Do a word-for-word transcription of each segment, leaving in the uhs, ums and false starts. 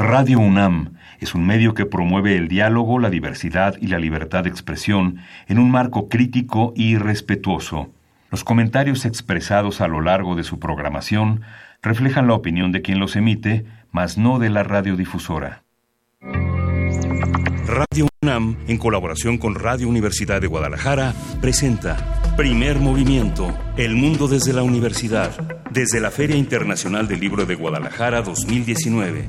Radio UNAM es un medio que promueve el diálogo, la diversidad y la libertad de expresión en un marco crítico y respetuoso. Los comentarios expresados a lo largo de su programación reflejan la opinión de quien los emite, mas no de la radiodifusora. Radio UNAM, en colaboración con Radio Universidad de Guadalajara, presenta Primer Movimiento, El Mundo desde la Universidad, desde la Feria Internacional del Libro de Guadalajara dos mil diecinueve.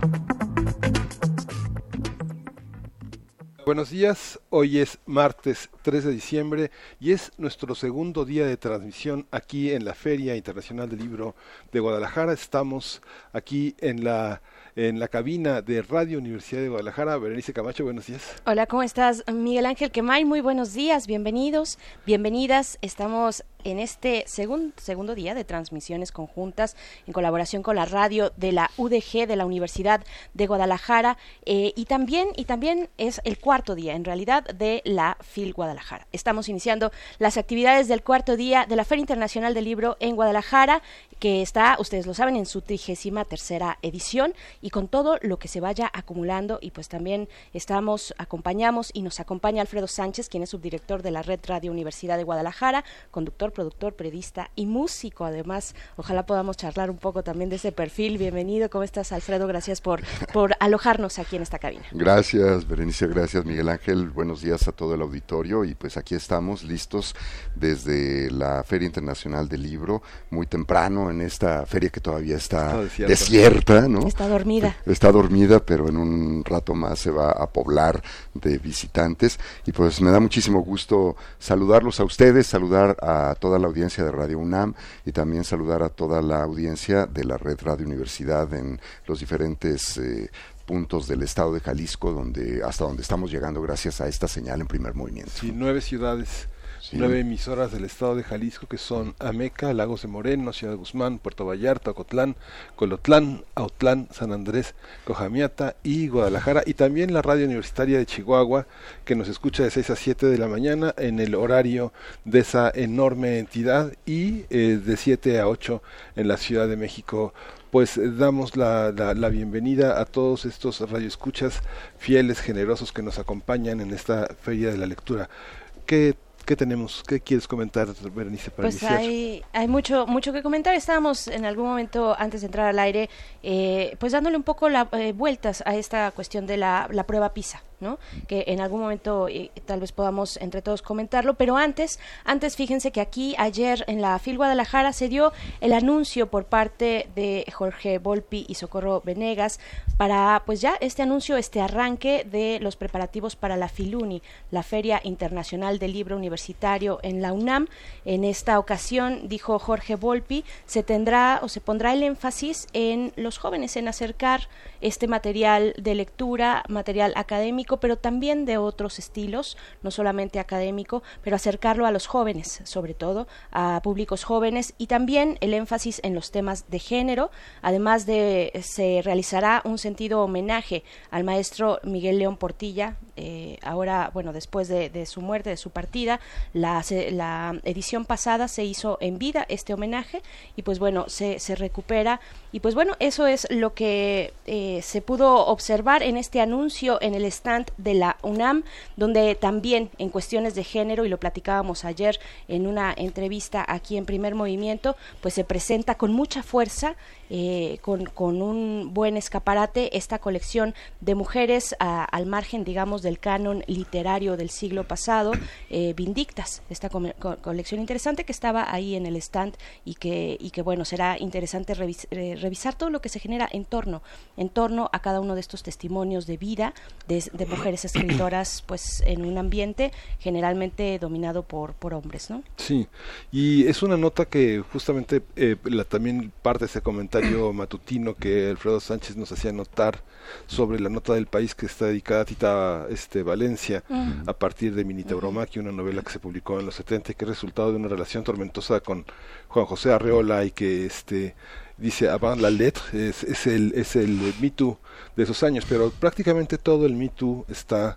Buenos días, hoy es martes tres de diciembre y es nuestro segundo día de transmisión aquí en la Feria Internacional del Libro de Guadalajara. Estamos aquí en la en la cabina de Radio Universidad de Guadalajara. Berenice Camacho, buenos días. Hola, ¿cómo estás? Miguel Ángel Quemay, muy buenos días, bienvenidos, bienvenidas. Estamos en este segun, segundo día de transmisiones conjuntas en colaboración con la radio de la U D G de la Universidad de Guadalajara eh, y también y también es el cuarto día en realidad de la FIL Guadalajara. Estamos iniciando las actividades del cuarto día de la Feria Internacional del Libro en Guadalajara, que está, ustedes lo saben, en su trigésima tercera edición, y con todo lo que se vaya acumulando, y pues también estamos, acompañamos y nos acompaña Alfredo Sánchez, quien es subdirector de la Red Radio Universidad de Guadalajara, conductor, productor, periodista y músico. Además, ojalá podamos charlar un poco también de ese perfil. Bienvenido, ¿cómo estás, Alfredo? Gracias por, por alojarnos aquí en esta cabina. Gracias, Berenice, gracias, Miguel Ángel. Buenos días a todo el auditorio, y pues aquí estamos listos desde la Feria Internacional del Libro, muy temprano en esta feria que todavía está desierta, desierta, ¿no? Está dormida. Está dormida, pero en un rato más se va a poblar de visitantes, y pues me da muchísimo gusto saludarlos a ustedes, saludar a toda la audiencia de Radio UNAM y también saludar a toda la audiencia de la Red Radio Universidad en los diferentes eh, puntos del estado de Jalisco, donde hasta donde estamos llegando gracias a esta señal en Primer Movimiento. Sí, nueve ciudades. Sí. Nueve emisoras del estado de Jalisco, que son Ameca, Lagos de Moreno, Ciudad de Guzmán, Puerto Vallarta, Ocotlán, Colotlán, Autlán, San Andrés, Cojamiata y Guadalajara, y también la Radio Universitaria de Chihuahua, que nos escucha de seis a siete de la mañana en el horario de esa enorme entidad, y eh, de siete a ocho en la Ciudad de México. Pues eh, damos la, la, la bienvenida a todos estos radioescuchas fieles, generosos, que nos acompañan en esta Feria de la Lectura. ¿Qué ¿Qué tenemos? ¿Qué quieres comentar, Berenice, para pues iniciar? hay, hay mucho mucho que comentar. Estábamos en algún momento, antes de entrar al aire, eh, pues dándole un poco la, eh, vueltas a esta cuestión de la, la prueba PISA, ¿no? Que en algún momento eh, tal vez podamos entre todos comentarlo, pero antes, antes fíjense que aquí ayer en la FIL Guadalajara se dio el anuncio por parte de Jorge Volpi y Socorro Venegas para, pues ya este anuncio, este arranque de los preparativos para la FILUNI, la Feria Internacional del Libro Universitario en la UNAM. En esta ocasión, dijo Jorge Volpi, se tendrá o se pondrá el énfasis en los jóvenes, en acercar este material de lectura, material académico, pero también de otros estilos, no solamente académico, pero acercarlo a los jóvenes, sobre todo a públicos jóvenes, y también el énfasis en los temas de género. Además de, se realizará un sentido homenaje al maestro Miguel León Portilla, eh, ahora, bueno, después de, de su muerte, de su partida. La, se, la edición pasada se hizo en vida este homenaje, y pues bueno, se, se recupera, y pues bueno, eso es lo que eh, se pudo observar en este anuncio en el stand de la UNAM, donde también en cuestiones de género, y lo platicábamos ayer en una entrevista aquí en Primer Movimiento, pues se presenta con mucha fuerza, eh, con, con un buen escaparate, esta colección de mujeres a, al margen, digamos, del canon literario del siglo pasado, eh, Vindictas, esta co- co- colección interesante que estaba ahí en el stand, y que, y que bueno, será interesante revis- eh, revisar todo lo que se genera en torno, en torno a cada uno de estos testimonios de vida de, de mujeres escritoras, pues en un ambiente generalmente dominado por, por hombres, ¿no? Sí, y es una nota que justamente eh, la, también parte de ese comentario matutino que Alfredo Sánchez nos hacía notar sobre la nota del País, que está dedicada a Tita este, Valencia, uh-huh. a partir de Mini Tauromaquia, una novela que se publicó en los setenta y que es resultado de una relación tormentosa con Juan José Arreola, y que este dice avant la lettre, es, es el es el Me Too de esos años, pero prácticamente todo el Me Too está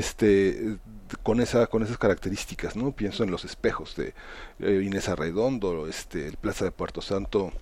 este con esa con esas características, ¿no? Pienso en Los espejos de eh, Inés Arredondo, este el Plaza de Puerto Santo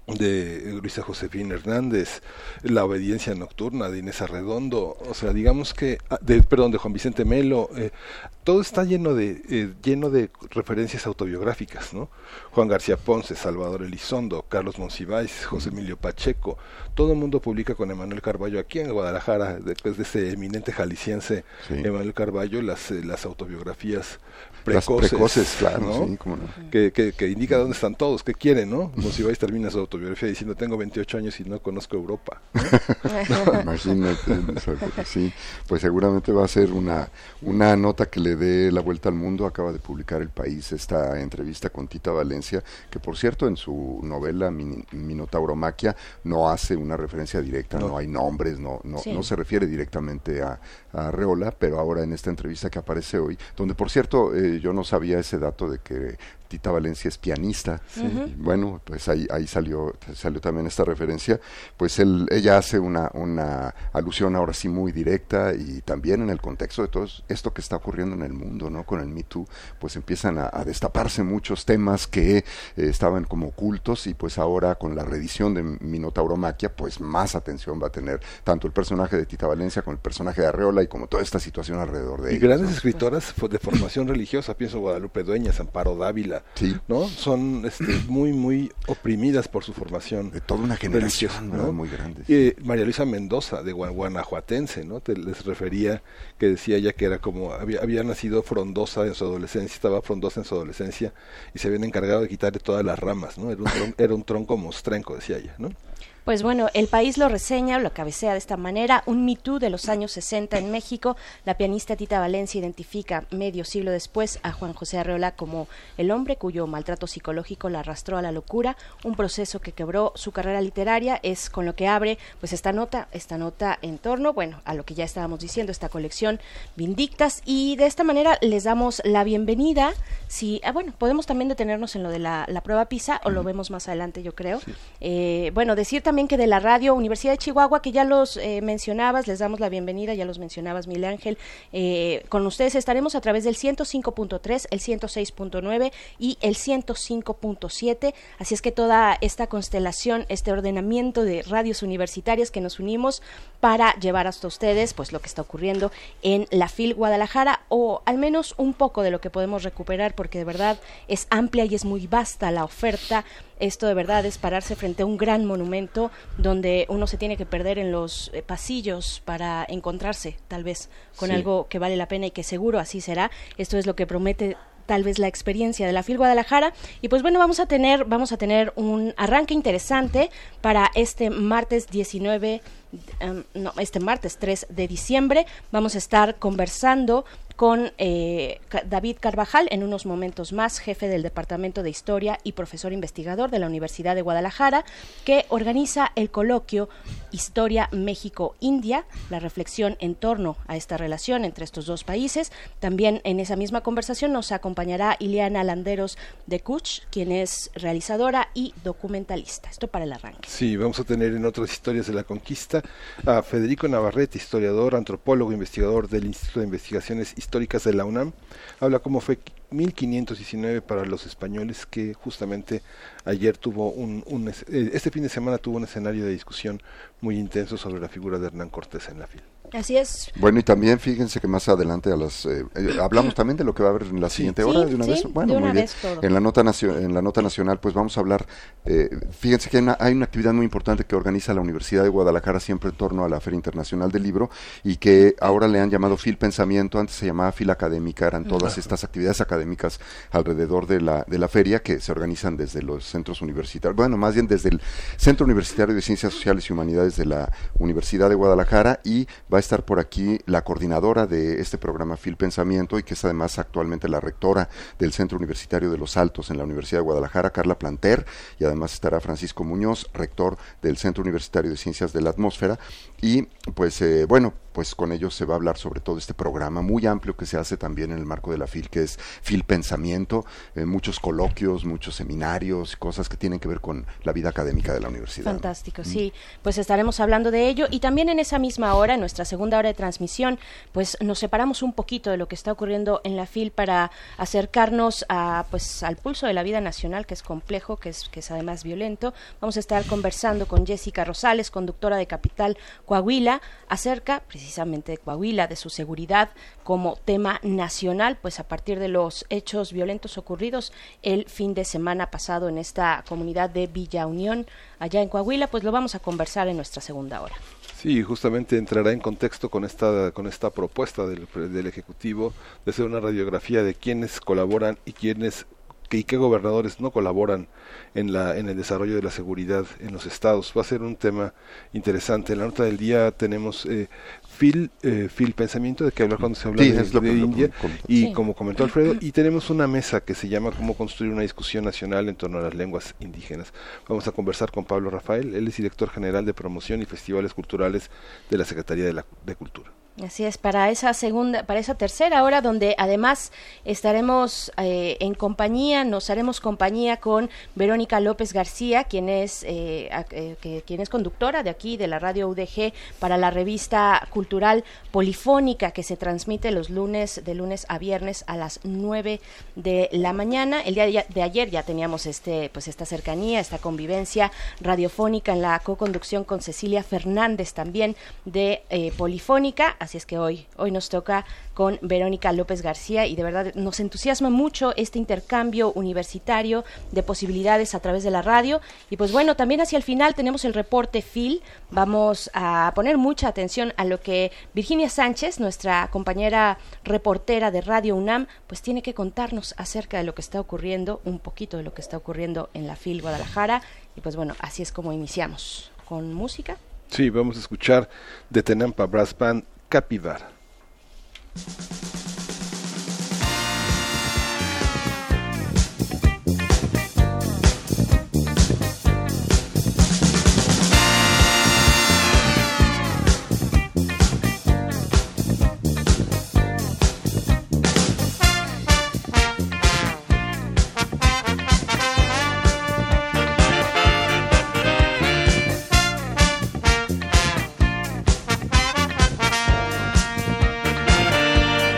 de Luisa Josefina Hernández, La obediencia nocturna de Inés Arredondo, o sea, digamos que, de, perdón, de Juan Vicente Melo, eh, todo está lleno de eh, lleno de referencias autobiográficas, ¿no? Juan García Ponce, Salvador Elizondo, Carlos Monsiváis, José Emilio Pacheco, todo el mundo publica con Emanuel Carballo aquí en Guadalajara, después de ese eminente jalisciense, sí. Emanuel Carballo, las, eh, las autobiografías precoces, precoces claro, ¿no? Sí, cómo no. Que, que, que indica dónde están todos, qué quieren, ¿no? Monsiváis termina su autobiografía diciendo tengo veintiocho años y no conozco Europa, ¿no? No, imagínate, sí, pues seguramente va a ser una, una nota que le dé la vuelta al mundo. Acaba de publicar El País esta entrevista con Tita Valencia, que por cierto en su novela Min- Minotauromaquia no hace una referencia directa, no, no hay nombres, no, no, sí. no se refiere directamente a, a Arreola, pero ahora en esta entrevista que aparece hoy, donde por cierto eh, yo no sabía ese dato de que Tita Valencia es pianista, sí. Y bueno, pues ahí, ahí salió salió también esta referencia, pues él, ella hace una, una alusión ahora sí muy directa y también en el contexto de todo esto que está ocurriendo en el mundo, ¿no? Con el Me Too, pues empiezan a, a destaparse muchos temas que eh, estaban como ocultos y pues ahora con la reedición de Minotauromaquia, pues más atención va a tener tanto el personaje de Tita Valencia como el personaje de Arreola y como toda esta situación alrededor de y ellos. Y grandes ¿no? escritoras de formación religiosa, pienso Guadalupe Dueñas, Amparo Dávila, sí. ¿no? Son este, muy, muy oprimidas por su formación. De toda una generación, ¿no? Muy grande. Sí. Eh, María Luisa Mendoza, de Guanajuatense, ¿no? Te, les refería, que decía ella que era como, había, había nacido frondosa en su adolescencia, estaba frondosa en su adolescencia, y se habían encargado de quitarle todas las ramas, ¿no? Era un, tron, era un tronco mostrenco, decía ella, ¿no? Pues bueno, El País lo reseña, lo cabecea de esta manera, un Me Too de los años sesenta en México. La pianista Tita Valencia identifica medio siglo después a Juan José Arreola como el hombre cuyo maltrato psicológico la arrastró a la locura, un proceso que quebró su carrera literaria. Es con lo que abre pues esta nota, esta nota en torno, bueno, a lo que ya estábamos diciendo, esta colección Vindictas, y de esta manera les damos la bienvenida. Si, ah, bueno, podemos también detenernos en lo de la, la prueba PISA, o lo vemos más adelante, yo creo. Sí. Eh, bueno, decir también que de la radio Universidad de Chihuahua, que ya los eh, mencionabas, les damos la bienvenida, ya los mencionabas, Miguel Ángel, eh, con ustedes estaremos a través del ciento cinco punto tres, el ciento seis punto nueve y el ciento cinco punto siete, así es que toda esta constelación, este ordenamiento de radios universitarias que nos unimos para llevar hasta ustedes pues lo que está ocurriendo en la FIL Guadalajara, o al menos un poco de lo que podemos recuperar, porque de verdad es amplia y es muy vasta la oferta. Esto de verdad es pararse frente a un gran monumento donde uno se tiene que perder en los eh, pasillos para encontrarse tal vez con sí. algo que vale la pena y que seguro así será. Esto es lo que promete tal vez la experiencia de la FIL Guadalajara. Y pues bueno, vamos a tener vamos a tener un arranque interesante para este martes diecinueve, um, no, este martes tres de diciembre. Vamos a estar conversando con eh, David Carvajal en unos momentos más, jefe del Departamento de Historia y profesor investigador de la Universidad de Guadalajara, que organiza el coloquio Historia México-India, la reflexión en torno a esta relación entre estos dos países. También en esa misma conversación nos acompañará Ileana Landeros de Kuch, quien es realizadora y documentalista. Esto para el arranque. Sí, vamos a tener en otras historias de la conquista a Federico Navarrete, historiador, antropólogo, investigador del Instituto de Investigaciones Históricas de la UNAM. Habla cómo fue mil quinientos diecinueve para los españoles, que justamente ayer tuvo un, un este fin de semana tuvo un escenario de discusión muy intenso sobre la figura de Hernán Cortés en la FIL. Así es. Bueno, y también fíjense que más adelante a las eh, eh, hablamos también de lo que va a haber en la siguiente sí, hora de una sí, vez. Bueno, de una muy bien. Vez todo. En la nota nacio- en la nota nacional, pues vamos a hablar. Eh, fíjense que hay una, hay una actividad muy importante que organiza la Universidad de Guadalajara siempre en torno a la Feria Internacional del Libro, y que ahora le han llamado FIL Pensamiento. Antes se llamaba FIL Académica. Eran todas estas actividades académicas alrededor de la de la feria, que se organizan desde los centros universitarios. Bueno, más bien desde el Centro Universitario de Ciencias Sociales y Humanidades de la Universidad de Guadalajara, y va a estar por aquí la coordinadora de este programa FIL Pensamiento, y que es además actualmente la rectora del Centro Universitario de Los Altos en la Universidad de Guadalajara, Carla Planter, y además estará Francisco Muñoz, rector del Centro Universitario de Ciencias de la Atmósfera, y pues eh, bueno, pues con ellos se va a hablar sobre todo este programa muy amplio que se hace también en el marco de la FIL, que es FIL Pensamiento, eh, muchos coloquios, muchos seminarios, cosas que tienen que ver con la vida académica de la universidad. Fantástico, mm. sí, pues estaremos hablando de ello, y también en esa misma hora, en nuestra segunda hora de transmisión, pues nos separamos un poquito de lo que está ocurriendo en la F I L para acercarnos a, pues, al pulso de la vida nacional, que es complejo, que es, que es además violento. Vamos a estar conversando con Jessica Rosales, conductora de Capital Coahuila, acerca precisamente de Coahuila, de su seguridad como tema nacional, pues a partir de los hechos violentos ocurridos el fin de semana pasado en esta comunidad de Villa Unión, allá en Coahuila, pues lo vamos a conversar en nuestra segunda hora. Sí, justamente entrará en contexto con esta con esta propuesta del, del Ejecutivo de hacer una radiografía de quiénes colaboran y quiénes y qué gobernadores no colaboran en la en el desarrollo de la seguridad en los estados. Va a ser un tema interesante. En la nota del día tenemos eh, Phil, eh, Phil Pensamiento, de que hablar cuando se habla sí, de, es lo de que India, lo, lo, y sí. como comentó Alfredo, y tenemos una mesa que se llama Cómo construir una discusión nacional en torno a las lenguas indígenas. Vamos a conversar con Pablo Rafael, él es director general de promoción y festivales culturales de la Secretaría de, la, de Cultura. Así es, para esa segunda, para esa tercera hora, donde además estaremos eh, en compañía, nos haremos compañía con Verónica López García, quien es eh, eh, que, quien es conductora de aquí de la radio U D G para la revista cultural Polifónica, que se transmite los lunes de lunes a viernes a las nueve de la mañana. El día de, de ayer ya teníamos este, pues esta cercanía, esta convivencia radiofónica en la coconducción con Cecilia Fernández, también de eh, Polifónica. Así es que hoy, hoy nos toca con Verónica López García y de verdad nos entusiasma mucho este intercambio universitario de posibilidades a través de la radio. Y pues bueno, también hacia el final tenemos el reporte F I L. Vamos a poner mucha atención a lo que Virginia Sánchez, nuestra compañera reportera de Radio UNAM, pues tiene que contarnos acerca de lo que está ocurriendo, un poquito de lo que está ocurriendo en la F I L Guadalajara. Y pues bueno, así es como iniciamos, con música. Sí, vamos a escuchar de Tenampa Brass Band Capibara. Thank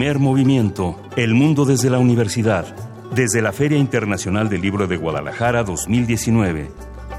Primer movimiento, El mundo desde la universidad, desde la Feria Internacional del Libro de Guadalajara dos mil diecinueve.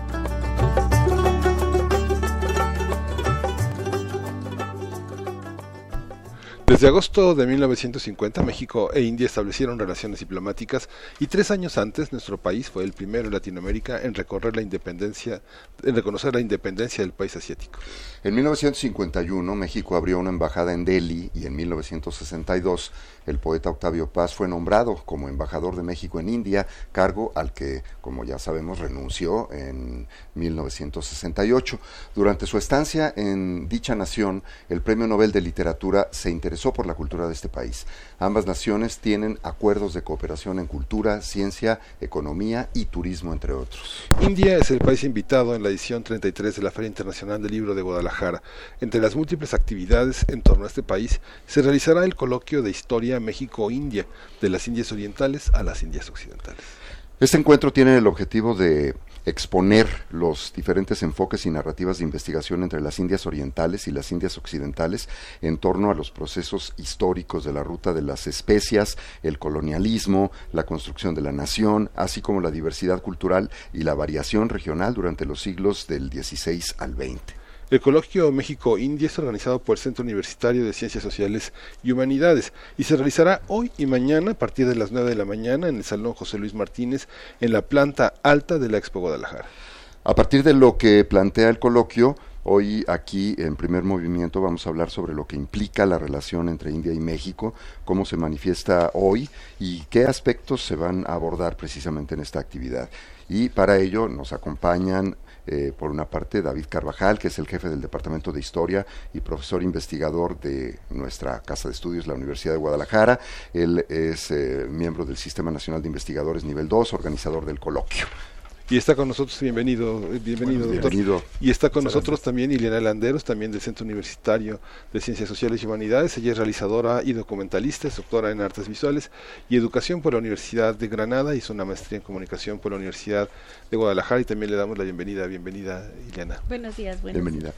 Desde agosto de mil novecientos cincuenta, México e India establecieron relaciones diplomáticas y tres años antes nuestro país fue el primero en Latinoamérica en recorrer la independencia, en reconocer la independencia del país asiático. En mil novecientos cincuenta y uno, México abrió una embajada en Delhi y en mil novecientos sesenta y dos el poeta Octavio Paz fue nombrado como embajador de México en India, cargo al que, como ya sabemos, renunció en mil novecientos sesenta y ocho. Durante su estancia en dicha nación, el Premio Nobel de Literatura se interesó por la cultura de este país. Ambas naciones tienen acuerdos de cooperación en cultura, ciencia, economía y turismo, entre otros. India es el país invitado en la edición treinta y tres de la Feria Internacional del Libro de Guadalajara. Entre las múltiples actividades en torno a este país, se realizará el coloquio de Historia México-India, de las Indias Orientales a las Indias Occidentales. Este encuentro tiene el objetivo de exponer los diferentes enfoques y narrativas de investigación entre las Indias Orientales y las Indias Occidentales en torno a los procesos históricos de la ruta de las especias, el colonialismo, la construcción de la nación, así como la diversidad cultural y la variación regional durante los siglos del dieciséis al veinte. El coloquio México-India es organizado por el Centro Universitario de Ciencias Sociales y Humanidades y se realizará hoy y mañana a partir de las nueve de la mañana en el Salón José Luis Martínez en la planta alta de la Expo Guadalajara. A partir de lo que plantea el coloquio, hoy aquí en Primer Movimiento vamos a hablar sobre lo que implica la relación entre India y México, cómo se manifiesta hoy y qué aspectos se van a abordar precisamente en esta actividad. Y para ello nos acompañan Eh, por una parte, David Carvajal, que es el jefe del Departamento de Historia y profesor investigador de nuestra Casa de Estudios, la Universidad de Guadalajara. Él es eh, miembro del Sistema Nacional de Investigadores Nivel dos, organizador del coloquio. Y está con nosotros, bienvenido, bienvenido, bueno, doctor. Bienvenido. Y está con nosotros también Ileana Landeros, también del Centro Universitario de Ciencias Sociales y Humanidades. Ella es realizadora y documentalista, es doctora en Artes Visuales y Educación por la Universidad de Granada, hizo una maestría en Comunicación por la Universidad de Guadalajara y también le damos la bienvenida, bienvenida Ileana. Buenos días, buenos Bienvenida.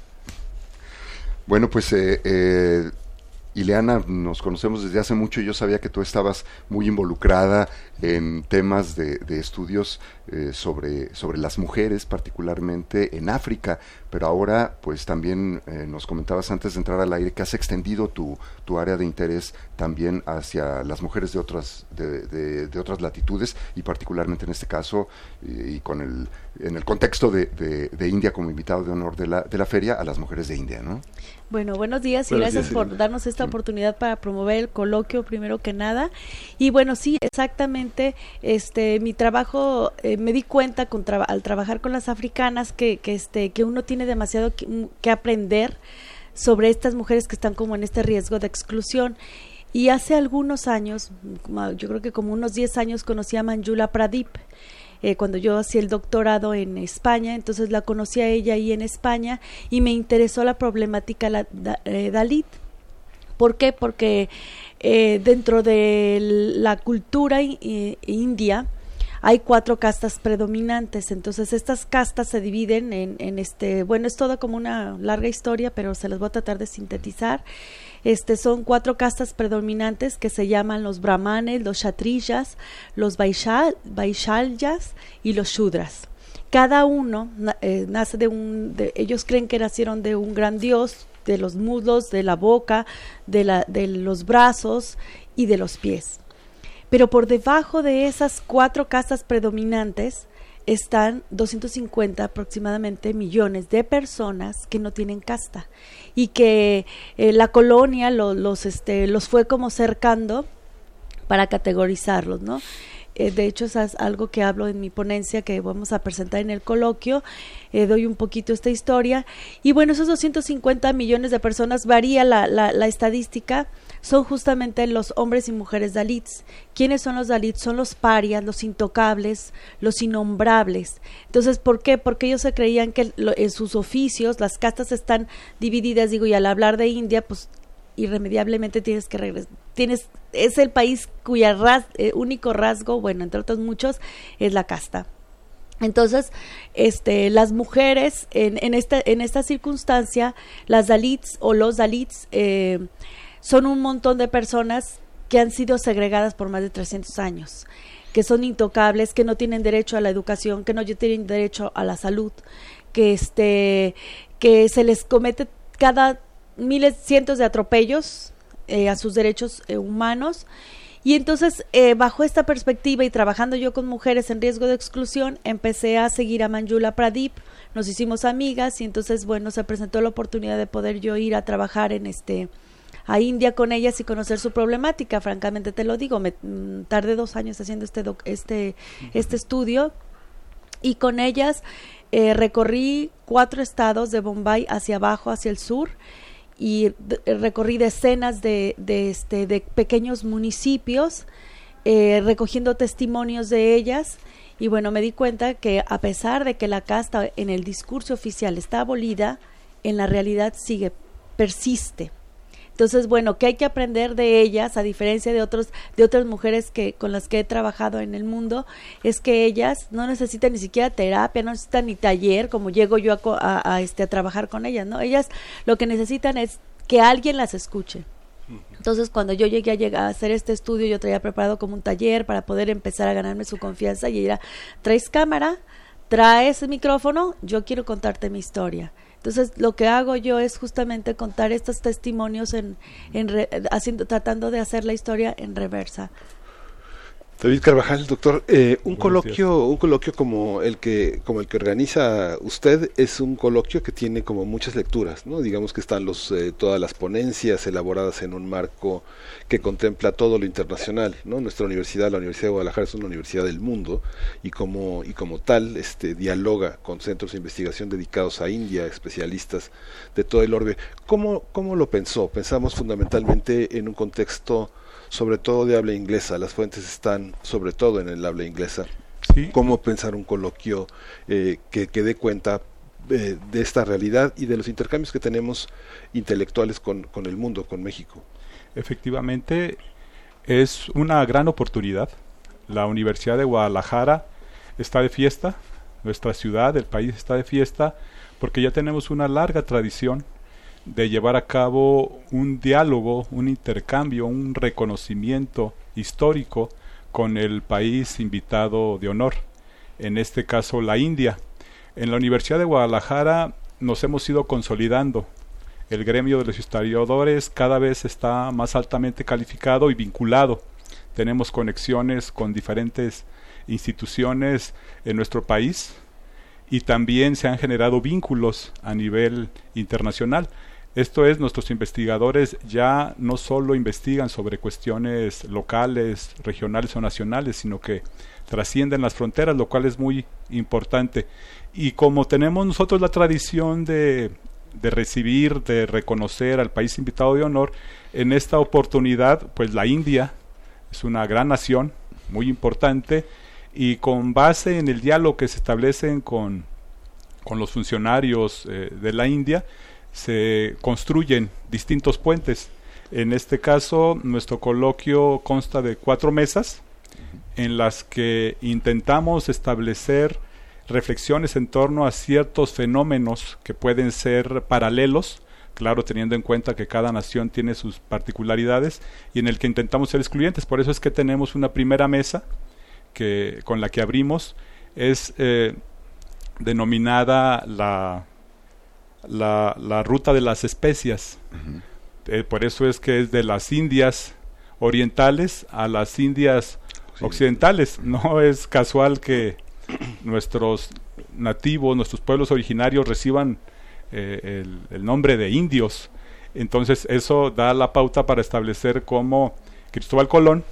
Bueno, pues eh, eh, Ileana, nos conocemos desde hace mucho y yo sabía que tú estabas muy involucrada en temas de, de estudios eh, sobre, sobre las mujeres, particularmente en África, pero ahora pues también eh, nos comentabas antes de entrar al aire que has extendido tu, tu área de interés también hacia las mujeres de otras, de, de, de otras latitudes y particularmente en este caso y, y con el, en el contexto de, de, de India como invitado de honor de la, de la feria, a las mujeres de India, ¿no? Bueno, buenos días y buenos gracias días, por Irene. darnos esta oportunidad para promover el coloquio primero que nada. Y bueno, sí, exactamente, este, mi trabajo, eh, me di cuenta con traba- al trabajar con las africanas que, que, este, que uno tiene demasiado que, que aprender sobre estas mujeres que están como en este riesgo de exclusión. Y hace algunos años, como, yo creo que como unos diez años, conocí a Manjula Pradip. Eh, cuando yo hacía el doctorado en España, entonces la conocí a ella ahí en España y me interesó la problemática la, da, eh, Dalit. ¿Por qué? Porque eh, dentro de la cultura eh, india hay cuatro castas predominantes, entonces estas castas se dividen en, en este, bueno, es toda como una larga historia, pero se las voy a tratar de sintetizar. Este, son cuatro castas predominantes que se llaman los brahmanes, los kshatriyas, los vaishal, vaishalyas y los shudras. Cada uno eh, nace de un, de, ellos creen que nacieron de un gran dios, de los muslos, de la boca, de, la, de los brazos y de los pies. Pero por debajo de esas cuatro castas predominantes están doscientos cincuenta aproximadamente millones de personas que no tienen casta y que eh, la colonia lo, los, este, los fue como cercando para categorizarlos, ¿no? Eh, de hecho, es algo que hablo en mi ponencia que vamos a presentar en el coloquio, eh, doy un poquito esta historia. Y bueno, esos doscientos cincuenta millones de personas, varía la, la, la estadística, son justamente los hombres y mujeres dalits. ¿Quiénes son los dalits? Son los parias, los intocables, los innombrables. Entonces, ¿por qué? Porque ellos se creían que lo, en sus oficios las castas están divididas, digo, y al hablar de India, pues irremediablemente tienes que regresar, tienes, es el país cuya ras, eh, único rasgo, bueno, entre otros muchos, es la casta. Entonces, este, las mujeres en, en esta, en esta circunstancia, las dalits o los dalits, eh, son un montón de personas que han sido segregadas por más de trescientos años, que son intocables, que no tienen derecho a la educación, que no tienen derecho a la salud, que este que se les comete cada miles, cientos de atropellos eh, a sus derechos eh, humanos. Y entonces, eh, bajo esta perspectiva y trabajando yo con mujeres en riesgo de exclusión, empecé a seguir a Manjula Pradip, nos hicimos amigas y entonces, bueno, se presentó la oportunidad de poder yo ir a trabajar en este a India con ellas y conocer su problemática. Francamente te lo digo, me mm, tardé dos años haciendo este doc, este este estudio, y con ellas eh, recorrí cuatro estados de Bombay hacia abajo, hacia el sur, y de, recorrí decenas de, de, este, de pequeños municipios, eh, recogiendo testimonios de ellas, y bueno, me di cuenta que a pesar de que la casta en el discurso oficial está abolida, en la realidad sigue, persiste. Entonces, bueno, ¿qué hay que aprender de ellas, a diferencia de otros, de otras mujeres que con las que he trabajado en el mundo? Es que ellas no necesitan ni siquiera terapia, no necesitan ni taller, como llego yo a, a, a, este, a trabajar con ellas, ¿no? Ellas lo que necesitan es que alguien las escuche. Entonces, cuando yo llegué a, llegar a hacer este estudio, yo traía preparado como un taller para poder empezar a ganarme su confianza, y era, traes cámara, traes micrófono, yo quiero contarte mi historia. Entonces, lo que hago yo es justamente contar estos testimonios en, en re, haciendo, tratando de hacer la historia en reversa. David Carvajal, doctor, eh, un coloquio, un coloquio como el que, como el que organiza usted es un coloquio que tiene como muchas lecturas, ¿no? Digamos que están los, eh, todas las ponencias elaboradas en un marco que contempla todo lo internacional, ¿no? Nuestra universidad, la Universidad de Guadalajara, es una universidad del mundo, y como, y como tal, este, dialoga con centros de investigación dedicados a India, especialistas de todo el orbe. ¿Cómo, cómo lo pensó? Pensamos fundamentalmente en un contexto sobre todo de habla inglesa, las fuentes están sobre todo en el habla inglesa. Sí. ¿Cómo pensar un coloquio eh, que, que dé cuenta eh, de esta realidad y de los intercambios que tenemos intelectuales con, con el mundo, con México? Efectivamente, es una gran oportunidad. La Universidad de Guadalajara está de fiesta, nuestra ciudad, el país está de fiesta, porque ya tenemos una larga tradición de llevar a cabo un diálogo, un intercambio, un reconocimiento histórico con el país invitado de honor, en este caso la India. En la Universidad de Guadalajara nos hemos ido consolidando. El gremio de los historiadores cada vez está más altamente calificado y vinculado. Tenemos conexiones con diferentes instituciones en nuestro país, y también se han generado vínculos a nivel internacional. Esto es, nuestros investigadores ya no solo investigan sobre cuestiones locales, regionales o nacionales, sino que trascienden las fronteras, lo cual es muy importante. Y como tenemos nosotros la tradición de, de recibir, de reconocer al país invitado de honor, en esta oportunidad, pues la India es una gran nación, muy importante, y con base en el diálogo que se establecen con, con los funcionarios eh, de la India, se construyen distintos puentes. En este caso, nuestro coloquio consta de cuatro mesas en las que intentamos establecer reflexiones en torno a ciertos fenómenos que pueden ser paralelos, claro, teniendo en cuenta que cada nación tiene sus particularidades, y en el que intentamos ser excluyentes. Por eso es que tenemos una primera mesa que con la que abrimos, es eh, denominada la La, la ruta de las especias. Uh-huh. Eh, por eso es que es de las Indias orientales a las Indias sí. occidentales. No es casual que nuestros nativos, nuestros pueblos originarios reciban eh, el, el nombre de indios. Entonces eso da la pauta para establecer cómo Cristóbal Colón,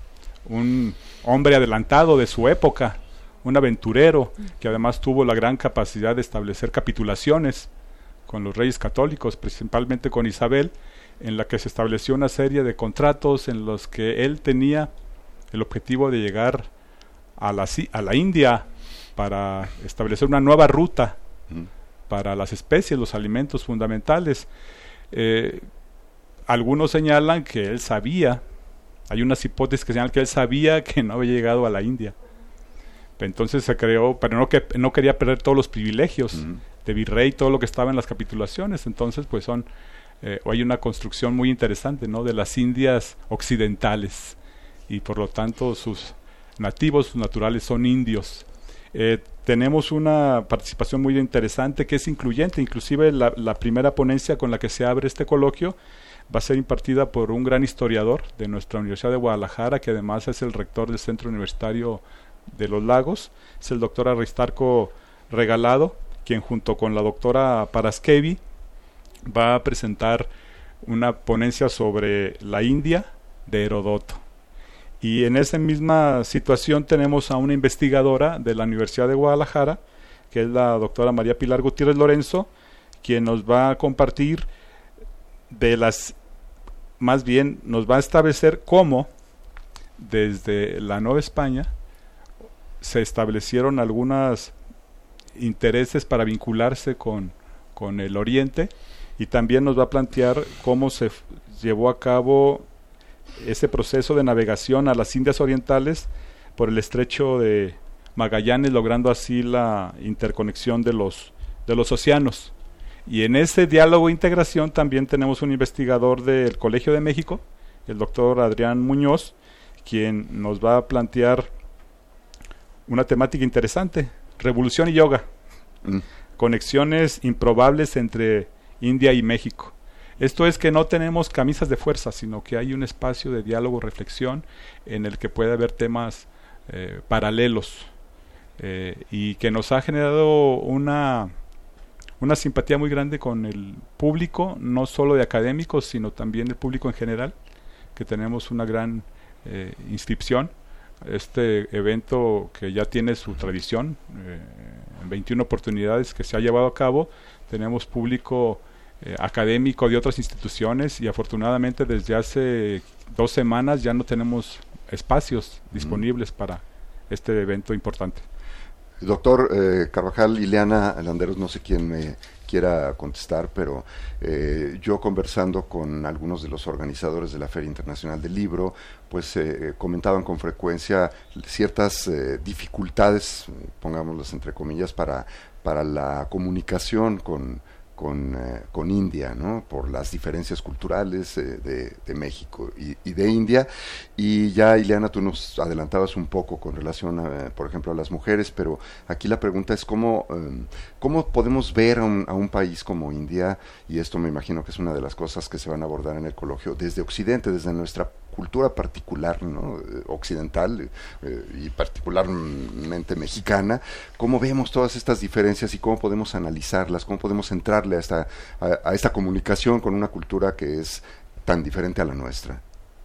un hombre adelantado de su época, un aventurero que además tuvo la gran capacidad de establecer capitulaciones con los reyes católicos, principalmente con Isabel, en la que se estableció una serie de contratos en los que él tenía el objetivo de llegar a la, a la India para establecer una nueva ruta mm. para las especies, los alimentos fundamentales. Eh, algunos señalan que él sabía, hay unas hipótesis que señalan que él sabía que no había llegado a la India. Entonces se creó, pero no, que, no quería perder todos los privilegios mm. de virrey, todo lo que estaba en las capitulaciones. Entonces pues son eh, hay una construcción muy interesante, ¿no?, de las Indias occidentales, y por lo tanto sus nativos, sus naturales son indios. Eh, tenemos una participación muy interesante que es incluyente, inclusive la, la primera ponencia con la que se abre este coloquio va a ser impartida por un gran historiador de nuestra Universidad de Guadalajara, que además es el rector del Centro Universitario de los Lagos, es el doctor Aristarco Regalado, quien junto con la doctora Paraskevi va a presentar una ponencia sobre la India de Heródoto. Y en esa misma situación tenemos a una investigadora de la Universidad de Guadalajara, que es la doctora María Pilar Gutiérrez Lorenzo, quien nos va a compartir de las, más bien nos va a establecer cómo desde la Nueva España se establecieron algunos intereses para vincularse con, con el Oriente, y también nos va a plantear cómo se f- llevó a cabo ese proceso de navegación a las Indias Orientales por el estrecho de Magallanes, logrando así la interconexión de los, de los océanos. Y en ese diálogo e integración también tenemos un investigador del Colegio de México, el doctor Adrián Muñoz, quien nos va a plantear una temática interesante: revolución y yoga, mm. conexiones improbables entre India y México. Esto es que no tenemos camisas de fuerza, sino que hay un espacio de diálogo, reflexión, en el que puede haber temas eh, paralelos, eh, y que nos ha generado una, una simpatía muy grande con el público, no solo de académicos, sino también el público en general, que tenemos una gran eh, inscripción. Este evento, que ya tiene su tradición, eh, en veintiuna oportunidades que se ha llevado a cabo, tenemos público Eh, académico de otras instituciones, y afortunadamente desde hace dos semanas ya no tenemos espacios disponibles mm. para este evento importante. Doctor eh, Carvajal, Ileana Landeros, no sé quién me quiera contestar, pero eh, yo conversando con algunos de los organizadores de la Feria Internacional del Libro, pues eh, comentaban con frecuencia ciertas eh, dificultades, pongámoslas entre comillas, para, para la comunicación con Con, eh, con India, ¿no?, por las diferencias culturales eh, de, de México y, y de India. Y ya, Ileana, tú nos adelantabas un poco con relación a, por ejemplo, a las mujeres, pero aquí la pregunta es cómo, eh, cómo podemos ver a un, a un país como India, y esto me imagino que es una de las cosas que se van a abordar en el coloquio, desde Occidente, desde nuestra cultura particular, ¿no?, occidental eh, y particularmente mexicana. ¿Cómo vemos todas estas diferencias y cómo podemos analizarlas? ¿Cómo podemos entrarle a esta, a, a esta comunicación con una cultura que es tan diferente a la nuestra?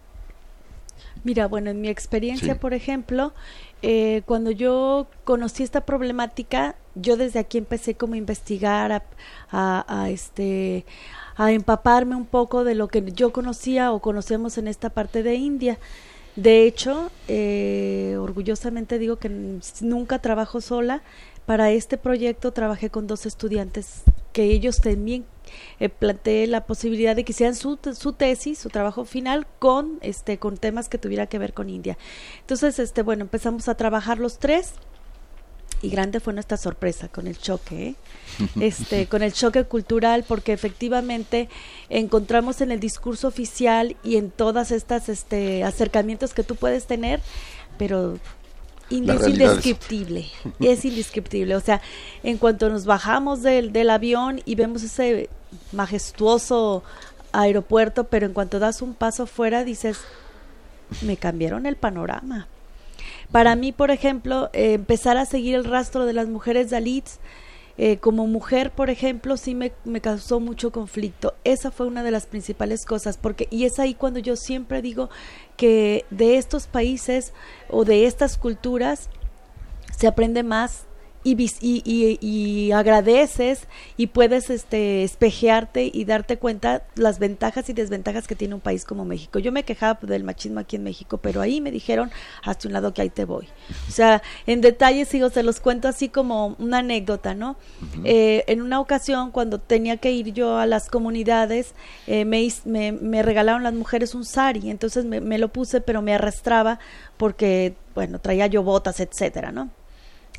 Mira, bueno, en mi experiencia, sí. por ejemplo, eh, cuando yo conocí esta problemática, yo desde aquí empecé como a investigar, a, a, a este... a empaparme un poco de lo que yo conocía o conocemos en esta parte de India. De hecho, eh, orgullosamente digo que nunca trabajo sola. Para este proyecto trabajé con dos estudiantes que ellos también eh, planteé la posibilidad de que hicieran su, su tesis, su trabajo final con este con temas que tuviera que ver con India. Entonces, este bueno, empezamos a trabajar los tres. Y grande fue nuestra sorpresa con el choque, ¿eh? este, con el choque cultural, porque efectivamente encontramos en el discurso oficial y en todas estas este, acercamientos que tú puedes tener, pero India es indescriptible, es indescriptible. O sea, en cuanto nos bajamos del, del avión y vemos ese majestuoso aeropuerto, pero en cuanto das un paso fuera dices, me cambiaron el panorama. Para mí, por ejemplo, eh, empezar a seguir el rastro de las mujeres dalits, eh, como mujer, por ejemplo, sí me, me causó mucho conflicto. Esa fue una de las principales cosas, porque y es ahí cuando yo siempre digo que de estos países o de estas culturas se aprende más y, y, y, y agradeces y puedes este espejearte y darte cuenta las ventajas y desventajas que tiene un país como México. Yo me quejaba del machismo aquí en México, pero ahí me dijeron hasta un lado que ahí te voy. O sea, en detalle sigo, se los cuento así como una anécdota, ¿no? Uh-huh. Eh, en una ocasión, cuando tenía que ir yo a las comunidades, eh, me, me, me regalaron las mujeres un sari, entonces me, me lo puse, pero me arrastraba porque, bueno, traía yo botas, etcétera, ¿no?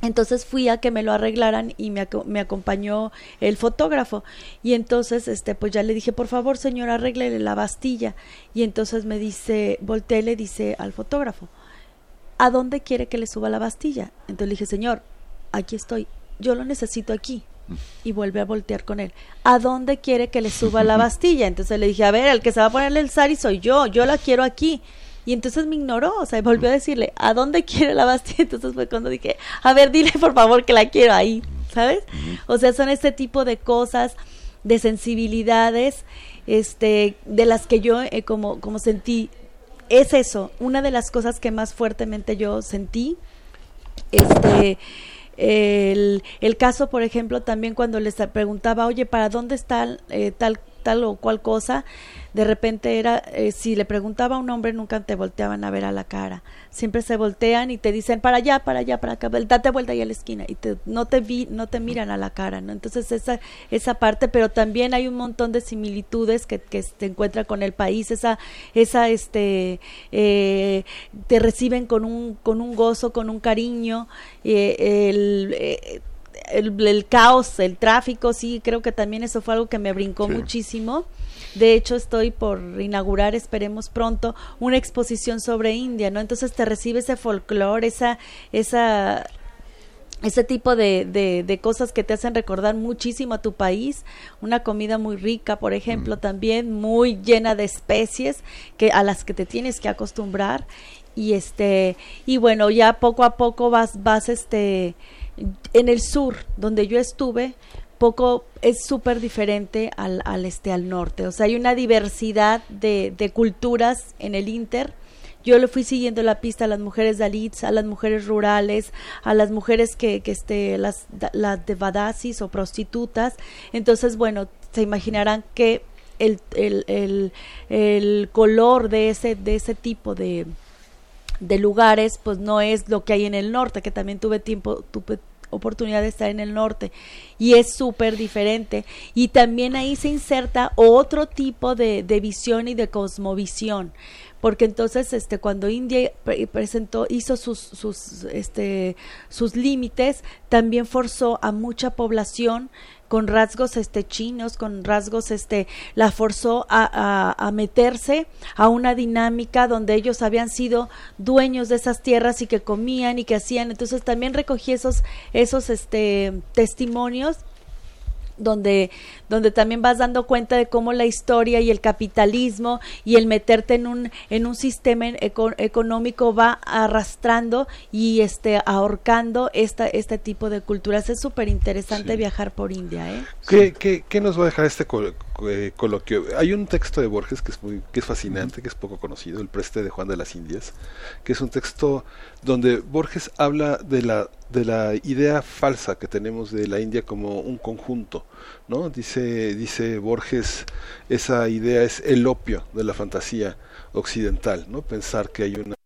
Entonces fui a que me lo arreglaran y me, me acompañó el fotógrafo. Y entonces, este, pues ya le dije, por favor, señor, arréglele la bastilla. Y entonces me dice, volteé y le dice al fotógrafo, ¿a dónde quiere que le suba la bastilla? Entonces le dije, señor, aquí estoy, yo lo necesito aquí. Y vuelve a voltear con él, ¿a dónde quiere que le suba la bastilla? Entonces le dije, a ver, el que se va a ponerle el sari soy yo, yo la quiero aquí. Y entonces me ignoró, o sea, volvió a decirle, ¿a dónde quiere la bastilla? Entonces fue cuando dije, a ver, dile por favor que la quiero ahí, ¿sabes? O sea, son este tipo de cosas, de sensibilidades, este, de las que yo eh, como, como sentí, es eso, una de las cosas que más fuertemente yo sentí, este, el, el caso, por ejemplo, también cuando les preguntaba, oye, ¿para dónde está eh, tal, tal o cual cosa? De repente era, eh, si le preguntaba a un hombre, nunca te volteaban a ver a la cara, siempre se voltean y te dicen para allá, para allá, para acá, date vuelta ahí a la esquina, y te, no te vi, no te miran a la cara, ¿no? Entonces esa, esa parte, pero también hay un montón de similitudes que, que se encuentra con el país, esa, esa, este, eh, te reciben con un, con un gozo, con un cariño, eh, el, eh, el, el caos, el tráfico, sí, creo que también eso fue algo que me brincó sí. muchísimo. De hecho, estoy por inaugurar, esperemos pronto, una exposición sobre India, ¿no? Entonces te recibe ese folclore, esa, esa, ese tipo de, de, de cosas que te hacen recordar muchísimo a tu país, una comida muy rica, por ejemplo, mm. también muy llena de especies que a las que te tienes que acostumbrar, y este, y bueno, ya poco a poco vas, vas este, en el sur, donde yo estuve, poco es súper diferente al, al este al norte, o sea, hay una diversidad de, de culturas en el Inter. Yo le fui siguiendo la pista a las mujeres dalits, a las mujeres rurales, a las mujeres que, que este, las, las de badasis o prostitutas. Entonces, bueno, se imaginarán que el, el, el, el color de ese, de ese tipo de, de lugares, pues no es lo que hay en el norte, que también tuve tiempo, tuve oportunidad de estar en el norte, y es súper diferente, y también ahí se inserta otro tipo de, de visión y de cosmovisión, porque entonces este cuando India pre presentó hizo sus sus este sus límites, también forzó a mucha población con rasgos este chinos, con rasgos este la forzó a, a, a meterse a una dinámica donde ellos habían sido dueños de esas tierras y que comían y que hacían. Entonces también recogí esos esos este testimonios donde donde también vas dando cuenta de cómo la historia y el capitalismo y el meterte en un en un sistema eco, económico va arrastrando y este ahorcando esta este tipo de culturas. Es súper interesante sí. viajar por India, ¿eh? ¿Qué, qué, qué nos va a dejar este col eh, coloquio? Hay un texto de Borges que es muy que es fascinante, que es poco conocido, El Preste de Juan de las Indias, que es un texto donde Borges habla de la de la idea falsa que tenemos de la India como un conjunto, ¿no? Dice, dice Borges, esa idea es el opio de la fantasía occidental, ¿no? Pensar que hay una...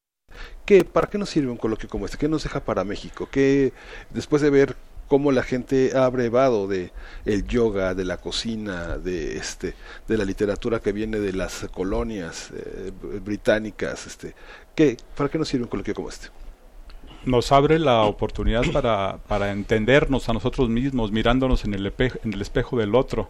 ¿Qué, ¿Para qué nos sirve un coloquio como este? ¿Qué nos deja para México? ¿Qué, después de ver cómo la gente ha abrevado de el yoga, de la cocina, de este, de la literatura que viene de las colonias eh, británicas, este, ¿qué, ¿para qué nos sirve un coloquio como este? Nos abre la oportunidad para, para entendernos a nosotros mismos, mirándonos en el, espejo, en el espejo del otro.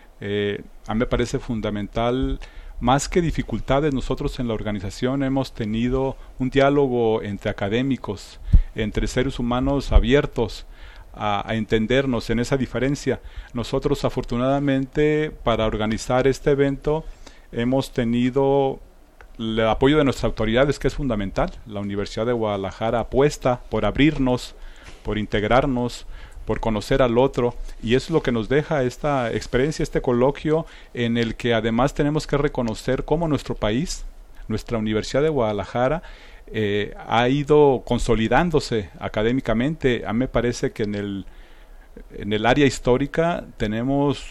Eh, a mí me parece fundamental, más que dificultades, nosotros en la organización hemos tenido un diálogo entre académicos, entre seres humanos abiertos a, a entendernos en esa diferencia. Nosotros, afortunadamente, para organizar este evento, hemos tenido el apoyo de nuestras autoridades, que es fundamental. La Universidad de Guadalajara apuesta por abrirnos, por integrarnos, por conocer al otro, y eso es lo que nos deja esta experiencia, este coloquio, en el que además tenemos que reconocer cómo nuestro país, nuestra Universidad de Guadalajara, eh, ha ido consolidándose académicamente. A mí me parece que en el, en el área histórica tenemos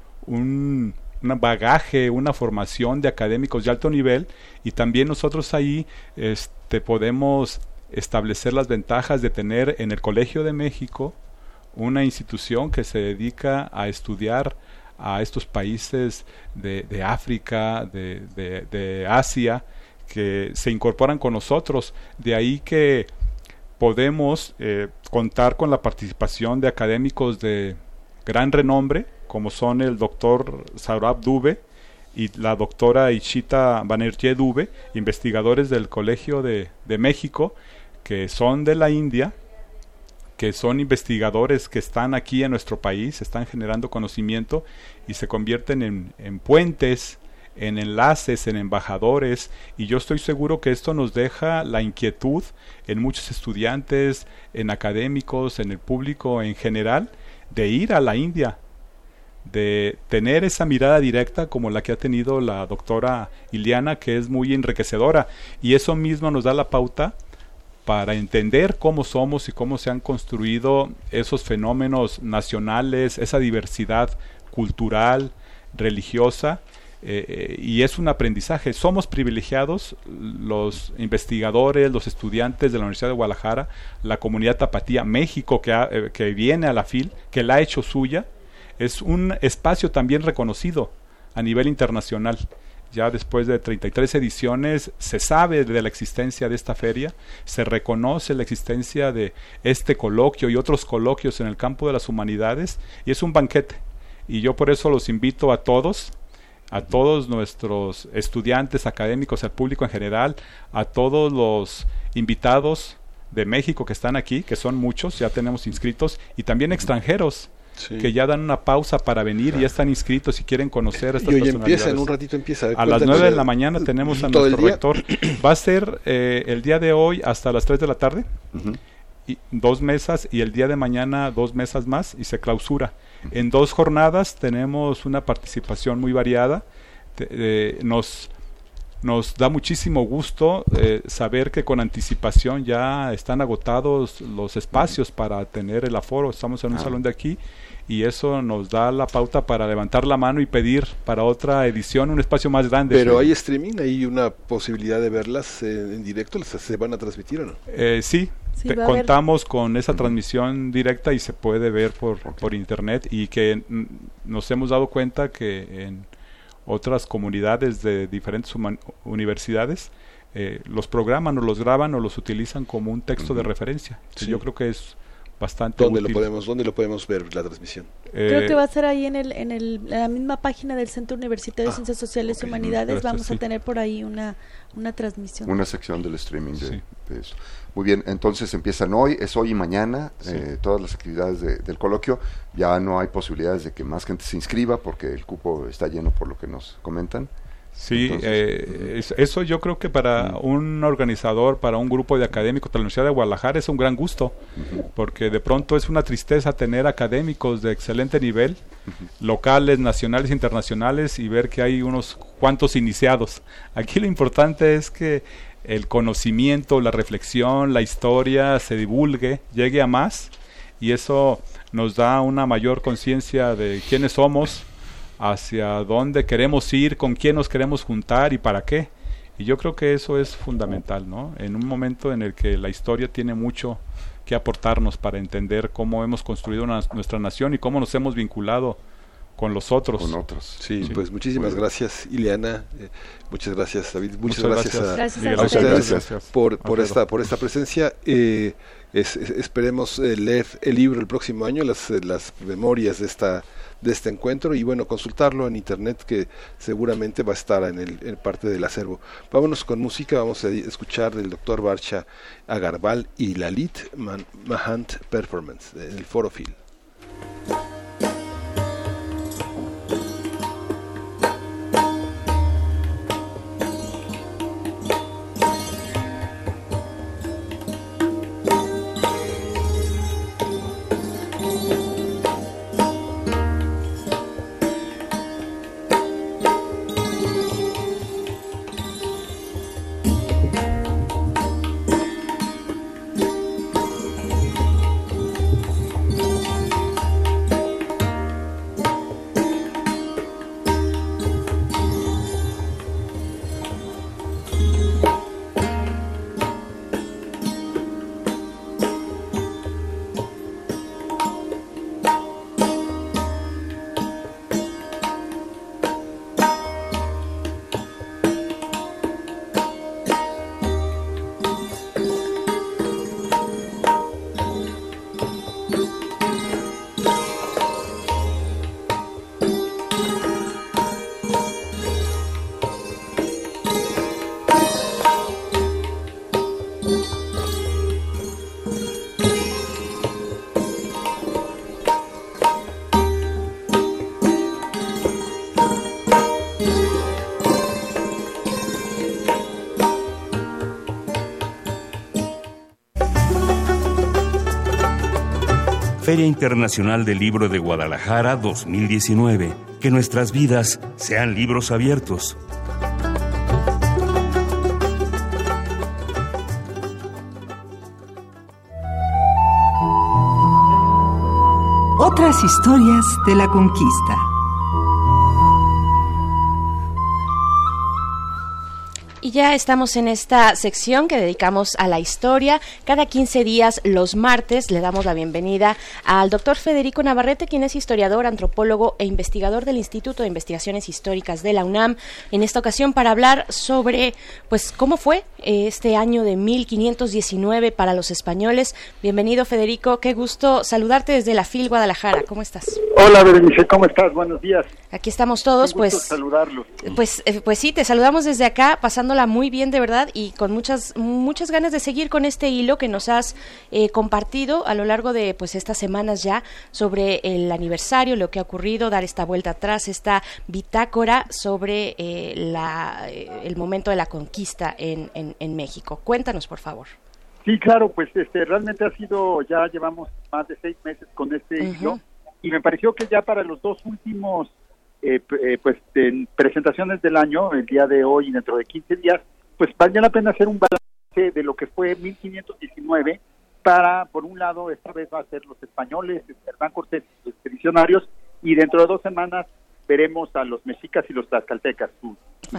un... un bagaje, una formación de académicos de alto nivel, y también nosotros ahí este, podemos establecer las ventajas de tener en el Colegio de México una institución que se dedica a estudiar a estos países de, de África, de, de, de Asia, que se incorporan con nosotros. De ahí que podemos eh, contar con la participación de académicos de gran renombre, como son el doctor Saurabh Dubey y la doctora Ishita Banerjee Dubey, investigadores del Colegio de, de México, que son de la India, que son investigadores que están aquí en nuestro país, están generando conocimiento y se convierten en, en puentes, en enlaces, en embajadores, y yo estoy seguro que esto nos deja la inquietud en muchos estudiantes, en académicos, en el público en general, de ir a la India, de tener esa mirada directa como la que ha tenido la doctora Ileana, que es muy enriquecedora, y eso mismo nos da la pauta para entender cómo somos y cómo se han construido esos fenómenos nacionales, esa diversidad cultural, religiosa, eh, y es un aprendizaje. Somos privilegiados los investigadores, los estudiantes de la Universidad de Guadalajara, la comunidad tapatía, México que, ha, eh, que viene a la F I L, que la ha hecho suya, es un espacio también reconocido a nivel internacional. Ya después de treinta y tres ediciones se sabe de la existencia de esta feria, se reconoce la existencia de este coloquio y otros coloquios en el campo de las humanidades, y es un banquete. Y yo por eso los invito a todos, a todos nuestros estudiantes, académicos, al público en general, a todos los invitados de México que están aquí, que son muchos, ya tenemos inscritos, y también extranjeros. Sí. Que ya dan una pausa para venir, claro, y ya están inscritos y quieren conocer a estas y hoy personalidades. Empieza, en un ratito empieza. A las nueve de la mañana tenemos a nuestro rector. Va a ser eh, el día de hoy hasta las tres de la tarde, uh-huh, y dos mesas, y el día de mañana dos mesas más, y se clausura. Uh-huh. En dos jornadas tenemos una participación muy variada. Te, eh, nos... Nos da muchísimo gusto eh, saber que con anticipación ya están agotados los espacios para tener el aforo. Estamos en un ah. salón de aquí, y eso nos da la pauta para levantar la mano y pedir para otra edición un espacio más grande. Pero hay streaming, hay una posibilidad de verlas eh, en directo, ¿se van a transmitir o no? Eh, sí, sí te, contamos con esa transmisión directa y se puede ver por, okay, por internet, y que mm, nos hemos dado cuenta que en otras comunidades de diferentes universidades eh, los programan o los graban o los utilizan como un texto uh-huh. de referencia. Sí. Yo creo que es bastante ¿Dónde útil. Lo podemos, ¿Dónde lo podemos ver la transmisión? Eh, creo que va a ser ahí en el en el en la misma página del Centro Universitario de ah, Ciencias Sociales okay. y Humanidades. Gracias, Vamos sí. a tener por ahí una una transmisión. Una sección del streaming de, sí. de eso. Muy bien, entonces empiezan hoy, es hoy y mañana, sí. eh, todas las actividades de, del coloquio. Ya no hay posibilidades de que más gente se inscriba porque el cupo está lleno por lo que nos comentan. Sí, Entonces, eh, uh-huh. eso yo creo que para uh-huh. un organizador, para un grupo de académicos de la Universidad de Guadalajara es un gran gusto, uh-huh. porque de pronto es una tristeza tener académicos de excelente nivel, uh-huh. locales, nacionales, internacionales, y ver que hay unos cuantos iniciados. Aquí lo importante es que el conocimiento, la reflexión, la historia se divulgue, llegue a más, y eso nos da una mayor conciencia de quiénes somos, hacia dónde queremos ir, con quién nos queremos juntar y para qué. Y yo creo que eso es fundamental, ¿no? En un momento en el que la historia tiene mucho que aportarnos para entender cómo hemos construido una, nuestra nación y cómo nos hemos vinculado con los otros. Con otros. Sí, sí. Pues muchísimas gracias, Ileana. Eh, muchas gracias, David. Muchas, muchas gracias, gracias a, gracias a ustedes gracias. por, por, esta, por esta presencia. Eh, es, es, esperemos eh, leer el libro el próximo año, las, las memorias de esta de este encuentro, y bueno, consultarlo en internet, que seguramente va a estar en, el, en parte del acervo. Vámonos con música, vamos a escuchar del doctor Barsha Agarbal y Lalit Man- Mahant Performance en el Foro F I L. Feria Internacional del Libro de Guadalajara dos mil diecinueve. Que nuestras vidas sean libros abiertos. Otras historias de la conquista. Y ya estamos en esta sección que dedicamos a la historia. Cada quince días, los martes, le damos la bienvenida al doctor Federico Navarrete, quien es historiador, antropólogo e investigador del Instituto de Investigaciones Históricas de la UNAM. En esta ocasión para hablar sobre, pues, cómo fue este año de mil quinientos diecinueve para los españoles. Bienvenido, Federico. Qué gusto saludarte desde la FIL Guadalajara. ¿Cómo estás? Hola, Berenice. ¿Cómo estás? Buenos días. Aquí estamos todos, Qué gusto pues. saludarlos. Pues, eh, pues sí, te saludamos desde acá, pasándola muy bien, de verdad, y con muchas muchas ganas de seguir con este hilo que nos has eh, compartido a lo largo de pues estas semanas ya sobre el aniversario, lo que ha ocurrido, dar esta vuelta atrás, esta bitácora sobre eh, la eh, el momento de la conquista en, en, en México. Cuéntanos, por favor. Sí, claro, pues este realmente ha sido, ya llevamos más de seis meses con este uh-huh. hilo, y me pareció que ya para los dos últimos Eh, eh, pues en presentaciones del año, el día de hoy y dentro de quince días, pues valía la pena hacer un balance de lo que fue mil quinientos diecinueve para, por un lado, esta vez va a ser los españoles, Hernán Cortés y los expedicionarios, y dentro de dos semanas veremos a los mexicas y los tlaxcaltecas, sus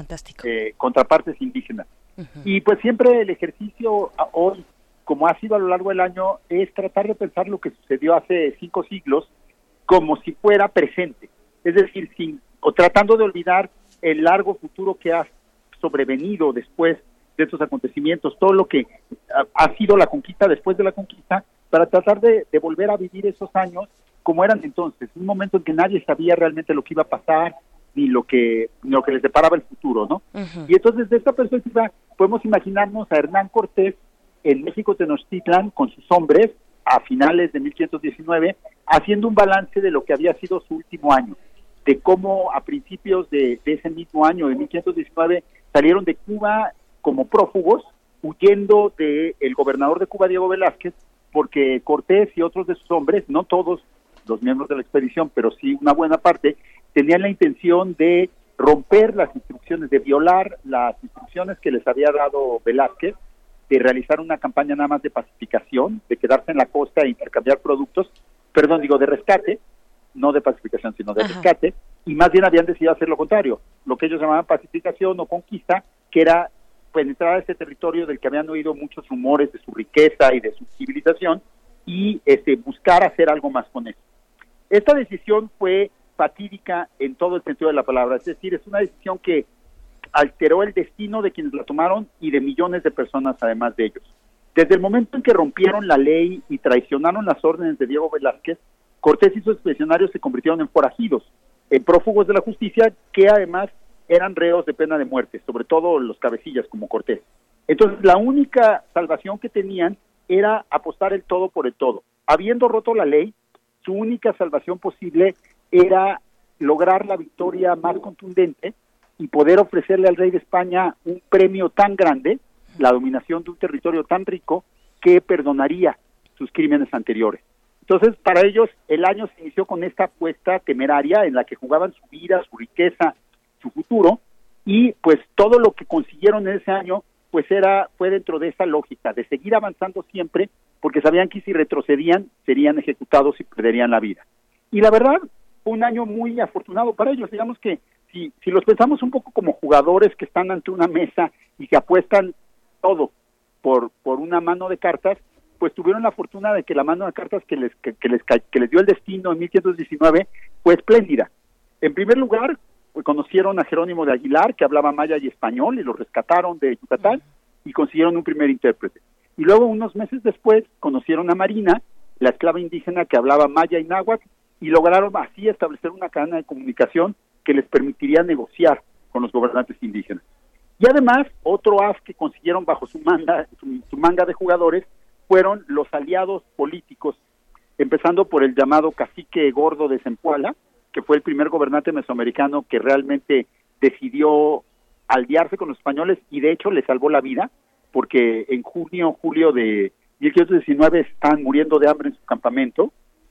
eh, contrapartes indígenas. Uh-huh. Y pues siempre el ejercicio hoy, como ha sido a lo largo del año, es tratar de pensar lo que sucedió hace cinco siglos como si fuera presente. Es decir, sin, o tratando de olvidar el largo futuro que ha sobrevenido después de estos acontecimientos, todo lo que ha, ha sido la conquista después de la conquista, para tratar de, de volver a vivir esos años como eran entonces, un momento en que nadie sabía realmente lo que iba a pasar, ni lo que, ni lo que les deparaba el futuro, ¿no? Uh-huh. Y entonces, desde esta perspectiva, podemos imaginarnos a Hernán Cortés en México Tenochtitlan con sus hombres a finales de mil quinientos diecinueve, haciendo un balance de lo que había sido su último año, de cómo a principios de, de ese mismo año, de mil quinientos diecinueve, salieron de Cuba como prófugos, huyendo del gobernador de Cuba, Diego Velázquez, porque Cortés y otros de sus hombres, no todos los miembros de la expedición, pero sí una buena parte, tenían la intención de romper las instrucciones, de violar las instrucciones que les había dado Velázquez, de realizar una campaña nada más de pacificación, de quedarse en la costa e intercambiar productos, perdón, digo, de rescate, no de pacificación, sino de Ajá. rescate, y más bien habían decidido hacer lo contrario, lo que ellos llamaban pacificación o conquista, que era penetrar a ese territorio del que habían oído muchos rumores de su riqueza y de su civilización, y este, buscar hacer algo más con eso. Esta decisión fue fatídica en todo el sentido de la palabra, es decir, es una decisión que alteró el destino de quienes la tomaron y de millones de personas además de ellos. Desde el momento en que rompieron la ley y traicionaron las órdenes de Diego Velázquez, Cortés y sus expedicionarios se convirtieron en forajidos, en prófugos de la justicia, que además eran reos de pena de muerte, sobre todo los cabecillas como Cortés. Entonces, la única salvación que tenían era apostar el todo por el todo. Habiendo roto la ley, su única salvación posible era lograr la victoria más contundente y poder ofrecerle al rey de España un premio tan grande, la dominación de un territorio tan rico, que perdonaría sus crímenes anteriores. Entonces, para ellos, el año se inició con esta apuesta temeraria en la que jugaban su vida, su riqueza, su futuro, y pues todo lo que consiguieron en ese año, pues era fue dentro de esa lógica, de seguir avanzando siempre, porque sabían que si retrocedían, serían ejecutados y perderían la vida. Y la verdad, fue un año muy afortunado para ellos. Digamos que si, si los pensamos un poco como jugadores que están ante una mesa y que apuestan todo por, por una mano de cartas, pues tuvieron la fortuna de que la mano de cartas que les que, que les que les dio el destino en mil quinientos diecinueve fue espléndida. En primer lugar, pues, conocieron a Jerónimo de Aguilar, que hablaba maya y español, y lo rescataron de Yucatán y consiguieron un primer intérprete. Y luego, unos meses después, conocieron a Marina, la esclava indígena que hablaba maya y náhuatl, y lograron así establecer una cadena de comunicación que les permitiría negociar con los gobernantes indígenas. Y además, otro as que consiguieron bajo su manga, su, su manga de jugadores, fueron los aliados políticos, empezando por el llamado cacique gordo de Zempoala, que fue el primer gobernante mesoamericano que realmente decidió aliarse con los españoles y de hecho le salvó la vida, porque en junio, julio de mil quinientos diecinueve estaban muriendo de hambre en su campamento,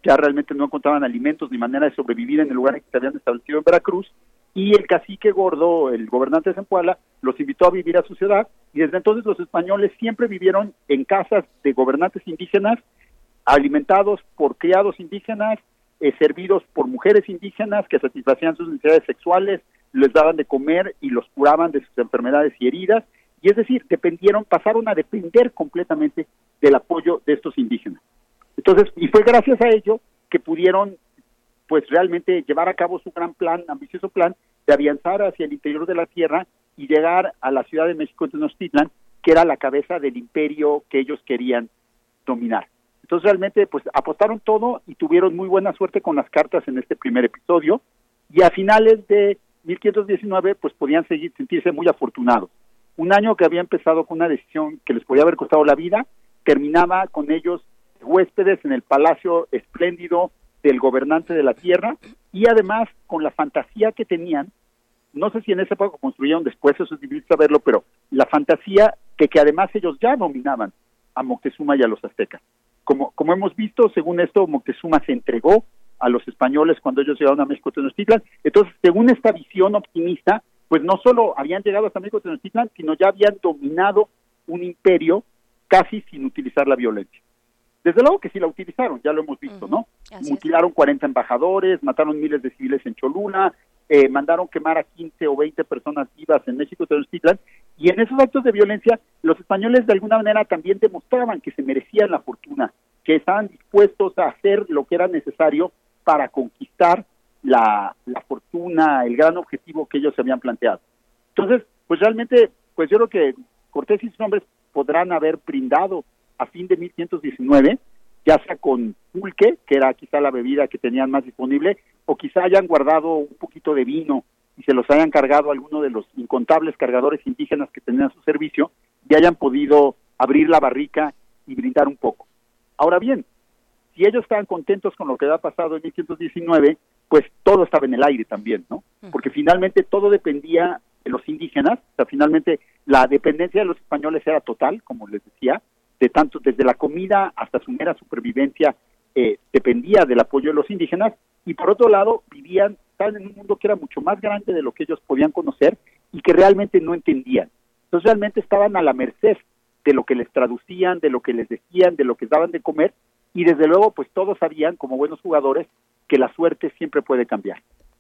ya realmente no encontraban alimentos ni manera de sobrevivir en el lugar en que se habían establecido en Veracruz, y el cacique Gordo, el gobernante de Zempoala, los invitó a vivir a su ciudad, y desde entonces los españoles siempre vivieron en casas de gobernantes indígenas, alimentados por criados indígenas, eh, servidos por mujeres indígenas que satisfacían sus necesidades sexuales, les daban de comer y los curaban de sus enfermedades y heridas, y es decir, dependieron, pasaron a depender completamente del apoyo de estos indígenas. Entonces, y fue gracias a ello que pudieron, pues realmente llevar a cabo su gran plan, ambicioso plan, de avanzar hacia el interior de la tierra y llegar a la Ciudad de México, Tenochtitlan, que era la cabeza del imperio que ellos querían dominar. Entonces realmente pues apostaron todo y tuvieron muy buena suerte con las cartas en este primer episodio, y a finales de mil quinientos diecinueve pues podían seguir sentirse muy afortunados. Un año que había empezado con una decisión que les podía haber costado la vida, terminaba con ellos huéspedes en el palacio espléndido del gobernante de la tierra, y además con la fantasía que tenían, no sé si en esa época construyeron después, eso es difícil saberlo, pero la fantasía que, que además ellos ya dominaban a Moctezuma y a los aztecas. Como, como hemos visto, según esto, Moctezuma se entregó a los españoles cuando ellos llegaron a México Tenochtitlan. Entonces, según esta visión optimista, pues no solo habían llegado hasta México Tenochtitlan, sino ya habían dominado un imperio casi sin utilizar la violencia. Desde luego que sí la utilizaron, ya lo hemos visto, uh-huh. ¿no? Así Mutilaron es. cuarenta embajadores, mataron miles de civiles en Cholula, eh, mandaron quemar a quince o veinte personas vivas en México Tenochtitlan, y en esos actos de violencia los españoles de alguna manera también demostraban que se merecían la fortuna, que estaban dispuestos a hacer lo que era necesario para conquistar la, la fortuna, el gran objetivo que ellos se habían planteado. Entonces, pues realmente, pues yo creo que Cortés y sus hombres podrán haber brindado a fin de mil quinientos diecinueve, ya sea con pulque, que era quizá la bebida que tenían más disponible, o quizá hayan guardado un poquito de vino y se los hayan cargado a alguno de los incontables cargadores indígenas que tenían a su servicio, y hayan podido abrir la barrica y brindar un poco. Ahora bien, si ellos estaban contentos con lo que había pasado en mil quinientos diecinueve, pues todo estaba en el aire también, ¿no? Porque finalmente todo dependía de los indígenas, o sea, finalmente la dependencia de los españoles era total, como les decía, de tanto desde la comida hasta su mera supervivencia eh, dependía del apoyo de los indígenas, y por otro lado vivían, estaban en un mundo que era mucho más grande de lo que ellos podían conocer y que realmente no entendían. Entonces realmente estaban a la merced de lo que les traducían, de lo que les decían, de lo que daban de comer, y desde luego pues todos sabían, como buenos jugadores, que la suerte siempre puede cambiar.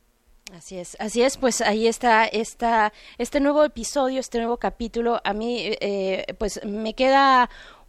Así es, así es, pues ahí está esta, este nuevo episodio, este nuevo capítulo. A mí eh, pues me queda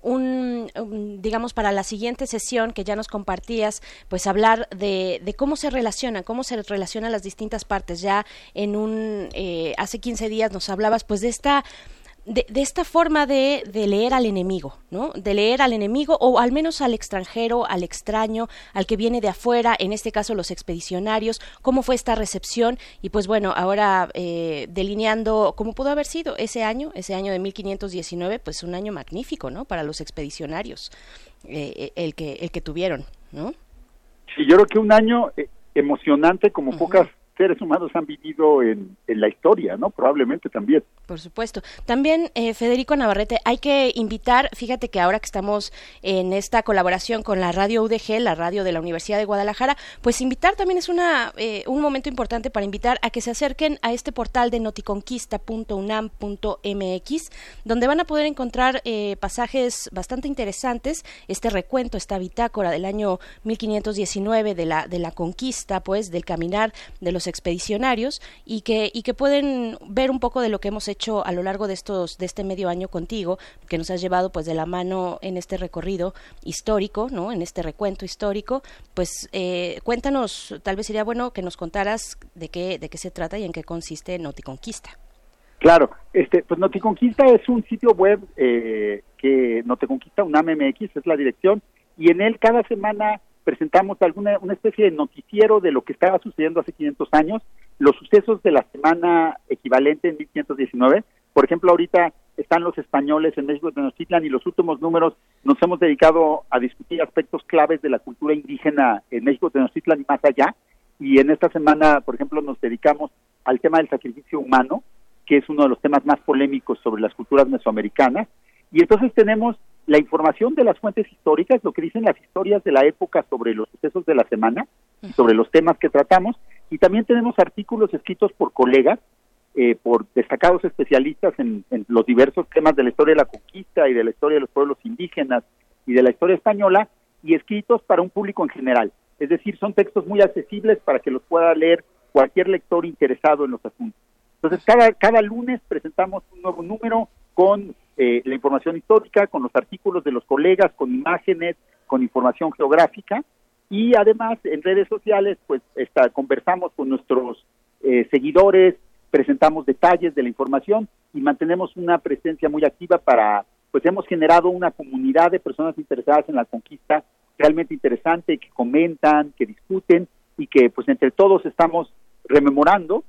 Un, un, digamos, para la siguiente sesión que ya nos compartías, pues hablar de, de cómo se relacionan, cómo se relacionan las distintas partes. Ya en un, eh, hace quince días nos hablabas pues de esta De, de esta forma de, de leer al enemigo, ¿no? De leer al enemigo, o al menos al extranjero, al extraño, al que viene de afuera, en este caso los expedicionarios, cómo fue esta recepción, y pues bueno, ahora eh, delineando cómo pudo haber sido ese año, ese año de mil quinientos diecinueve, pues un año magnífico, ¿no? Para los expedicionarios, eh, el que el que tuvieron, ¿no? Sí, yo creo que un año eh, emocionante como uh-huh. pocas seres humanos han vivido en, en la historia, ¿no? Probablemente también. Por supuesto. También, eh, Federico Navarrete, hay que invitar, fíjate que ahora que estamos en esta colaboración con la radio U D G, la radio de la Universidad de Guadalajara, pues invitar también es una eh, un momento importante para invitar a que se acerquen a este portal de noticonquista punto unam punto m x, donde van a poder encontrar eh, pasajes bastante interesantes, este recuento, esta bitácora del año mil quinientos diecinueve de la de la conquista, pues, del caminar de los expedicionarios, y que y que pueden ver un poco de lo que hemos hecho a lo largo de estos de este medio año contigo, que nos has llevado pues de la mano en este recorrido histórico, ¿no? En este recuento histórico. Pues eh, cuéntanos, tal vez sería bueno que nos contaras de qué de qué se trata y en qué consiste Noticonquista. Claro, este pues Noticonquista es un sitio web eh, que Noticonquista UNAM M X es la dirección, y en él cada semana presentamos alguna una especie de noticiero de lo que estaba sucediendo hace quinientos años, los sucesos de la semana equivalente en mil quinientos diecinueve. Por ejemplo, ahorita están los españoles en México Tenochtitlan, y los últimos números nos hemos dedicado a discutir aspectos claves de la cultura indígena en México Tenochtitlan y más allá. Y en esta semana, por ejemplo, nos dedicamos al tema del sacrificio humano, que es uno de los temas más polémicos sobre las culturas mesoamericanas. Y entonces tenemos la información de las fuentes históricas, lo que dicen las historias de la época sobre los sucesos de la semana, sobre los temas que tratamos, y también tenemos artículos escritos por colegas, eh, por destacados especialistas en, en los diversos temas de la historia de la conquista y de la historia de los pueblos indígenas y de la historia española, y escritos para un público en general. Es decir, son textos muy accesibles para que los pueda leer cualquier lector interesado en los asuntos. Entonces, cada, cada lunes presentamos un nuevo número con eh, la información histórica, con los artículos de los colegas, con imágenes, con información geográfica, y además en redes sociales pues está, conversamos con nuestros eh, seguidores, presentamos detalles de la información y mantenemos una presencia muy activa para, pues hemos generado una comunidad de personas interesadas en la conquista realmente interesante, que comentan, que discuten y que pues entre todos estamos rememorando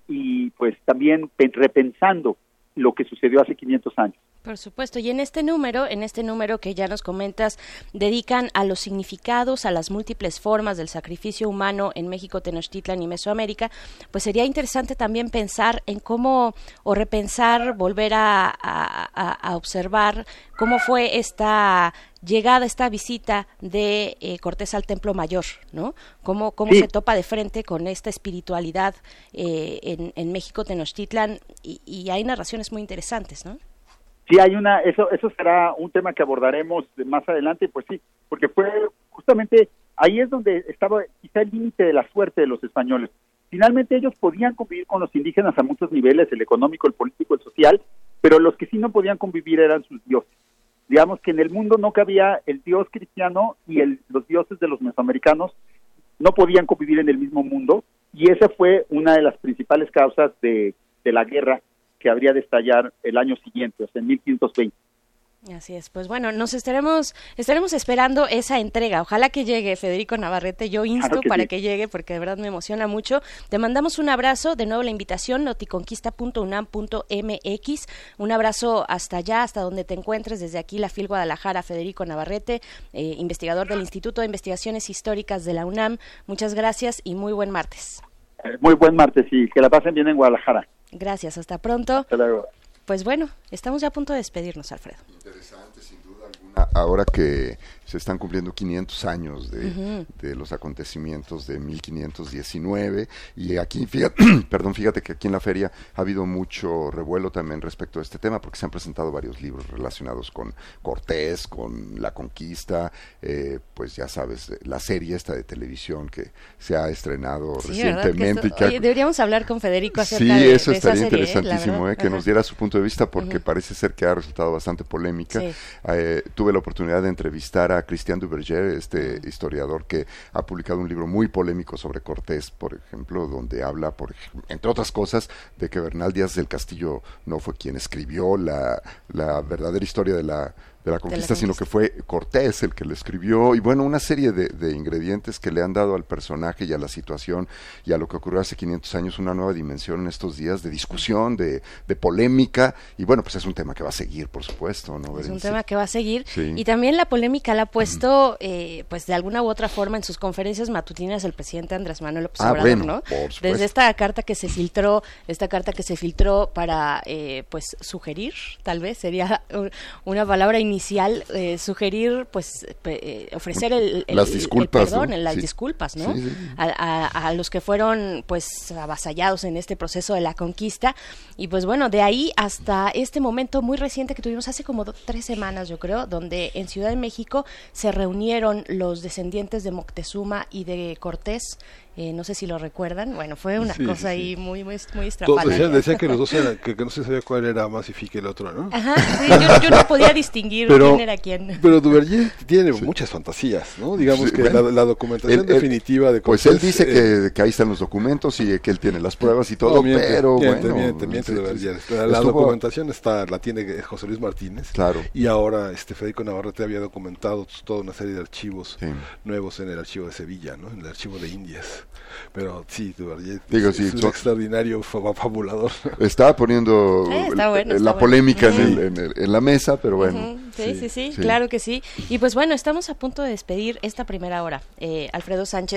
y pues también repensando lo que sucedió hace quinientos años. Por supuesto, y en este número, en este número que ya nos comentas, dedican a los significados, a las múltiples formas del sacrificio humano en México, Tenochtitlan y Mesoamérica, pues sería interesante también pensar en cómo, o repensar, volver a, a, a observar cómo fue esta llegada, esta visita de eh, Cortés al Templo Mayor, ¿no? Cómo, cómo sí. se topa de frente con esta espiritualidad eh, en, en México, Tenochtitlan, y, y hay narraciones muy interesantes, ¿no? Sí, hay una, eso eso será un tema que abordaremos más adelante, pues sí, porque fue justamente, ahí es donde estaba quizá el límite de la suerte de los españoles. Finalmente ellos podían convivir con los indígenas a muchos niveles, el económico, el político, el social, pero los que sí no podían convivir eran sus dioses. Digamos que en el mundo no cabía el dios cristiano y el, los dioses de los mesoamericanos no podían convivir en el mismo mundo, y esa fue una de las principales causas de, de la guerra que habría de estallar el año siguiente, o sea, en mil quinientos veinte. Así es, pues bueno, nos estaremos estaremos esperando esa entrega. Ojalá que llegue, Federico Navarrete. Yo insto claro que para sí. que llegue, porque de verdad me emociona mucho. Te mandamos un abrazo, de nuevo la invitación, noticonquista punto unam punto m x. Un abrazo hasta allá, hasta donde te encuentres, desde aquí, la FIL Guadalajara, Federico Navarrete, eh, investigador del Instituto de Investigaciones Históricas de la UNAM. Muchas gracias y muy buen martes. Eh, muy buen martes y que la pasen bien en Guadalajara. Gracias, hasta pronto. Hasta luego. Pues bueno, estamos ya a punto de despedirnos, Alfredo. Interesante, sin duda alguna. Ahora que se están cumpliendo quinientos años de, uh-huh. de los acontecimientos de mil quinientos diecinueve, y aquí, fíjate, perdón, fíjate que aquí en la feria ha habido mucho revuelo también respecto a este tema, porque se han presentado varios libros relacionados con Cortés, con la conquista, eh, pues ya sabes, la serie esta de televisión que se ha estrenado sí, recientemente. Esto, oye, deberíamos hablar con Federico acerca sí, de, de eso estaría esa serie, interesantísimo, eh, que uh-huh. nos diera su punto de vista, porque uh-huh. parece ser que ha resultado bastante polémica. Sí. Eh, tuve la oportunidad de entrevistar a Christian Duverger, este uh-huh. historiador que ha publicado un libro muy polémico sobre Cortés, por ejemplo, donde habla, por entre otras cosas, de que Bernal Díaz del Castillo no fue quien escribió la, la verdadera historia de la de la conquista, de la conquista, sino que fue Cortés el que le escribió, y bueno, una serie de, de ingredientes que le han dado al personaje y a la situación y a lo que ocurrió hace quinientos años una nueva dimensión en estos días de discusión, de, de polémica, y bueno, pues es un tema que va a seguir, por supuesto, ¿no? Es un tema que va a seguir, sí. Y también la polémica la ha puesto, uh-huh. eh, pues de alguna u otra forma en sus conferencias matutinas el presidente Andrés Manuel López ah, Obrador, bueno, ¿no? Por supuesto. Desde esta carta que se filtró, esta carta que se filtró para, eh, pues, sugerir, tal vez sería una palabra inicial, eh, sugerir, pues, eh, ofrecer el, el, las disculpas, el perdón, ¿no? las sí. disculpas, ¿no? Sí, sí. A, a, a los que fueron, pues, avasallados en este proceso de la conquista, y pues bueno, de ahí hasta este momento muy reciente que tuvimos hace como do, tres semanas, yo creo, donde en Ciudad de México se reunieron los descendientes de Moctezuma y de Cortés. Eh, no sé si lo recuerdan, bueno, fue una sí, cosa sí, ahí sí. muy muy muy estrafalaria. Decían, decían que los dos eran, que, que no se sabía cuál era más eficaz que el otro, ¿no? Ajá, sí, yo, yo no podía distinguir pero, quién era quién. Pero Duverger tiene sí. muchas fantasías, ¿no? Digamos sí, que bueno, la, la documentación él, definitiva de Cortés, pues él dice eh, que, que ahí están los documentos y que él tiene las pruebas y todo, no, miente, pero miente, bueno. Miente, miente, sí, Duverger. Sí, la, la documentación está, la tiene José Luis Martínez. Claro. Y ahora este Federico Navarrete había documentado toda una serie de archivos sí. nuevos en el archivo de Sevilla, ¿no? En el archivo de Indias. Pero sí, Duverger Digo, es sí, un so, extraordinario fabulador. Estaba poniendo eh, está bueno, la está polémica bueno. en, el, en, el, en la mesa, pero bueno. Uh-huh. Sí, sí, sí, sí, claro que sí. Y pues bueno, estamos a punto de despedir esta primera hora. Eh, Alfredo Sánchez,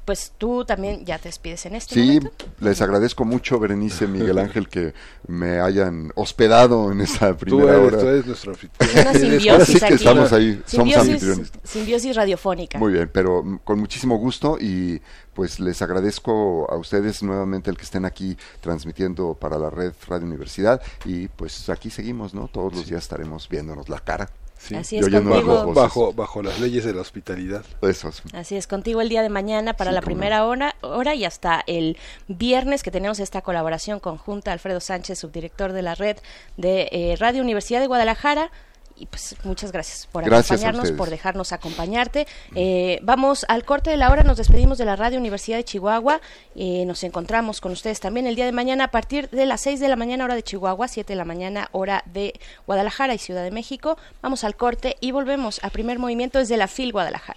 pues tú también ya te despides en este sí, momento. Sí, les agradezco mucho, Berenice, Miguel Ángel, que me hayan hospedado en esa primera tú eres, hora. Tú eres nuestro anfitrión. Es una simbiosis sí que estamos ahí, simbiosis, somos anfitriones. Simbiosis radiofónica. Muy bien, pero con muchísimo gusto y pues les agradezco a ustedes nuevamente el que estén aquí transmitiendo para la red Radio Universidad y pues aquí seguimos, ¿no? Todos los días estaremos viéndonos la cara. Sí. Así es, contigo. Bajo, bajo las leyes de la hospitalidad. Eso es. Así es, contigo el día de mañana para sí, la primera no. hora, hora y hasta el viernes que tenemos esta colaboración conjunta. Alfredo Sánchez, subdirector de la red de eh, Radio Universidad de Guadalajara. Y pues muchas gracias por gracias acompañarnos, por dejarnos acompañarte. Eh, vamos al corte de la hora, nos despedimos de la Radio Universidad de Chihuahua. Eh, nos encontramos con ustedes también el día de mañana a partir de las seis de la mañana hora de Chihuahua, siete de la mañana hora de Guadalajara y Ciudad de México. Vamos al corte y volvemos a Primer Movimiento desde la FIL Guadalajara.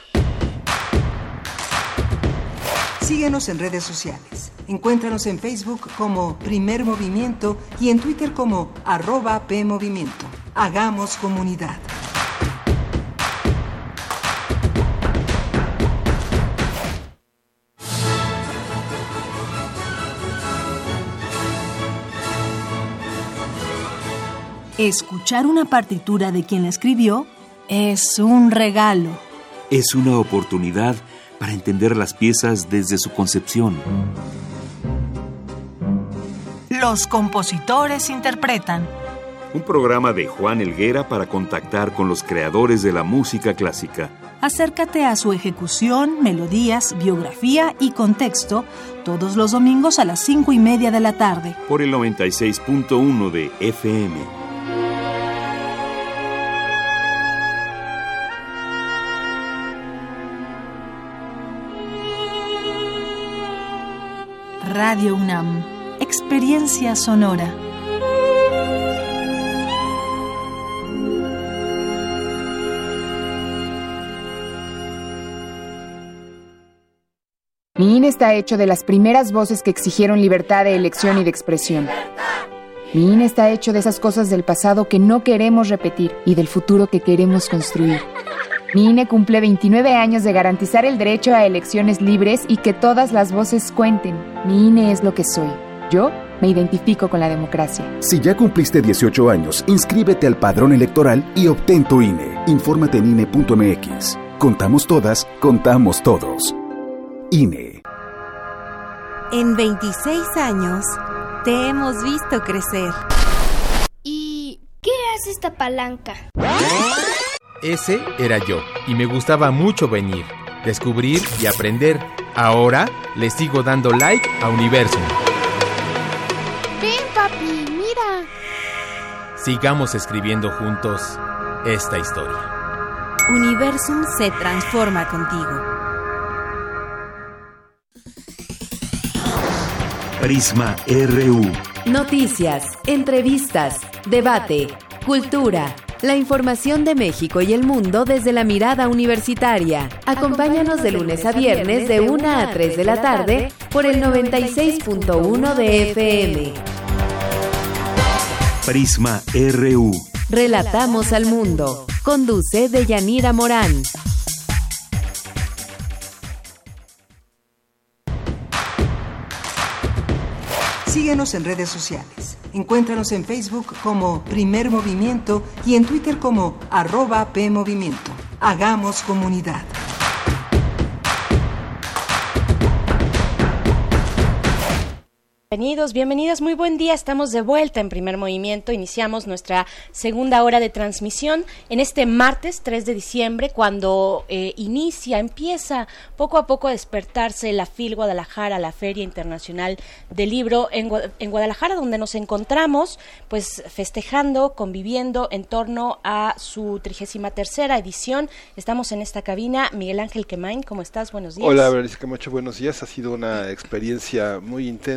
Síguenos en redes sociales. Encuéntranos en Facebook como Primer Movimiento y en Twitter como arroba PMovimiento. Hagamos comunidad. Escuchar una partitura de quien la escribió es un regalo. Es una oportunidad para entender las piezas desde su concepción. Los compositores interpretan. Un programa de Juan Helguera para contactar con los creadores de la música clásica. Acércate a su ejecución, melodías, biografía y contexto todos los domingos a las cinco y media de la tarde. Por el noventa y seis punto uno de F M. Radio UNAM. Experiencia sonora. Mi I N E está hecho de las primeras voces que exigieron libertad de elección y de expresión. Mi I N E está hecho de esas cosas del pasado que no queremos repetir y del futuro que queremos construir. Mi I N E cumple veintinueve años de garantizar el derecho a elecciones libres y que todas las voces cuenten. Mi I N E es lo que soy. Yo me identifico con la democracia. Si ya cumpliste dieciocho años, inscríbete al padrón electoral y obtén tu I N E. Infórmate en I N E punto M X. Contamos todas, contamos todos. I N E. En veintiséis años, te hemos visto crecer. ¿Y qué hace esta palanca? Ese era yo, y me gustaba mucho venir, descubrir y aprender. Ahora le sigo dando like a Universum. Ven, papi, mira. Sigamos escribiendo juntos esta historia. Universum se transforma contigo. Prisma R U. Noticias, entrevistas, debate, cultura. La información de México y el mundo desde la mirada universitaria. Acompáñanos de lunes a viernes de una a tres de la tarde por el noventa y seis punto uno de F M. Prisma R U. Relatamos al mundo. Conduce Deyanira Morán. Síguenos en redes sociales. Encuéntranos en Facebook como Primer Movimiento y en Twitter como arroba PMovimiento. Hagamos comunidad. Bienvenidos, bienvenidas, muy buen día, estamos de vuelta en Primer Movimiento, iniciamos nuestra segunda hora de transmisión en este martes tres de diciembre, cuando eh, inicia, empieza poco a poco a despertarse la FIL Guadalajara, la Feria Internacional del Libro en, en Guadalajara, donde nos encontramos pues festejando, conviviendo en torno a su trigésima tercera edición. Estamos en esta cabina. Miguel Ángel Quemain, ¿cómo estás? Buenos días. Hola, Berenice Camacho, buenos días, ha sido una experiencia muy intensa, muy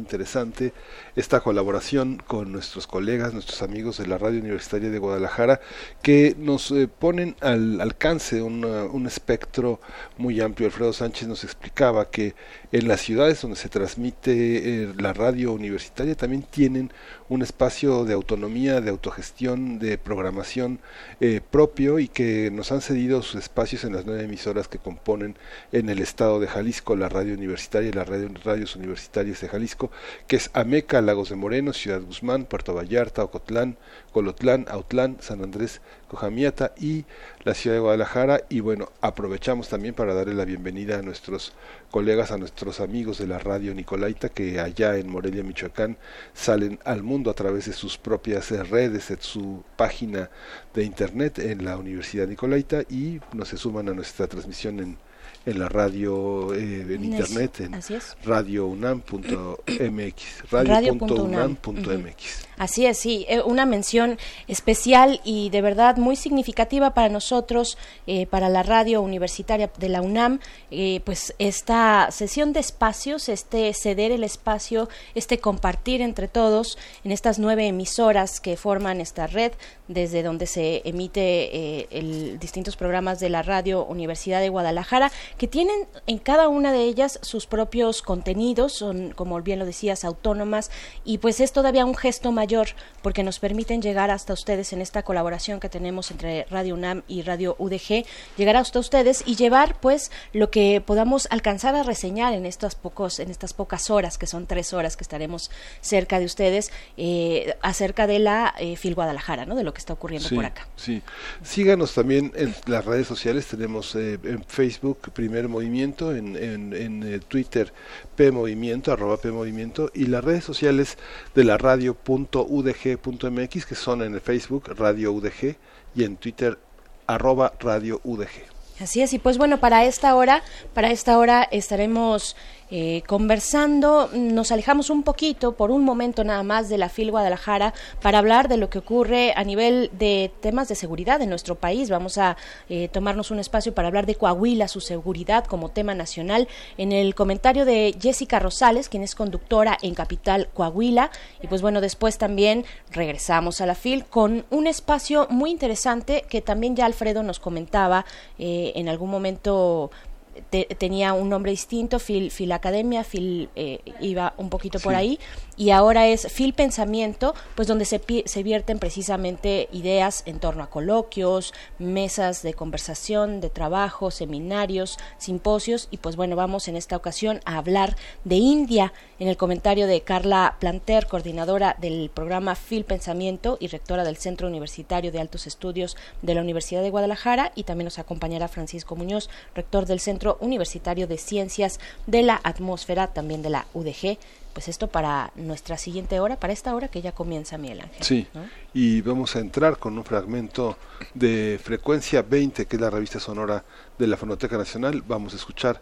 interesante esta colaboración con nuestros colegas, nuestros amigos de la Radio Universitaria de Guadalajara, que nos eh, ponen al alcance una, un espectro muy amplio. Alfredo Sánchez nos explicaba que en las ciudades donde se transmite eh, la radio universitaria también tienen un espacio de autonomía, de autogestión, de programación eh, propio, y que nos han cedido sus espacios en las nueve emisoras que componen en el estado de Jalisco la radio universitaria y las radio, radios universitarias de Jalisco, que es Ameca, Lagos de Moreno, Ciudad Guzmán, Puerto Vallarta, Ocotlán, Colotlán, Autlán, San Andrés, Cojamiata y la ciudad de Guadalajara. Y bueno, aprovechamos también para darle la bienvenida a nuestros colegas, a nuestros amigos de la radio Nicolaita, que allá en Morelia, Michoacán, salen al mundo a través de sus propias redes, de su página de internet en la Universidad Nicolaita, y nos se suman a nuestra transmisión en en la radio, eh, en internet, en radio unam punto m x, radio punto unam punto m x. Así es, sí, una mención especial y de verdad muy significativa para nosotros, eh, para la radio universitaria de la UNAM, eh, pues esta sesión de espacios, este ceder el espacio, este compartir entre todos en estas nueve emisoras que forman esta red, desde donde se emite eh, el, distintos programas de la Radio Universidad de Guadalajara, que tienen en cada una de ellas sus propios contenidos, son, como bien lo decías, autónomas, y pues es todavía un gesto mayor porque nos permiten llegar hasta ustedes en esta colaboración que tenemos entre Radio UNAM y Radio U D G, llegar hasta ustedes y llevar pues lo que podamos alcanzar a reseñar en estos pocos, en estas pocas horas, que son tres horas que estaremos cerca de ustedes, eh, acerca de la eh, FIL Guadalajara, ¿no? De lo que está ocurriendo sí, por acá. Sí, síganos también en las redes sociales, tenemos eh, en Facebook Primer Movimiento, en, en, en eh, Twitter P Movimiento, arroba P Movimiento, y las redes sociales de la radio punto u d g punto m x, que son en el Facebook Radio U D G y en Twitter arroba Radio U D G. Así es, y pues bueno, para esta hora, para esta hora estaremos eh, conversando, nos alejamos un poquito, por un momento nada más, de la FIL Guadalajara para hablar de lo que ocurre a nivel de temas de seguridad en nuestro país. Vamos a eh, tomarnos un espacio para hablar de Coahuila, su seguridad como tema nacional, en el comentario de Jessica Rosales, quien es conductora en Capital Coahuila, y pues bueno, después también regresamos a la FIL con un espacio muy interesante que también ya Alfredo nos comentaba, eh, en algún momento te, tenía un nombre distinto, Fil, Fil Academia, Fil eh, iba un poquito por sí. ahí, y ahora es Fil Pensamiento, pues donde se, se vierten precisamente ideas en torno a coloquios, mesas de conversación, de trabajo, seminarios, simposios, y pues bueno, vamos en esta ocasión a hablar de India, en el comentario de Carla Planter, coordinadora del programa Fil Pensamiento y rectora del Centro Universitario de Altos Estudios de la Universidad de Guadalajara, y también nos acompañará Francisco Muñoz, rector del Centro Universitario de Ciencias de la Atmósfera, también de la U D G. Pues esto para nuestra siguiente hora, para esta hora que ya comienza, Miguel Ángel. Sí, ¿no? Y vamos a entrar con un fragmento de Frecuencia veinte, que es la revista sonora de la Fonoteca Nacional. Vamos a escuchar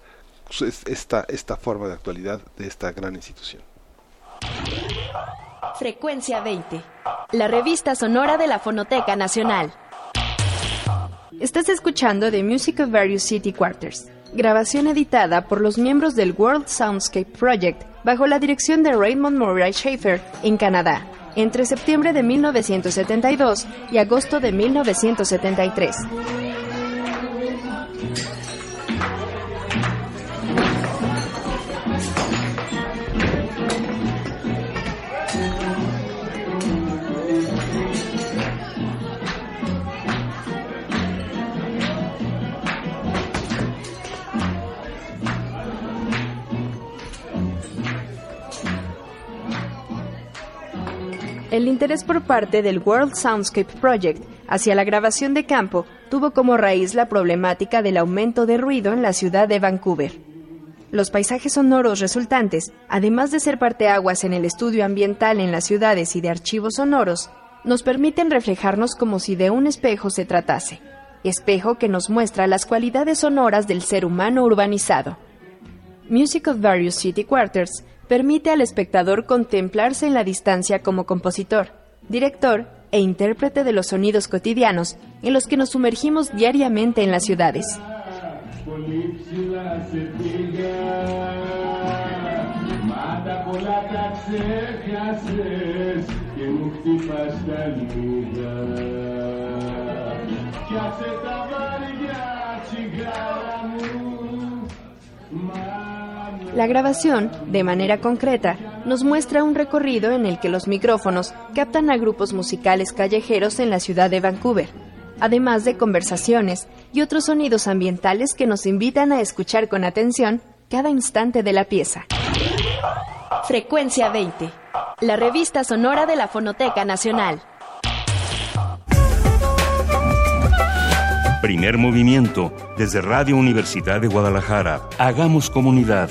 esta, esta forma de actualidad de esta gran institución. Frecuencia veinte, la revista sonora de la Fonoteca Nacional. Estás escuchando The Music of Various City Quarters, grabación editada por los miembros del World Soundscape Project bajo la dirección de Raymond Murray Schafer en Canadá, entre septiembre de mil novecientos setenta y dos y agosto de mil novecientos setenta y tres. El interés por parte del World Soundscape Project hacia la grabación de campo tuvo como raíz la problemática del aumento de ruido en la ciudad de Vancouver. Los paisajes sonoros resultantes, además de ser parteaguas en el estudio ambiental en las ciudades y de archivos sonoros, nos permiten reflejarnos como si de un espejo se tratase, espejo que nos muestra las cualidades sonoras del ser humano urbanizado. Music of Various City Quarters permite al espectador contemplarse en la distancia como compositor, director e intérprete de los sonidos cotidianos en los que nos sumergimos diariamente en las ciudades. La grabación, de manera concreta, nos muestra un recorrido en el que los micrófonos captan a grupos musicales callejeros en la ciudad de Vancouver, además de conversaciones y otros sonidos ambientales que nos invitan a escuchar con atención cada instante de la pieza. Frecuencia veinte, la revista sonora de la Fonoteca Nacional. Primer movimiento, desde Radio Universidad de Guadalajara. Hagamos comunidad.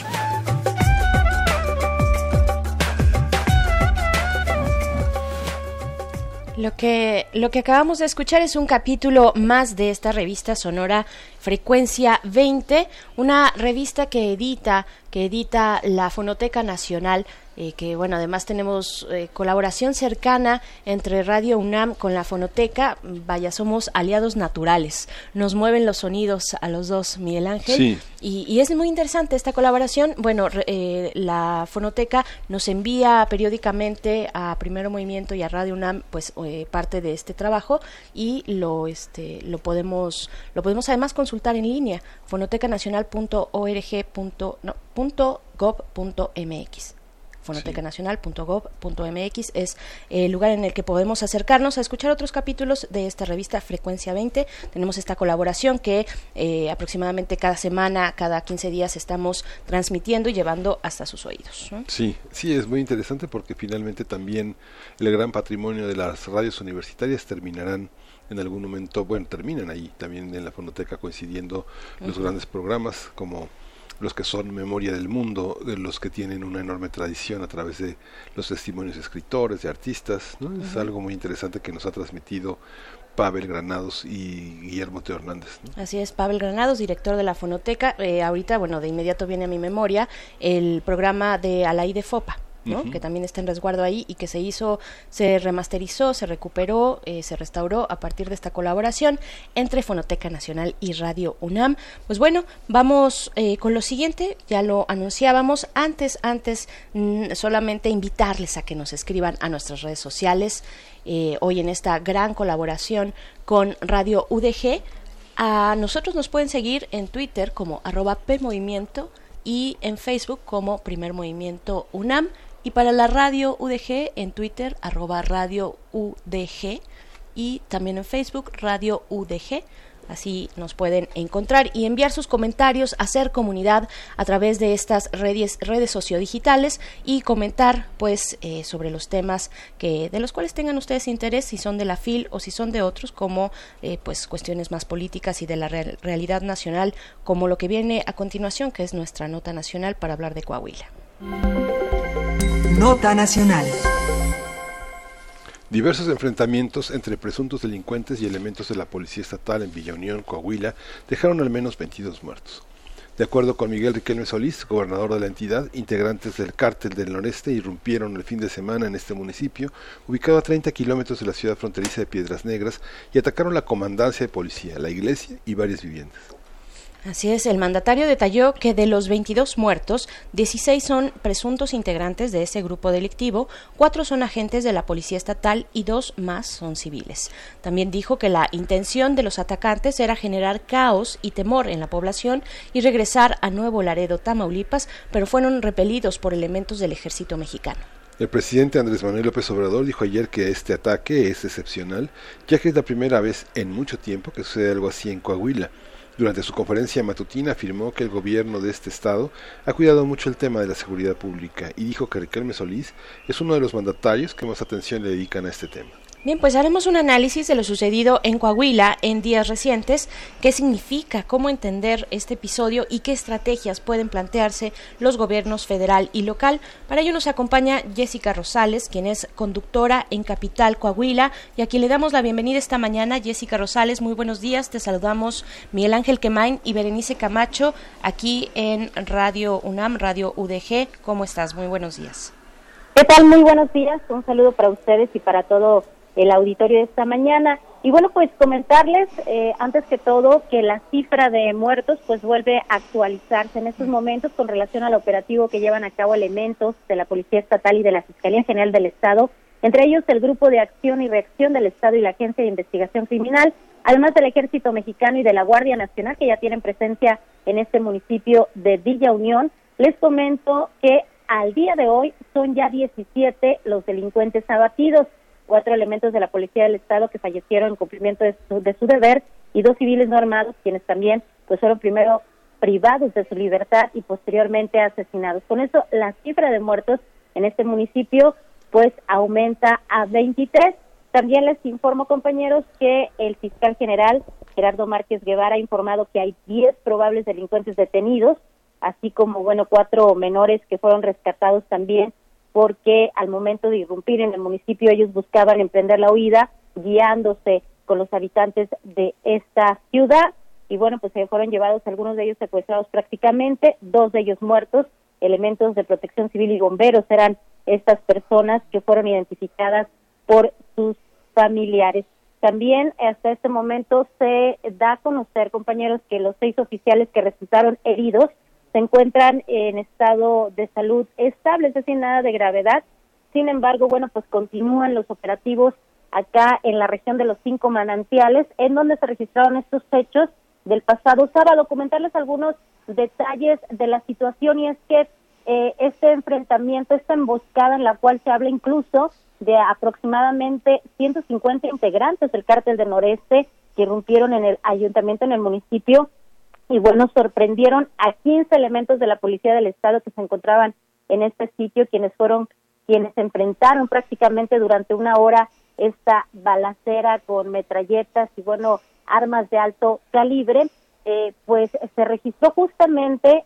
Lo que, lo que acabamos de escuchar es un capítulo más de esta revista sonora Frecuencia veinte, una revista que edita, que edita la Fonoteca Nacional, eh, que bueno, además tenemos eh, colaboración cercana entre Radio UNAM con la Fonoteca. Vaya, somos aliados naturales, nos mueven los sonidos a los dos, Miguel Ángel. Sí. Y, y es muy interesante esta colaboración. Bueno, eh, la Fonoteca nos envía periódicamente a Primer Movimiento y a Radio UNAM pues eh, parte de este trabajo y lo este lo podemos lo podemos además consultar en línea, fonotecanacional punto org no, punto gov punto mx. fonotecanacional punto gov punto mx es el lugar en el que podemos acercarnos a escuchar otros capítulos de esta revista Frecuencia veinte. Tenemos esta colaboración que eh, aproximadamente cada semana, cada quince días estamos transmitiendo y llevando hasta sus oídos, ¿no? Sí, sí, es muy interesante porque finalmente también el gran patrimonio de las radios universitarias terminarán en algún momento, bueno, terminan ahí también en la Fonoteca coincidiendo uh-huh. los grandes programas como los que son Memoria del Mundo, de los que tienen una enorme tradición a través de los testimonios de escritores, de artistas, ¿no? Uh-huh. Es algo muy interesante que nos ha transmitido Pavel Granados y Guillermo Teo Hernández, ¿no? Así es, Pavel Granados, director de la Fonoteca. Eh, ahorita, bueno, de inmediato viene a mi memoria el programa de Alaí de Fopa, ¿no? Uh-huh. Que también está en resguardo ahí y que se hizo, se remasterizó, se recuperó, eh, se restauró a partir de esta colaboración entre Fonoteca Nacional y Radio UNAM. Pues bueno, vamos eh, con lo siguiente, ya lo anunciábamos, antes, antes mmm, solamente invitarles a que nos escriban a nuestras redes sociales, eh, hoy en esta gran colaboración con Radio U D G. A nosotros nos pueden seguir en Twitter como arroba PMovimiento y en Facebook como Primer Movimiento UNAM. Y para la Radio U D G en Twitter, arroba Radio U D G y también en Facebook, Radio U D G. Así nos pueden encontrar y enviar sus comentarios, hacer comunidad a través de estas redes, redes sociodigitales y comentar pues eh, sobre los temas que de los cuales tengan ustedes interés, si son de la F I L o si son de otros, como eh, pues cuestiones más políticas y de la real, realidad nacional, como lo que viene a continuación, que es nuestra nota nacional para hablar de Coahuila. Nota nacional. Diversos enfrentamientos entre presuntos delincuentes y elementos de la Policía Estatal en Villa Unión, Coahuila, dejaron al menos veintidós muertos. De acuerdo con Miguel Riquelme Solís, gobernador de la entidad, integrantes del Cártel del Noreste irrumpieron el fin de semana en este municipio, ubicado a treinta kilómetros de la ciudad fronteriza de Piedras Negras, y atacaron la comandancia de policía, la iglesia y varias viviendas. Así es, el mandatario detalló que de los veintidós muertos, dieciséis son presuntos integrantes de ese grupo delictivo, cuatro son agentes de la Policía Estatal y dos más son civiles. También dijo que la intención de los atacantes era generar caos y temor en la población y regresar a Nuevo Laredo, Tamaulipas, pero fueron repelidos por elementos del Ejército Mexicano. El presidente Andrés Manuel López Obrador dijo ayer que este ataque es excepcional, ya que es la primera vez en mucho tiempo que sucede algo así en Coahuila. Durante su conferencia matutina afirmó que el gobierno de este estado ha cuidado mucho el tema de la seguridad pública y dijo que Riquelme Solís es uno de los mandatarios que más atención le dedican a este tema. Bien, pues haremos un análisis de lo sucedido en Coahuila en días recientes, qué significa, cómo entender este episodio y qué estrategias pueden plantearse los gobiernos federal y local. Para ello nos acompaña Jessica Rosales, quien es conductora en Capital Coahuila, y a quien le damos la bienvenida esta mañana. Jessica Rosales, muy buenos días, te saludamos Miguel Ángel Quemain y Berenice Camacho, aquí en Radio UNAM, Radio U D G. ¿Cómo estás? Muy buenos días. ¿Qué tal? Muy buenos días, un saludo para ustedes y para todo el auditorio de esta mañana. Y bueno, pues comentarles, eh, antes que todo, que la cifra de muertos pues vuelve a actualizarse en estos momentos con relación al operativo que llevan a cabo elementos de la Policía Estatal y de la Fiscalía General del Estado, entre ellos el Grupo de Acción y Reacción del Estado y la Agencia de Investigación Criminal, además del Ejército Mexicano y de la Guardia Nacional, que ya tienen presencia en este municipio de Villa Unión. Les comento que al día de hoy son ya diecisiete los delincuentes abatidos, cuatro elementos de la Policía del Estado que fallecieron en cumplimiento de su, de su deber y dos civiles no armados, quienes también pues fueron primero privados de su libertad y posteriormente asesinados. Con eso, la cifra de muertos en este municipio pues aumenta a veintitrés. También les informo, compañeros, que el fiscal general Gerardo Márquez Guevara ha informado que hay diez probables delincuentes detenidos, así como, bueno, cuatro menores que fueron rescatados también, porque al momento de irrumpir en el municipio ellos buscaban emprender la huida, guiándose con los habitantes de esta ciudad. Y bueno, pues se fueron llevados algunos de ellos secuestrados prácticamente, dos de ellos muertos. Elementos de protección civil y bomberos eran estas personas que fueron identificadas por sus familiares. También hasta este momento se da a conocer, compañeros, que los seis oficiales que resultaron heridos se encuentran en estado de salud estable, es decir, nada de gravedad. Sin embargo, bueno, pues continúan los operativos acá en la región de los Cinco Manantiales, en donde se registraron estos hechos del pasado sábado. Comentarles algunos detalles de la situación, y es que eh, este enfrentamiento, esta emboscada en la cual se habla incluso de aproximadamente ciento cincuenta integrantes del Cártel del Noreste que irrumpieron en el ayuntamiento, en el municipio, y bueno, sorprendieron a quince elementos de la Policía del Estado que se encontraban en este sitio, quienes fueron quienes enfrentaron prácticamente durante una hora esta balacera con metralletas y bueno, armas de alto calibre. Eh, pues se registró justamente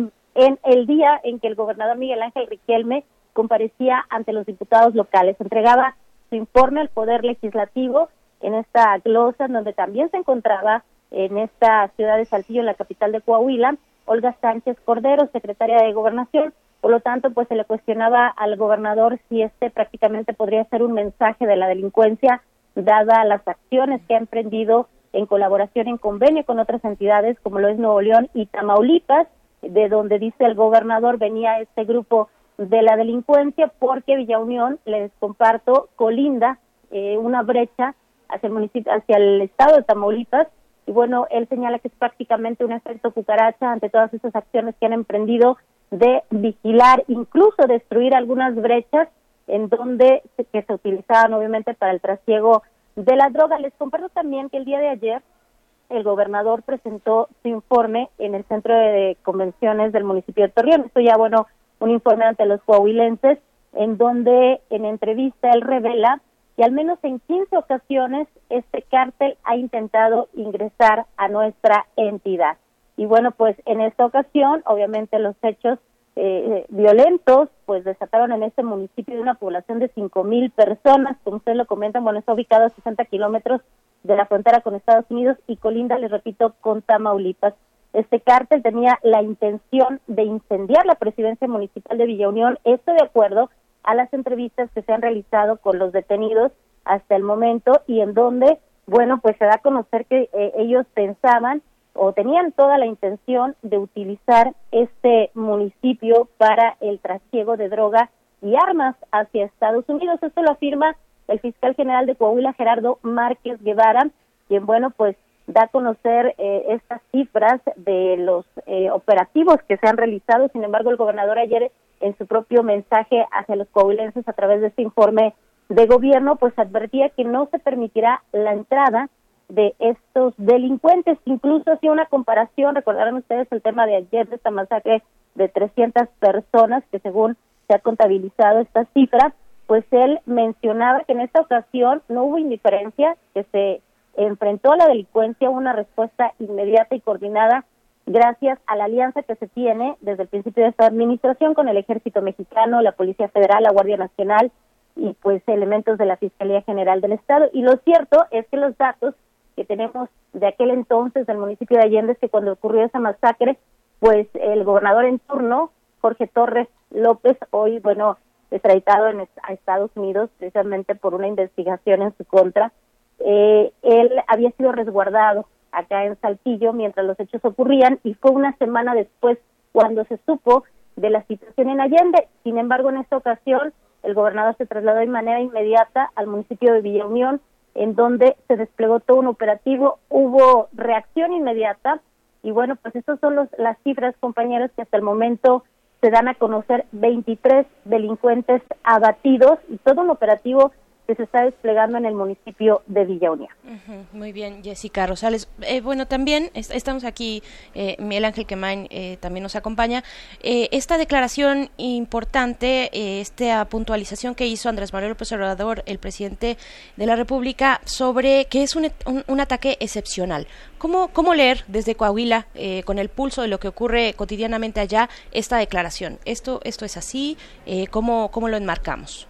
en el día en que el gobernador Miguel Ángel Riquelme comparecía ante los diputados locales, entregaba su informe al Poder Legislativo en esta glosa, en donde también se encontraba en esta ciudad de Saltillo, en la capital de Coahuila, Olga Sánchez Cordero, secretaria de Gobernación. Por lo tanto, pues se le cuestionaba al gobernador si este prácticamente podría ser un mensaje de la delincuencia, dada las acciones que ha emprendido en colaboración, en convenio con otras entidades, como lo es Nuevo León y Tamaulipas, de donde dice el gobernador venía este grupo de la delincuencia, porque Villa Unión, les comparto, colinda eh, una brecha hacia el municipio, hacia el estado de Tamaulipas, y bueno, él señala que es prácticamente un efecto cucaracha ante todas esas acciones que han emprendido de vigilar, incluso destruir algunas brechas en donde se, que se utilizaban obviamente para el trasiego de la droga. Les comparto también que el día de ayer el gobernador presentó su informe en el Centro de Convenciones del municipio de Torreón. Esto ya, bueno, un informe ante los coahuilenses, en donde en entrevista él revela que al menos en quince ocasiones este cártel ha intentado ingresar a nuestra entidad. Y bueno, pues en esta ocasión, obviamente los hechos eh, violentos, pues desataron en este municipio de una población de cinco mil personas, como ustedes lo comentan. Bueno, está ubicado a sesenta kilómetros de la frontera con Estados Unidos y colinda, les repito, con Tamaulipas. Este cártel tenía la intención de incendiar la presidencia municipal de Villa Unión, esto de acuerdo a las entrevistas que se han realizado con los detenidos hasta el momento, y en donde, bueno, pues se da a conocer que eh, ellos pensaban o tenían toda la intención de utilizar este municipio para el trasiego de droga y armas hacia Estados Unidos. Esto lo afirma el fiscal general de Coahuila, Gerardo Márquez Guevara, quien, bueno, pues da a conocer eh, estas cifras de los eh, operativos que se han realizado. Sin embargo, el gobernador ayer, en su propio mensaje hacia los coahuilenses a través de este informe de gobierno, pues advertía que no se permitirá la entrada de estos delincuentes. Incluso hacía una comparación, recordarán ustedes el tema de ayer de esta masacre de trescientas personas, que según se ha contabilizado esta cifra, pues él mencionaba que en esta ocasión no hubo indiferencia, que se enfrentó a la delincuencia, una respuesta inmediata y coordinada gracias a la alianza que se tiene desde el principio de esta administración con el Ejército Mexicano, la Policía Federal, la Guardia Nacional y pues elementos de la Fiscalía General del Estado. Y lo cierto es que los datos que tenemos de aquel entonces del municipio de Allende es que cuando ocurrió esa masacre, pues el gobernador en turno, Jorge Torres López, hoy, bueno, extraditado en, a Estados Unidos precisamente por una investigación en su contra. Eh, él había sido resguardado acá en Saltillo mientras los hechos ocurrían y fue una semana después cuando se supo de la situación en Allende. Sin embargo, en esta ocasión, el gobernador se trasladó de manera inmediata al municipio de Villa Unión, en donde se desplegó todo un operativo, hubo reacción inmediata, y bueno, pues esas son los, las cifras, compañeros, que hasta el momento se dan a conocer: veintitrés delincuentes abatidos y todo un operativo que se está desplegando en el municipio de Villa Unión. Uh-huh, muy bien, Jessica Rosales. Eh, bueno, también est- estamos aquí, eh, Miguel Ángel Quemain eh, también nos acompaña. Eh, esta declaración importante, eh, esta puntualización que hizo Andrés Manuel López Obrador, el presidente de la República, sobre que es un, un, un ataque excepcional. ¿Cómo, cómo leer desde Coahuila, eh, con el pulso de lo que ocurre cotidianamente allá, esta declaración? ¿Esto, esto es así? Eh, ¿cómo, ¿Cómo lo enmarcamos?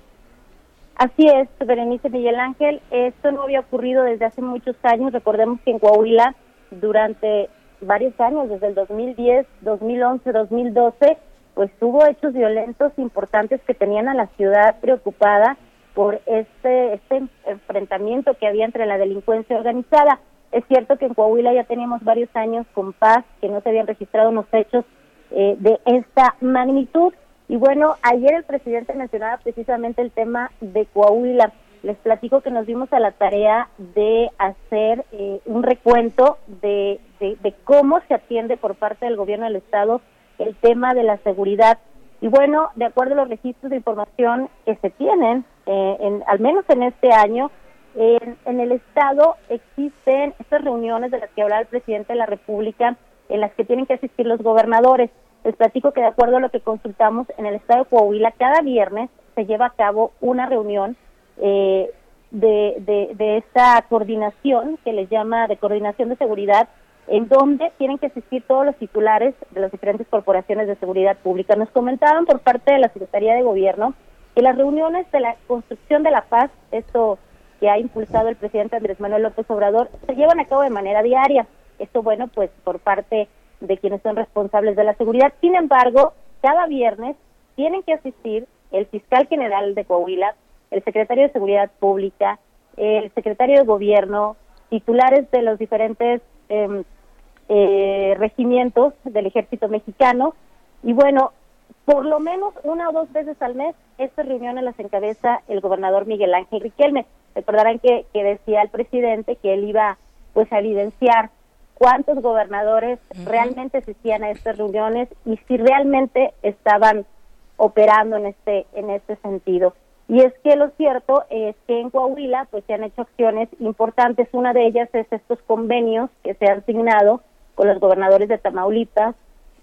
Así es, Berenice, Miguel Ángel, esto no había ocurrido desde hace muchos años. Recordemos que en Coahuila durante varios años, desde el dos mil diez, dos mil once, dos mil doce, pues hubo hechos violentos importantes que tenían a la ciudad preocupada por este, este enfrentamiento que había entre la delincuencia organizada. Es cierto que en Coahuila ya teníamos varios años con paz, que no se habían registrado unos hechos eh, de esta magnitud. Y bueno, ayer el presidente mencionaba precisamente el tema de Coahuila. Les platico que nos dimos a la tarea de hacer eh, un recuento de, de, de cómo se atiende por parte del gobierno del estado el tema de la seguridad. Y bueno, de acuerdo a los registros de información que se tienen, eh, en, al menos en este año, en, en el estado existen estas reuniones de las que hablaba el presidente de la República, en las que tienen que asistir los gobernadores. Les platico que de acuerdo a lo que consultamos en el estado de Coahuila, cada viernes se lleva a cabo una reunión eh, de, de, de esta coordinación, que les llama de coordinación de seguridad, en donde tienen que asistir todos los titulares de las diferentes corporaciones de seguridad pública. Nos comentaban por parte de la Secretaría de Gobierno que las reuniones de la construcción de la paz, esto que ha impulsado el presidente Andrés Manuel López Obrador, se llevan a cabo de manera diaria. Esto, bueno, pues por parte de quienes son responsables de la seguridad. Sin embargo, cada viernes tienen que asistir el fiscal general de Coahuila, el secretario de Seguridad Pública, el secretario de Gobierno, titulares de los diferentes eh, eh, regimientos del Ejército Mexicano, y bueno, por lo menos una o dos veces al mes, estas reuniones las encabeza el gobernador Miguel Ángel Riquelme. Recordarán que, que decía el presidente que él iba pues a evidenciar cuántos gobernadores uh-huh. realmente asistían a estas reuniones y si realmente estaban operando en este en este sentido. Y es que lo cierto es que en Coahuila pues se han hecho acciones importantes. Una de ellas es estos convenios que se han signado con los gobernadores de Tamaulipas,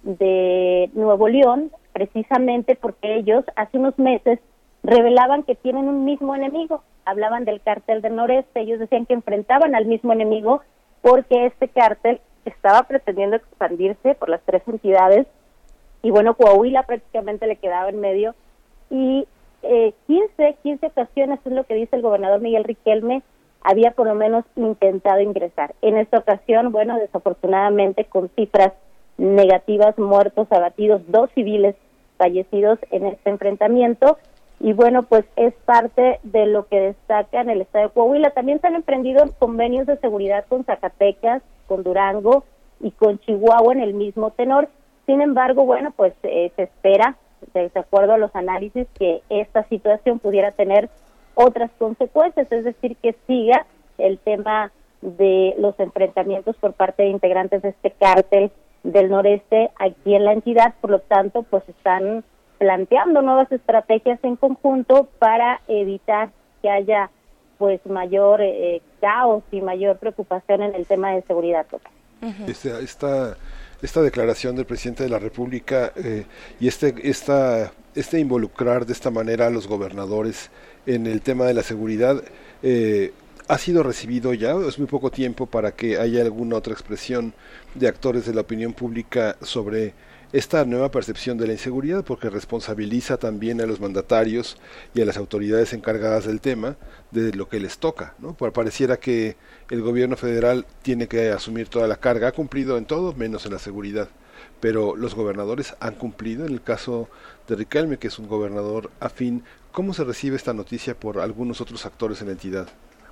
de Nuevo León, precisamente porque ellos hace unos meses revelaban que tienen un mismo enemigo. Hablaban del cártel del Noreste. Ellos decían que enfrentaban al mismo enemigo porque este cártel estaba pretendiendo expandirse por las tres entidades, y bueno, Coahuila prácticamente le quedaba en medio, y eh, quince, quince ocasiones, es lo que dice el gobernador Miguel Riquelme, había por lo menos intentado ingresar. En esta ocasión, bueno, desafortunadamente con cifras negativas, muertos, abatidos, dos civiles fallecidos en este enfrentamiento. Y bueno, pues es parte de lo que destaca en el estado de Coahuila. También se han emprendido convenios de seguridad con Zacatecas, con Durango y con Chihuahua en el mismo tenor. Sin embargo, bueno, pues eh, se espera, de acuerdo a los análisis, que esta situación pudiera tener otras consecuencias, es decir, que siga el tema de los enfrentamientos por parte de integrantes de este cártel del noreste aquí en la entidad. Por lo tanto, pues están planteando nuevas estrategias en conjunto para evitar que haya pues mayor eh, caos y mayor preocupación en el tema de seguridad total. Uh-huh. Esta, esta, esta declaración del presidente de la República eh, y este, esta, este involucrar de esta manera a los gobernadores en el tema de la seguridad eh, ha sido recibido ya, es muy poco tiempo para que haya alguna otra expresión de actores de la opinión pública sobre esta nueva percepción de la inseguridad, porque responsabiliza también a los mandatarios y a las autoridades encargadas del tema de lo que les toca, ¿no? Pareciera que el gobierno federal tiene que asumir toda la carga, ha cumplido en todo menos en la seguridad. pero los gobernadores han cumplido. En el caso de Riquelme, que es un gobernador afín, ¿cómo se recibe esta noticia por algunos otros actores en la entidad?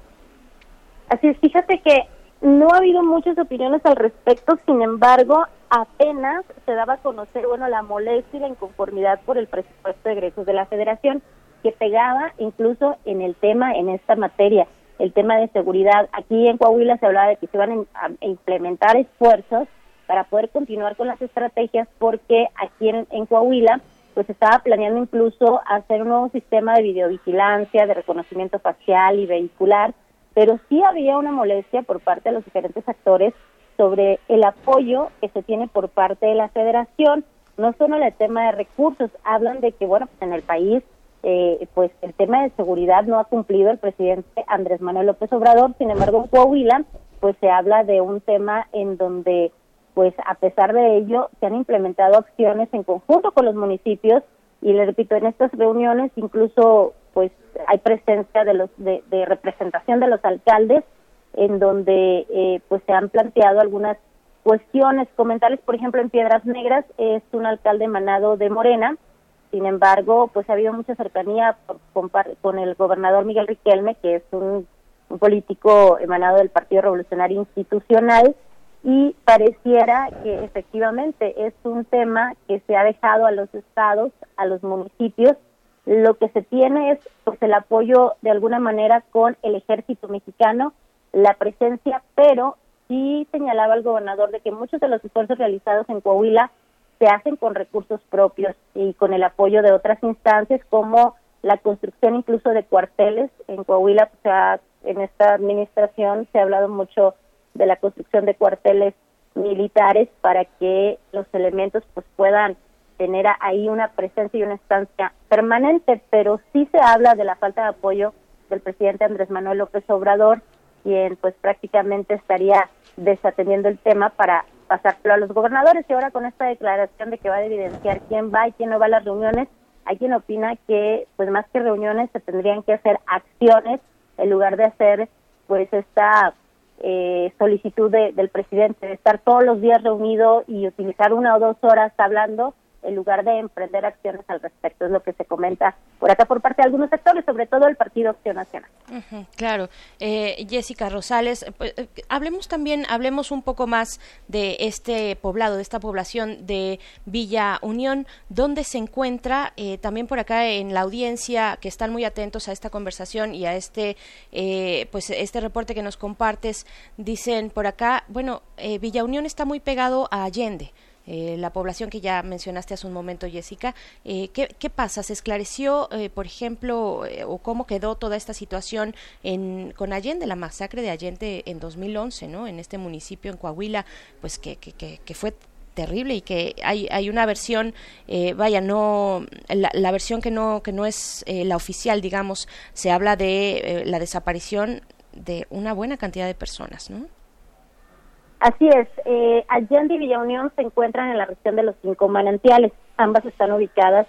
Así es, fíjate que no ha habido muchas opiniones al respecto, sin embargo, apenas se daba a conocer, bueno, la molestia y la inconformidad por el presupuesto de egresos de la Federación, que pegaba incluso en el tema, en esta materia, el tema de seguridad. Aquí en Coahuila se hablaba de que se iban a implementar esfuerzos para poder continuar con las estrategias, porque aquí en, en Coahuila pues se estaba planeando incluso hacer un nuevo sistema de videovigilancia, de reconocimiento facial y vehicular, pero sí había una molestia por parte de los diferentes actores sobre el apoyo que se tiene por parte de la Federación. No solo el tema de recursos, hablan de que, bueno, pues en el país, eh, pues el tema de seguridad no ha cumplido el presidente Andrés Manuel López Obrador. Sin embargo, en Coahuila, pues se habla de un tema en donde, pues a pesar de ello, se han implementado acciones en conjunto con los municipios, y les repito, en estas reuniones incluso pues hay presencia de los de, de representación de los alcaldes, en donde eh, pues se han planteado algunas cuestiones, comentarios. Por ejemplo, en Piedras Negras es un alcalde emanado de Morena, sin embargo, pues ha habido mucha cercanía por, con, con el gobernador Miguel Riquelme, que es un, un político emanado del Partido Revolucionario Institucional, y pareciera que efectivamente es un tema que se ha dejado a los estados, a los municipios. Lo que se tiene es pues el apoyo de alguna manera con el ejército mexicano, la presencia, pero sí señalaba el gobernador de que muchos de los esfuerzos realizados en Coahuila se hacen con recursos propios y con el apoyo de otras instancias, como la construcción incluso de cuarteles. En Coahuila, o sea, en esta administración se ha hablado mucho de la construcción de cuarteles militares para que los elementos pues puedan tener ahí una presencia y una estancia permanente, pero sí se habla de la falta de apoyo del presidente Andrés Manuel López Obrador, quien pues prácticamente estaría desatendiendo el tema para pasárselo a los gobernadores. Y ahora con esta declaración de que va a evidenciar quién va y quién no va a las reuniones, hay quien opina que pues más que reuniones se tendrían que hacer acciones en lugar de hacer pues esta eh, solicitud de, del presidente de estar todos los días reunido y utilizar una o dos horas hablando, en lugar de emprender acciones al respecto. Es lo que se comenta por acá por parte de algunos sectores, sobre todo el Partido Acción Nacional. Uh-huh, claro. Eh, Jessica Rosales, pues, eh, hablemos también, hablemos un poco más de este poblado, de esta población de Villa Unión, donde se encuentra, eh, también por acá en la audiencia, que están muy atentos a esta conversación y a este, eh, pues este reporte que nos compartes. Dicen por acá, bueno, eh, Villa Unión está muy pegado a Allende. Eh, la población que ya mencionaste hace un momento, Jessica, eh, ¿qué, ¿qué pasa? ¿Se esclareció, eh, por ejemplo, eh, o cómo quedó toda esta situación en, con Allende, la masacre de Allende en dos mil once, ¿no? En este municipio, en Coahuila, pues que, que, que, que fue terrible, y que hay hay una versión, eh, vaya, no la, la versión que no que no es eh, la oficial, digamos, se habla de eh, la desaparición de una buena cantidad de personas, ¿no? Así es, eh, Allende y Villa Unión se encuentran en la región de los Cinco Manantiales, ambas están ubicadas.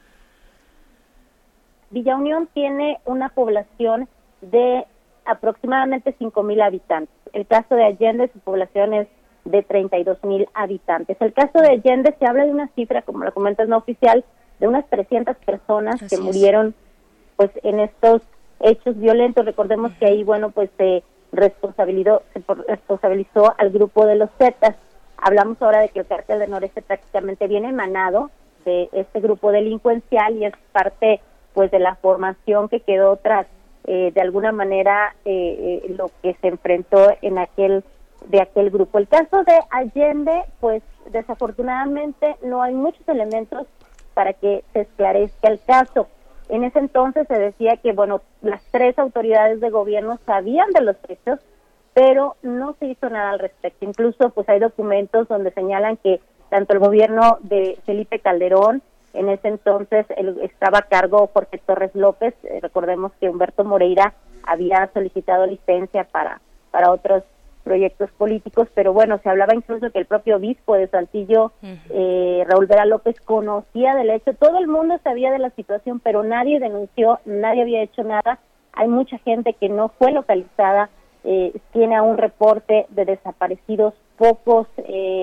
Villa Unión tiene una población de aproximadamente cinco mil habitantes. El caso de Allende, su población es de treinta y dos mil habitantes. El caso de Allende se habla de una cifra, como lo comentas, no oficial, de unas trescientas personas Así que es. murieron pues en estos hechos violentos. Recordemos que ahí, bueno, pues se... Eh, responsabilizó, responsabilizó al grupo de los Zetas. Hablamos ahora de que el Cártel del Noreste prácticamente viene emanado de este grupo delincuencial y es parte pues de la formación que quedó tras eh, de alguna manera eh, eh, lo que se enfrentó en aquel de aquel grupo. El caso de Allende, pues desafortunadamente no hay muchos elementos para que se esclarezca el caso. En ese entonces se decía que, bueno, las tres autoridades de gobierno sabían de los hechos, pero no se hizo nada al respecto. Incluso, pues hay documentos donde señalan que tanto el gobierno de Felipe Calderón, en ese entonces el, estaba a cargo Jorge Torres López, eh, recordemos que Humberto Moreira había solicitado licencia para, para otros proyectos políticos, pero bueno, se hablaba incluso que el propio obispo de Saltillo, uh-huh. eh, Raúl Vera López, conocía del hecho. Todo el mundo sabía de la situación, pero nadie denunció, nadie había hecho nada. Hay mucha gente que no fue localizada, eh, tiene aún reporte de desaparecidos, pocos, eh,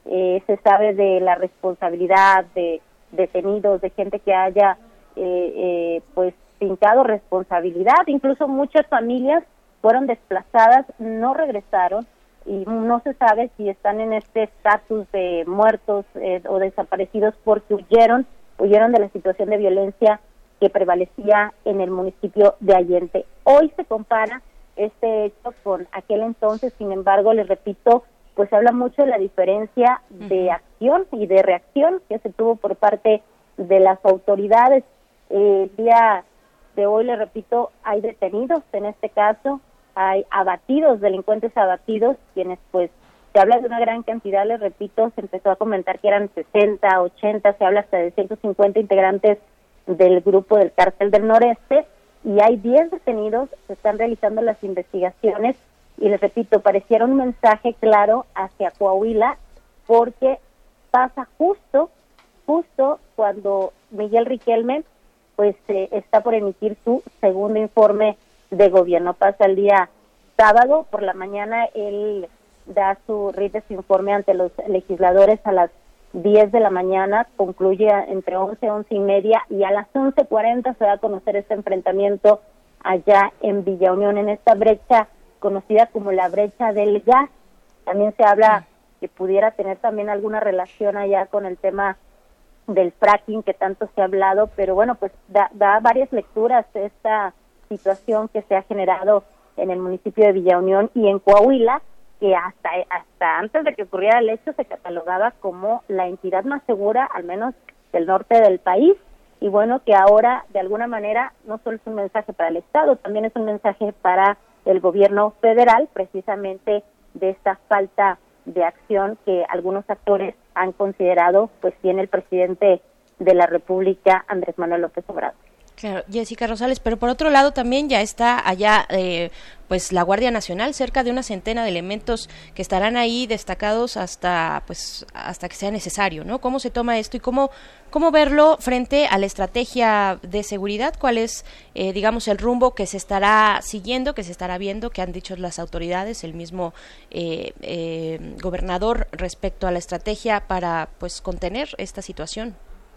eh, se sabe de la responsabilidad de detenidos, de gente que haya eh, eh, pues fincado responsabilidad. Incluso muchas familias fueron desplazadas, no regresaron, y no se sabe si están en este estatus de muertos eh, o desaparecidos porque huyeron, huyeron de la situación de violencia que prevalecía en el municipio de Allende. Hoy se compara este hecho con aquel entonces, sin embargo, les repito, pues se habla mucho de la diferencia de uh-huh. acción y de reacción que se tuvo por parte de las autoridades. Eh, el día de hoy, les repito, hay detenidos en este caso, hay abatidos, delincuentes abatidos, quienes pues se habla de una gran cantidad, les repito, se empezó a comentar que eran sesenta, ochenta, se habla hasta de ciento cincuenta integrantes del grupo del Cártel del Noreste, y hay diez detenidos, se están realizando las investigaciones, y les repito, pareciera un mensaje claro hacia Coahuila, porque pasa justo, justo cuando Miguel Riquelme pues eh, está por emitir su segundo informe de gobierno. Pasa el día sábado por la mañana, él da su rinde su informe ante los legisladores a las diez de la mañana, concluye entre once, once y media, y a las once cuarenta se va a conocer este enfrentamiento allá en Villa Unión, en esta brecha conocida como la brecha del gas. También se habla que pudiera tener también alguna relación allá con el tema del fracking que tanto se ha hablado, pero bueno, pues da, da varias lecturas esta situación que se ha generado en el municipio de Villa Unión y en Coahuila, que hasta hasta antes de que ocurriera el hecho se catalogaba como la entidad más segura, al menos del norte del país, y bueno, que ahora de alguna manera no solo es un mensaje para el Estado, también es un mensaje para el gobierno federal, precisamente de esta falta de acción que algunos actores han considerado pues tiene el presidente de la República, Andrés Manuel López Obrador. Claro, Jessica Rosales, pero por otro lado también ya está allá eh, pues la Guardia Nacional, cerca de una centena de elementos que estarán ahí destacados hasta pues hasta que sea necesario, ¿no? ¿Cómo se toma esto y cómo cómo verlo frente a la estrategia de seguridad? ¿Cuál es, eh, digamos, el rumbo que se estará siguiendo, que se estará viendo, que han dicho las autoridades, el mismo eh, eh, gobernador respecto a la estrategia para pues contener esta situación?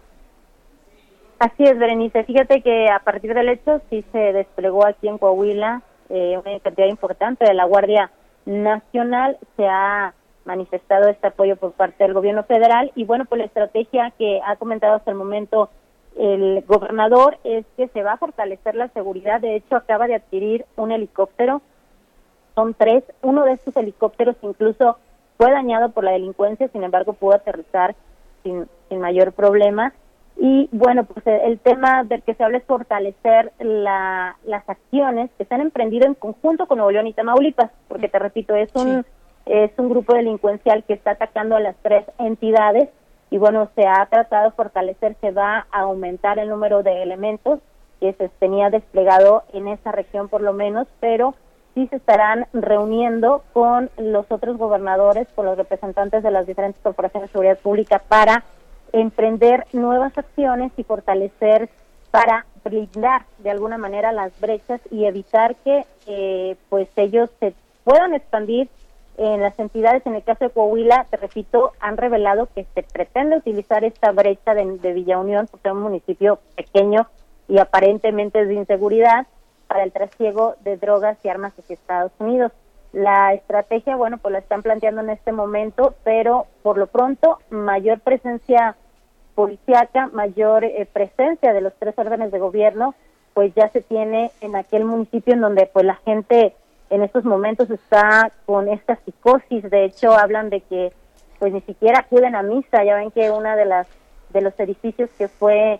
Así es, Berenice. Fíjate que a partir del hecho sí se desplegó aquí en Coahuila eh, una cantidad importante de la Guardia Nacional. Se ha manifestado este apoyo por parte del gobierno federal y bueno, pues la estrategia que ha comentado hasta el momento el gobernador es que se va a fortalecer la seguridad. De hecho, acaba de adquirir un helicóptero. Son tres. Uno de estos helicópteros incluso fue dañado por la delincuencia, sin embargo pudo aterrizar sin, sin mayor problema. Y bueno, pues el tema del que se habla es fortalecer la, las acciones que se han emprendido en conjunto con Nuevo León y Tamaulipas, porque te repito, es un sí. es un grupo delincuencial que está atacando a las tres entidades y bueno, se ha tratado de fortalecer, se va a aumentar el número de elementos que se tenía desplegado en esa región por lo menos, pero sí se estarán reuniendo con los otros gobernadores, con los representantes de las diferentes corporaciones de seguridad pública para emprender nuevas acciones y fortalecer para blindar de alguna manera las brechas y evitar que eh, pues ellos se puedan expandir en las entidades. En el caso de Coahuila, te repito, han revelado que se pretende utilizar esta brecha de, de Villa Unión, porque es un municipio pequeño y aparentemente de inseguridad, para el trasiego de drogas y armas hacia Estados Unidos. La estrategia, bueno, pues la están planteando en este momento, pero por lo pronto mayor presencia policíaca, mayor eh, presencia de los tres órdenes de gobierno, pues ya se tiene en aquel municipio en donde pues la gente en estos momentos está con esta psicosis. De hecho, hablan de que pues ni siquiera acuden a misa. Ya ven que una de las de los edificios que fue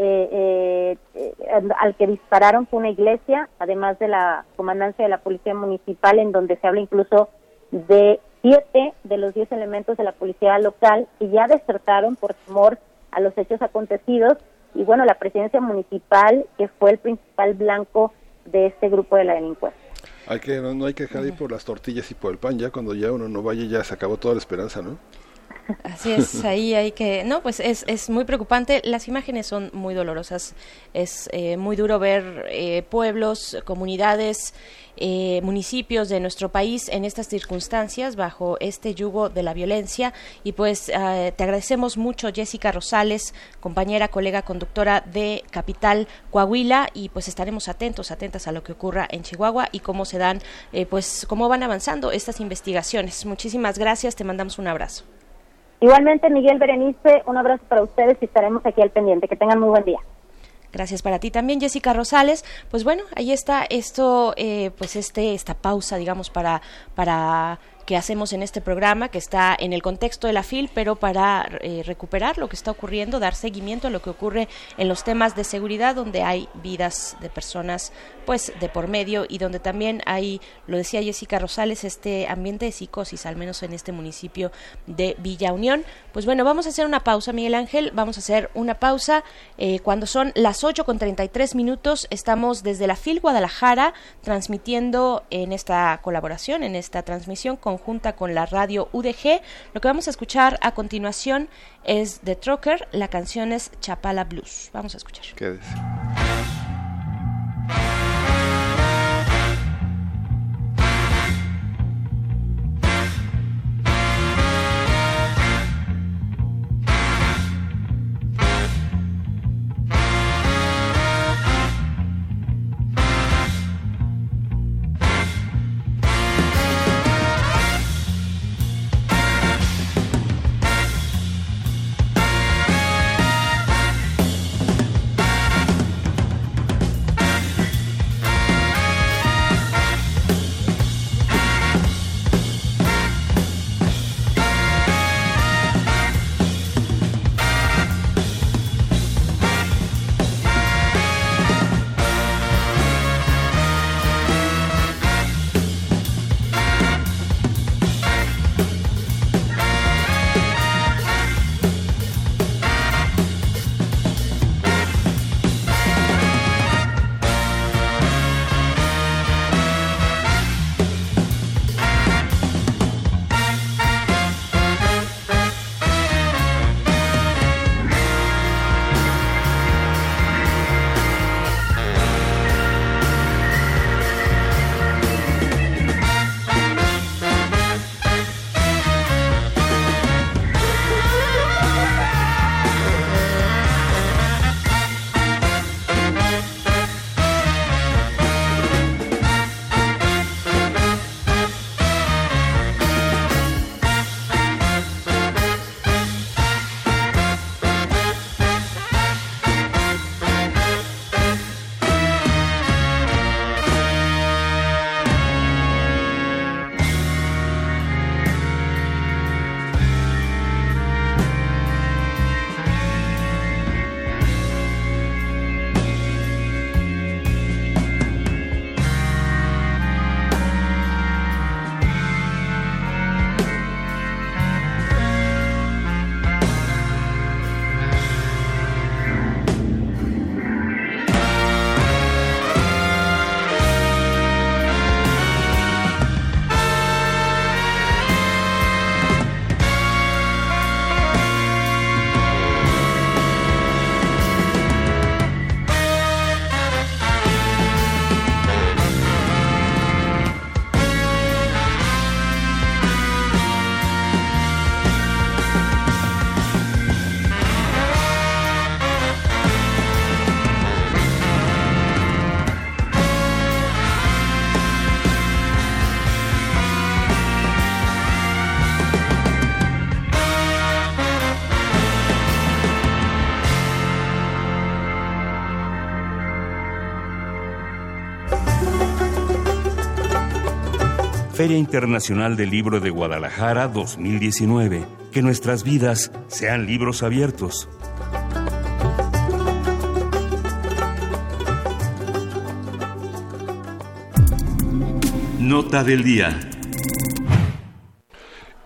eh, eh, al que dispararon fue una iglesia, además de la comandancia de la policía municipal, en donde se habla incluso de siete de los diez elementos de la policía local que ya desertaron por temor a los hechos acontecidos, y bueno, la presidencia municipal, que fue el principal blanco de este grupo de la delincuencia. Hay que, no, no hay que dejar de ir por las tortillas y por el pan, ya cuando ya uno no vaya ya se acabó toda la esperanza, ¿no? Así es, ahí hay que... No, pues es, es muy preocupante. Las imágenes son muy dolorosas. Es eh, muy duro ver eh, pueblos, comunidades, eh, municipios de nuestro país en estas circunstancias, bajo este yugo de la violencia. Y pues eh, te agradecemos mucho, Jessica Rosales, compañera, colega, conductora de Capital Coahuila, y pues estaremos atentos, atentas a lo que ocurra en Chihuahua y cómo se dan, eh, pues cómo van avanzando estas investigaciones. Muchísimas gracias, te mandamos un abrazo. Igualmente, Miguel, Berenice, un abrazo para ustedes y estaremos aquí al pendiente. Que tengan muy buen día. Gracias para ti también, Jessica Rosales. Pues bueno, ahí está esto, eh, pues este esta pausa, digamos, para para que hacemos en este programa, que está en el contexto de la F I L, pero para eh, recuperar lo que está ocurriendo, dar seguimiento a lo que ocurre en los temas de seguridad, donde hay vidas de personas pues de por medio y donde también hay, lo decía Jessica Rosales, este ambiente de psicosis, al menos en este municipio de Villa Unión. Pues bueno, vamos a hacer una pausa, Miguel Ángel, vamos a hacer una pausa eh, cuando son las ocho con treinta y tres minutos. Estamos desde la F I L Guadalajara transmitiendo en esta colaboración, en esta transmisión conjunta con la radio U D G. Lo que vamos a escuchar a continuación es The Trucker, la canción es Chapala Blues. Vamos a escuchar. Quédese. Feria Internacional del Libro de Guadalajara dos mil diecinueve. Que nuestras vidas sean libros abiertos. Nota del día.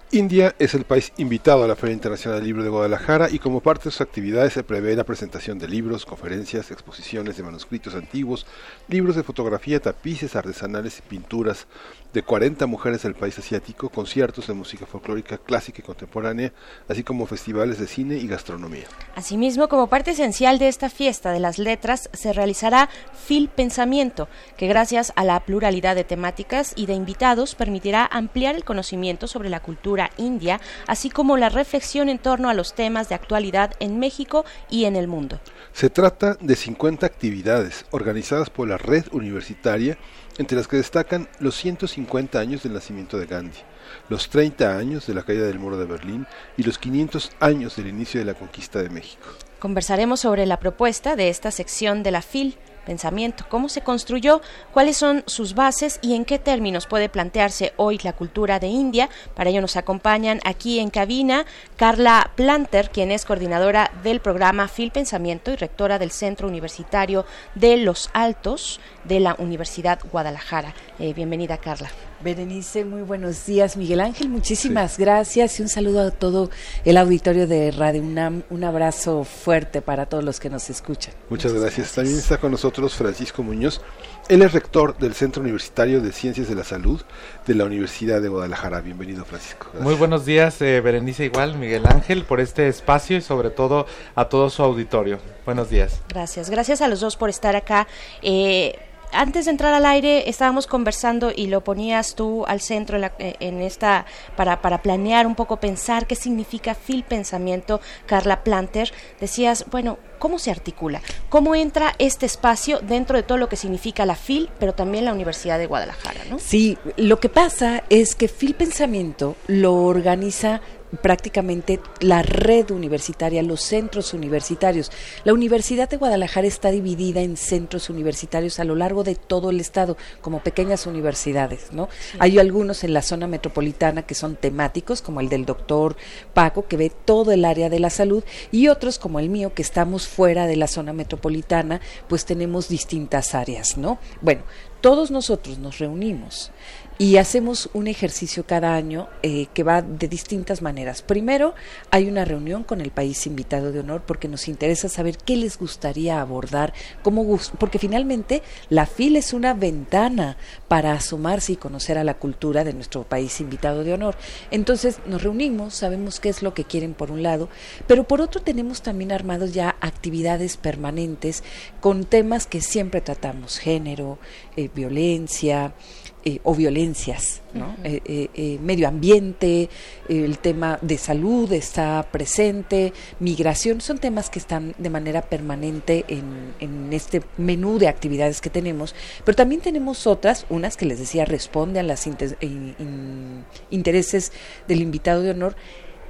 India es el país invitado a la Feria Internacional del Libro de Guadalajara y como parte de sus actividades se prevé la presentación de libros, conferencias, exposiciones de manuscritos antiguos, libros de fotografía, tapices artesanales y pinturas de cuarenta mujeres del país asiático, conciertos de música folclórica clásica y contemporánea, así como festivales de cine y gastronomía. Asimismo, como parte esencial de esta fiesta de las letras, se realizará Phil Pensamiento, que gracias a la pluralidad de temáticas y de invitados permitirá ampliar el conocimiento sobre la cultura india, así como la reflexión en torno a los temas de actualidad en México y en el mundo. Se trata de cincuenta actividades organizadas por la red universitaria, entre las que destacan los ciento cincuenta años del nacimiento de Gandhi, los treinta años de la caída del muro de Berlín y los quinientos años del inicio de la conquista de México. Conversaremos sobre la propuesta de esta sección de la Phil Pensamiento, cómo se construyó, cuáles son sus bases y en qué términos puede plantearse hoy la cultura de India. Para ello nos acompañan aquí en cabina Carla Planter, quien es coordinadora del programa Phil Pensamiento y rectora del Centro Universitario de Los Altos de la Universidad Guadalajara. Eh, bienvenida, Carla. Berenice, muy buenos días. Miguel Ángel, muchísimas sí. gracias y un saludo a todo el auditorio de Radio UNAM. Un abrazo fuerte para todos los que nos escuchan. Muchas, Muchas gracias. gracias. También está con nosotros Francisco Muñoz. Él es rector del Centro Universitario de Ciencias de la Salud de la Universidad de Guadalajara. Bienvenido, Francisco. Gracias. Muy buenos días, eh, Berenice, igual, Miguel Ángel, por este espacio y sobre todo a todo su auditorio. Buenos días. Gracias. Gracias a los dos por estar acá. Eh, Antes de entrar al aire estábamos conversando y lo ponías tú al centro en, la, en esta para para planear un poco, pensar qué significa Phil Pensamiento. Carla Planter, decías, bueno, ¿cómo se articula? ¿Cómo entra este espacio dentro de todo lo que significa la Phil, pero también la Universidad de Guadalajara, ¿no? Sí, lo que pasa es que Phil Pensamiento lo organiza prácticamente la red universitaria, los centros universitarios. La Universidad de Guadalajara está dividida en centros universitarios a lo largo de todo el estado, como pequeñas universidades, ¿no? Sí. Hay algunos en la zona metropolitana que son temáticos, como el del doctor Paco, que ve todo el área de la salud, y otros como el mío, que estamos fuera de la zona metropolitana, pues tenemos distintas áreas, ¿no? Bueno, todos nosotros nos reunimos y hacemos un ejercicio cada año eh, que va de distintas maneras. Primero, hay una reunión con el país invitado de honor porque nos interesa saber qué les gustaría abordar, cómo gust- porque finalmente la Phil es una ventana para asomarse y conocer a la cultura de nuestro país invitado de honor. Entonces nos reunimos, sabemos qué es lo que quieren por un lado, pero por otro tenemos también armados ya actividades permanentes con temas que siempre tratamos, género, eh, violencia, Eh, o violencias, ¿no? Uh-huh. eh, eh, eh, medio ambiente, eh, el tema de salud está presente, migración, son temas que están de manera permanente en, en este menú de actividades que tenemos, pero también tenemos otras, unas que les decía responden a los inter- in, in, intereses del invitado de honor,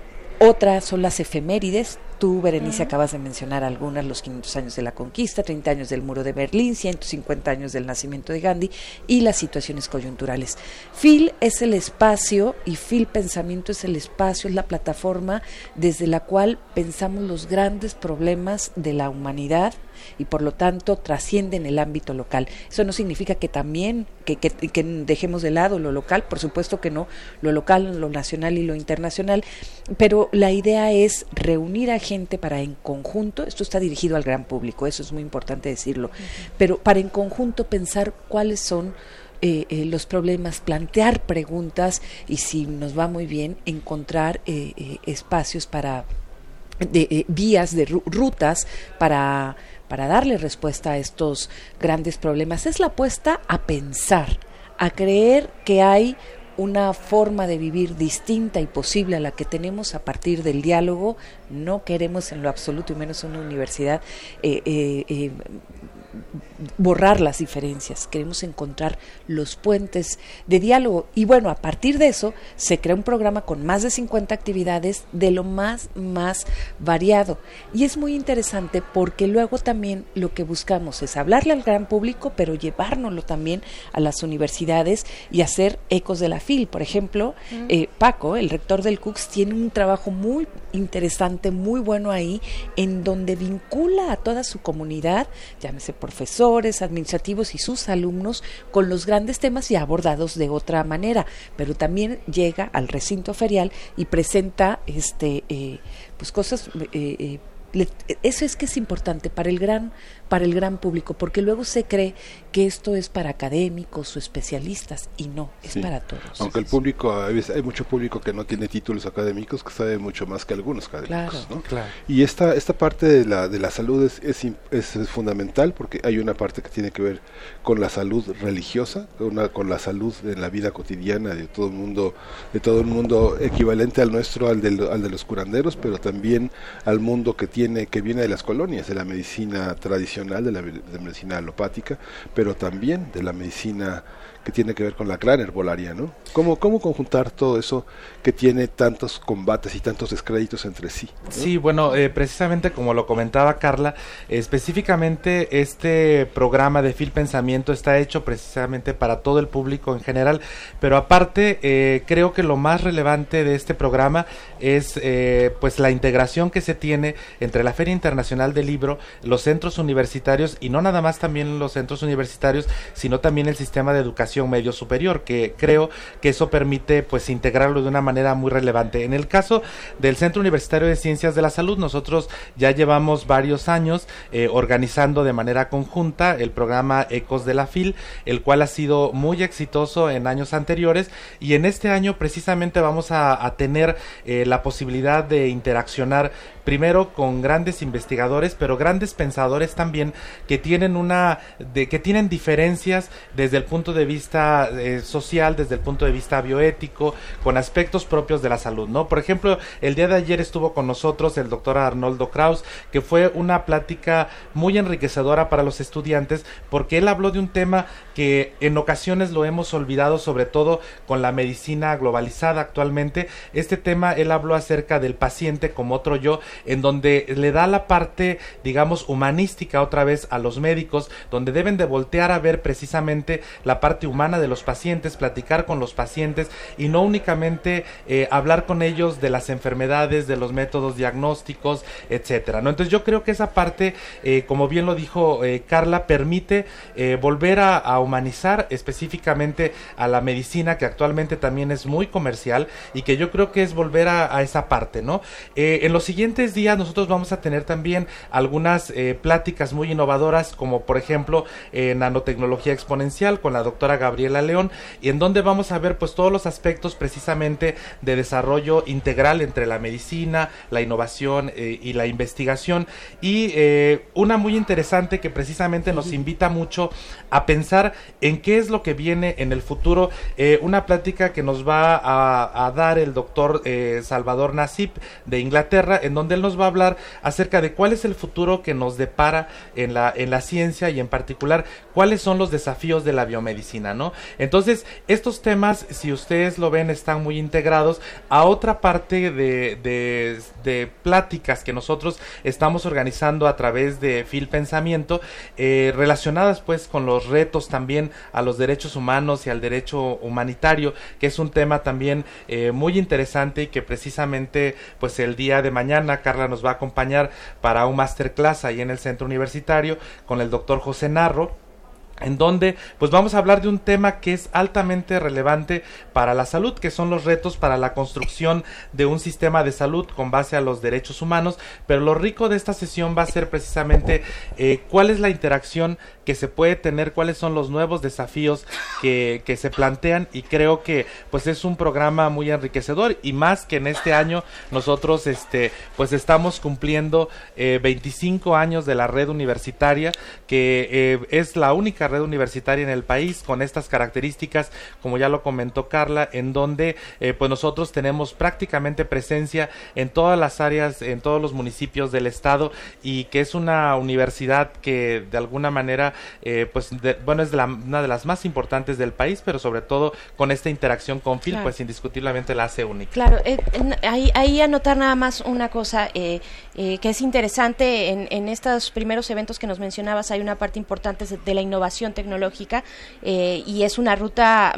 otras son las efemérides. Tú, Berenice, uh-huh. acabas de mencionar algunas, los quinientos años de la conquista, treinta años del muro de Berlín, ciento cincuenta años del nacimiento de Gandhi y las situaciones coyunturales. Phil es el espacio y Phil Pensamiento es el espacio, es la plataforma desde la cual pensamos los grandes problemas de la humanidad y por lo tanto trascienden el ámbito local. Eso no significa que también que, que, que dejemos de lado lo local, por supuesto que no, lo local, lo nacional y lo internacional, pero la idea es reunir a gente para en conjunto, esto está dirigido al gran público, eso es muy importante decirlo, uh-huh. pero para en conjunto pensar cuáles son Eh, eh, los problemas, plantear preguntas y si nos va muy bien encontrar eh, eh, espacios para de eh, vías de ru- rutas para para darle respuesta a estos grandes problemas. Es la apuesta a pensar, a creer que hay una forma de vivir distinta y posible a la que tenemos a partir del diálogo. No queremos en lo absoluto, y menos una universidad, eh, eh, eh, borrar las diferencias, queremos encontrar los puentes de diálogo y bueno, a partir de eso se crea un programa con más de cincuenta actividades de lo más, más variado y es muy interesante porque luego también lo que buscamos es hablarle al gran público pero llevárnoslo también a las universidades y hacer ecos de la Phil. Por ejemplo, mm. eh, Paco, el rector del C U C S, tiene un trabajo muy interesante, muy bueno ahí, en donde vincula a toda su comunidad, llámese profesores, administrativos y sus alumnos con los grandes temas ya abordados de otra manera, pero también llega al recinto ferial y presenta este eh, pues cosas eh, eh, le, eso es que es importante para el gran para el gran público, porque luego se cree que esto es para académicos o especialistas y no, es sí. para todos. Aunque el público, a veces hay mucho público que no tiene títulos académicos, que sabe mucho más que algunos académicos, claro, ¿no? Claro. Y esta esta parte de la de la salud es, es, es, es fundamental, porque hay una parte que tiene que ver con la salud religiosa, una con la salud de la vida cotidiana de todo el mundo, de todo el mundo equivalente al nuestro, al de, al de los curanderos, pero también al mundo que tiene que viene de las colonias, de la medicina tradicional, de la de medicina alopática, pero también de la medicina que tiene que ver con la gran herbolaria, ¿no? ¿Cómo, cómo conjuntar todo eso que tiene tantos combates y tantos descréditos entre sí, ¿no? Sí, bueno, eh, precisamente como lo comentaba Carla, eh, específicamente este programa de Fil Pensamiento está hecho precisamente para todo el público en general, pero aparte eh, creo que lo más relevante de este programa es eh, pues la integración que se tiene entre la Feria Internacional del Libro, los centros universitarios, y no nada más también los centros universitarios, sino también el sistema de educación medio superior, que creo que eso permite pues integrarlo de una manera muy relevante. En el caso del Centro Universitario de Ciencias de la Salud, nosotros ya llevamos varios años eh, organizando de manera conjunta el programa Ecos de la Fil, el cual ha sido muy exitoso en años anteriores, y en este año precisamente vamos a, a tener eh, la posibilidad de interaccionar primero con grandes investigadores, pero grandes pensadores también, que tienen una de, que tienen diferencias desde el punto de vista eh, social, desde el punto de vista bioético, con aspectos propios de la salud, ¿no? Por ejemplo, el día de ayer estuvo con nosotros el doctor Arnoldo Kraus, que fue una plática muy enriquecedora para los estudiantes, porque él habló de un tema que en ocasiones lo hemos olvidado, sobre todo con la medicina globalizada actualmente. Este tema, él habló acerca del paciente como otro yo, en donde le da la parte, digamos, humanística otra vez a los médicos, donde deben de voltear a ver precisamente la parte humana de los pacientes, platicar con los pacientes y no únicamente eh, hablar con ellos de las enfermedades, de los métodos diagnósticos, etcétera, ¿no? Entonces yo creo que esa parte, eh, como bien lo dijo eh, Carla, permite eh, volver a, a humanizar específicamente a la medicina, que actualmente también es muy comercial, y que yo creo que es volver a, a esa parte, ¿no? Eh, en los siguientes días nosotros vamos a tener también algunas eh, pláticas muy innovadoras, como por ejemplo eh, nanotecnología exponencial con la doctora Gabriela León, y en donde vamos a ver pues todos los aspectos precisamente de desarrollo integral entre la medicina, la innovación eh, y la investigación, y eh, una muy interesante que precisamente nos invita mucho a pensar en qué es lo que viene en el futuro, eh, una plática que nos va a, a dar el doctor eh, Salvador Nassib de Inglaterra, en donde él nos va a hablar acerca de cuál es el futuro que nos depara en la, en la ciencia, y en particular cuáles son los desafíos de la biomedicina, ¿no? Entonces, estos temas, si ustedes lo ven, están muy integrados a otra parte de, de, de pláticas que nosotros estamos organizando a través de Fil Pensamiento, eh, relacionadas pues con los retos también a los derechos humanos y al derecho humanitario, que es un tema también eh, muy interesante, y que precisamente pues el día de mañana Carla nos va a acompañar para un masterclass ahí en el centro universitario con el doctor José Narro, en donde pues vamos a hablar de un tema que es altamente relevante para la salud, que son los retos para la construcción de un sistema de salud con base a los derechos humanos. Pero lo rico de esta sesión va a ser precisamente eh, cuál es la interacción que se puede tener, cuáles son los nuevos desafíos que, que se plantean, y creo que pues es un programa muy enriquecedor, y más que en este año nosotros este pues estamos cumpliendo eh, veinticinco años de la red universitaria, que eh, es la única red universitaria en el país con estas características, como ya lo comentó Carla, en donde eh, pues nosotros tenemos prácticamente presencia en todas las áreas, en todos los municipios del estado, y que es una universidad que de alguna manera eh, pues de, bueno es de la, una de las más importantes del país, pero sobre todo con esta interacción con Fil, claro, pues indiscutiblemente la hace única. Claro, eh, ahí, ahí anotar nada más una cosa eh, eh, que es interesante en, en estos primeros eventos que nos mencionabas. Hay una parte importante de, de la innovación revolución tecnológica eh, y es una ruta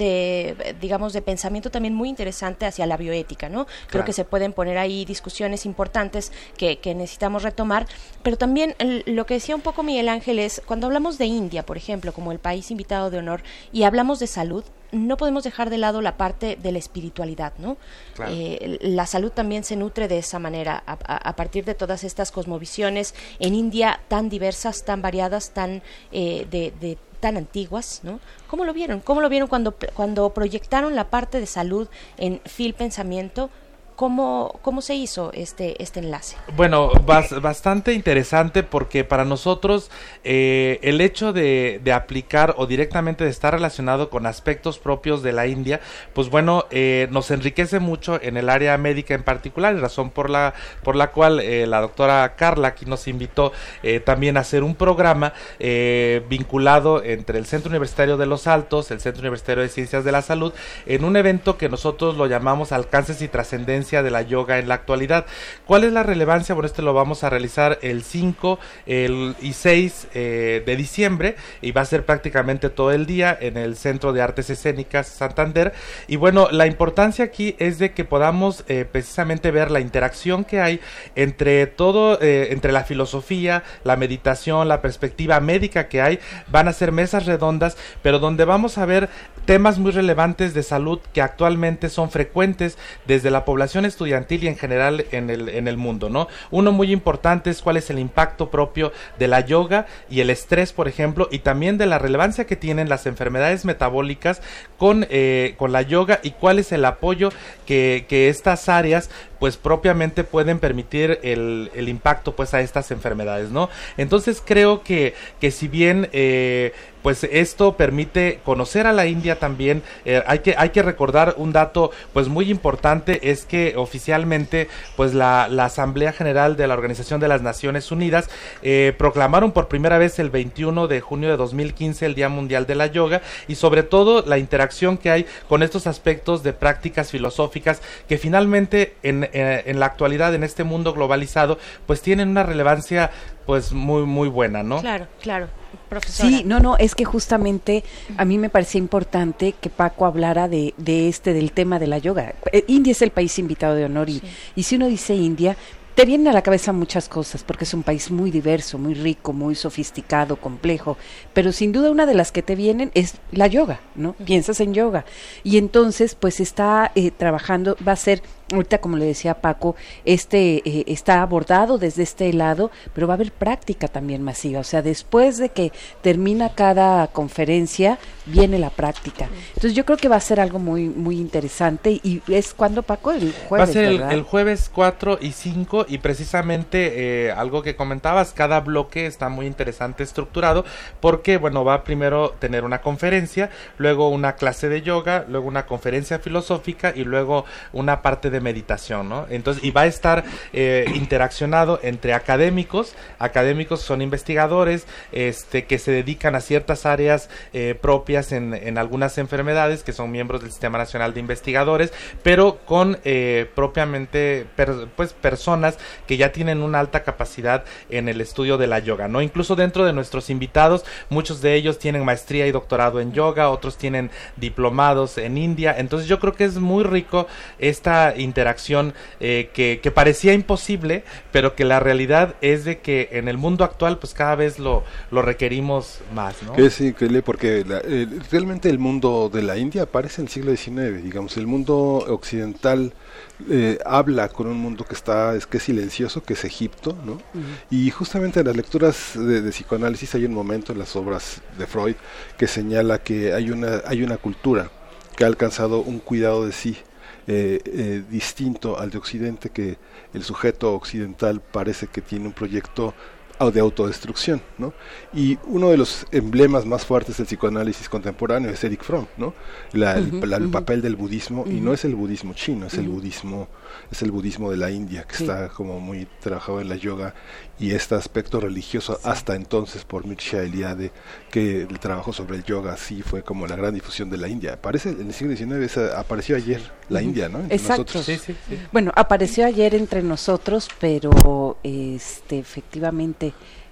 de, digamos, de pensamiento también muy interesante hacia la bioética, ¿no? Creo Claro. que se pueden poner ahí discusiones importantes que, que necesitamos retomar, pero también el, lo que decía un poco Miguel Ángel es, cuando hablamos de India, por ejemplo, como el país invitado de honor, y hablamos de salud, no podemos dejar de lado la parte de la espiritualidad, ¿no? Claro. Eh, la salud también se nutre de esa manera, a, a, a partir de todas estas cosmovisiones en India tan diversas, tan variadas, tan eh, de, de tan antiguas, ¿no? ¿Cómo lo vieron? ¿Cómo lo vieron cuando cuando proyectaron la parte de salud en Phil Pensamiento? ¿Cómo, ¿Cómo se hizo este este enlace? Bueno, bas, bastante interesante porque para nosotros eh, el hecho de, de aplicar o directamente de estar relacionado con aspectos propios de la India, pues bueno, eh, nos enriquece mucho en el área médica en particular, razón por la por la cual eh, la doctora Carla aquí nos invitó eh, también a hacer un programa eh, vinculado entre el Centro Universitario de Los Altos, el Centro Universitario de Ciencias de la Salud, en un evento que nosotros lo llamamos Alcances y Trascendencia de la yoga en la actualidad. ¿Cuál es la relevancia? Bueno, este lo vamos a realizar el cinco el, y seis eh, de diciembre y va a ser prácticamente todo el día en el Centro de Artes Escénicas Santander. Y bueno, la importancia aquí es de que podamos eh, precisamente ver la interacción que hay entre todo, eh, entre la filosofía, la meditación, la perspectiva médica que hay. Van a ser mesas redondas, pero donde vamos a ver temas muy relevantes de salud que actualmente son frecuentes desde la población estudiantil y en general en el, en el mundo, ¿no? Uno muy importante es cuál es el impacto propio de la yoga y el estrés, por ejemplo, y también de la relevancia que tienen las enfermedades metabólicas con, eh, con la yoga y cuál es el apoyo que, que estas áreas pues propiamente pueden permitir el, el impacto pues a estas enfermedades, ¿no? Entonces creo que, que si bien eh, pues esto permite conocer a la India también, eh, hay que hay que recordar un dato pues muy importante, es que oficialmente pues la, la Asamblea General de la Organización de las Naciones Unidas eh, proclamaron por primera vez el veintiuno de junio de dos mil quince el Día Mundial de la Yoga, y sobre todo la interacción que hay con estos aspectos de prácticas filosóficas que finalmente en, en, en la actualidad, en este mundo globalizado, pues tienen una relevancia pues muy muy buena, ¿no? Claro, claro. Profesora. Sí, no, no, es que justamente a mí me parecía importante que Paco hablara de, de este, del tema de la yoga. Eh, India es el país invitado de honor y, sí. y si uno dice India, te vienen a la cabeza muchas cosas, porque es un país muy diverso, muy rico, muy sofisticado, complejo, pero sin duda una de las que te vienen es la yoga, ¿no? Uh-huh. Piensas en yoga. Y entonces, pues está eh, trabajando, va a ser, ahorita como le decía Paco, este eh, está abordado desde este lado, pero va a haber práctica también masiva, o sea, después de que termina cada conferencia, viene la práctica. Entonces yo creo que va a ser algo muy muy interesante. ¿Y es cuando, Paco? El jueves, va a ser el, ¿verdad? el jueves cuatro y cinco, y precisamente eh, algo que comentabas, cada bloque está muy interesante estructurado, porque bueno, va a primero tener una conferencia, luego una clase de yoga, luego una conferencia filosófica y luego una parte de meditación, ¿no? Entonces, y va a estar eh, interaccionado entre académicos, académicos son investigadores, este, que se dedican a ciertas áreas eh, propias en, en algunas enfermedades, que son miembros del Sistema Nacional de Investigadores, pero con eh, propiamente per, pues personas que ya tienen una alta capacidad en el estudio de la yoga, ¿no? Incluso dentro de nuestros invitados, muchos de ellos tienen maestría y doctorado en yoga, otros tienen diplomados en India. Entonces yo creo que es muy rico esta interacción eh, que, que parecía imposible, pero que la realidad es de que en el mundo actual pues cada vez lo, lo requerimos más, ¿no? Que es increíble porque la, eh, realmente el mundo de la India aparece en el siglo diecinueve, digamos, el mundo occidental eh, habla con un mundo que está, es que es silencioso, que es Egipto, ¿no? Uh-huh. Y justamente en las lecturas de, de psicoanálisis hay un momento en las obras de Freud que señala que hay una, hay una cultura que ha alcanzado un cuidado de sí Eh, eh, distinto al de Occidente, que el sujeto occidental parece que tiene un proyecto de autodestrucción, ¿no? Y uno de los emblemas más fuertes del psicoanálisis contemporáneo es Erich Fromm, ¿no? La, uh-huh, el, la, el uh-huh. papel del budismo, uh-huh. y no es el budismo chino, es uh-huh. el budismo es el budismo de la India, que sí. está como muy trabajado en la yoga y este aspecto religioso, sí. hasta entonces por Mircea Eliade, que el trabajo sobre el yoga sí fue como la gran difusión de la India. Aparece en el siglo diecinueve, esa, apareció ayer la uh-huh. India, ¿no? Entre Exacto. nosotros. Sí, sí, sí. Bueno, apareció ayer entre nosotros, pero este efectivamente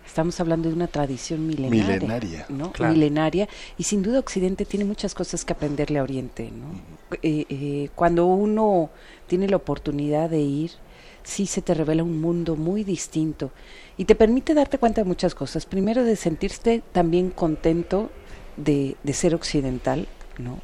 Estamos hablando de una tradición milenaria, milenaria, ¿no? Claro. Milenaria, y sin duda Occidente tiene muchas cosas que aprenderle a Oriente, ¿no? Uh-huh. eh, eh, cuando uno tiene la oportunidad de ir, sí se te revela un mundo muy distinto y te permite darte cuenta de muchas cosas. Primero, de sentirte también contento de, de ser occidental, ¿no?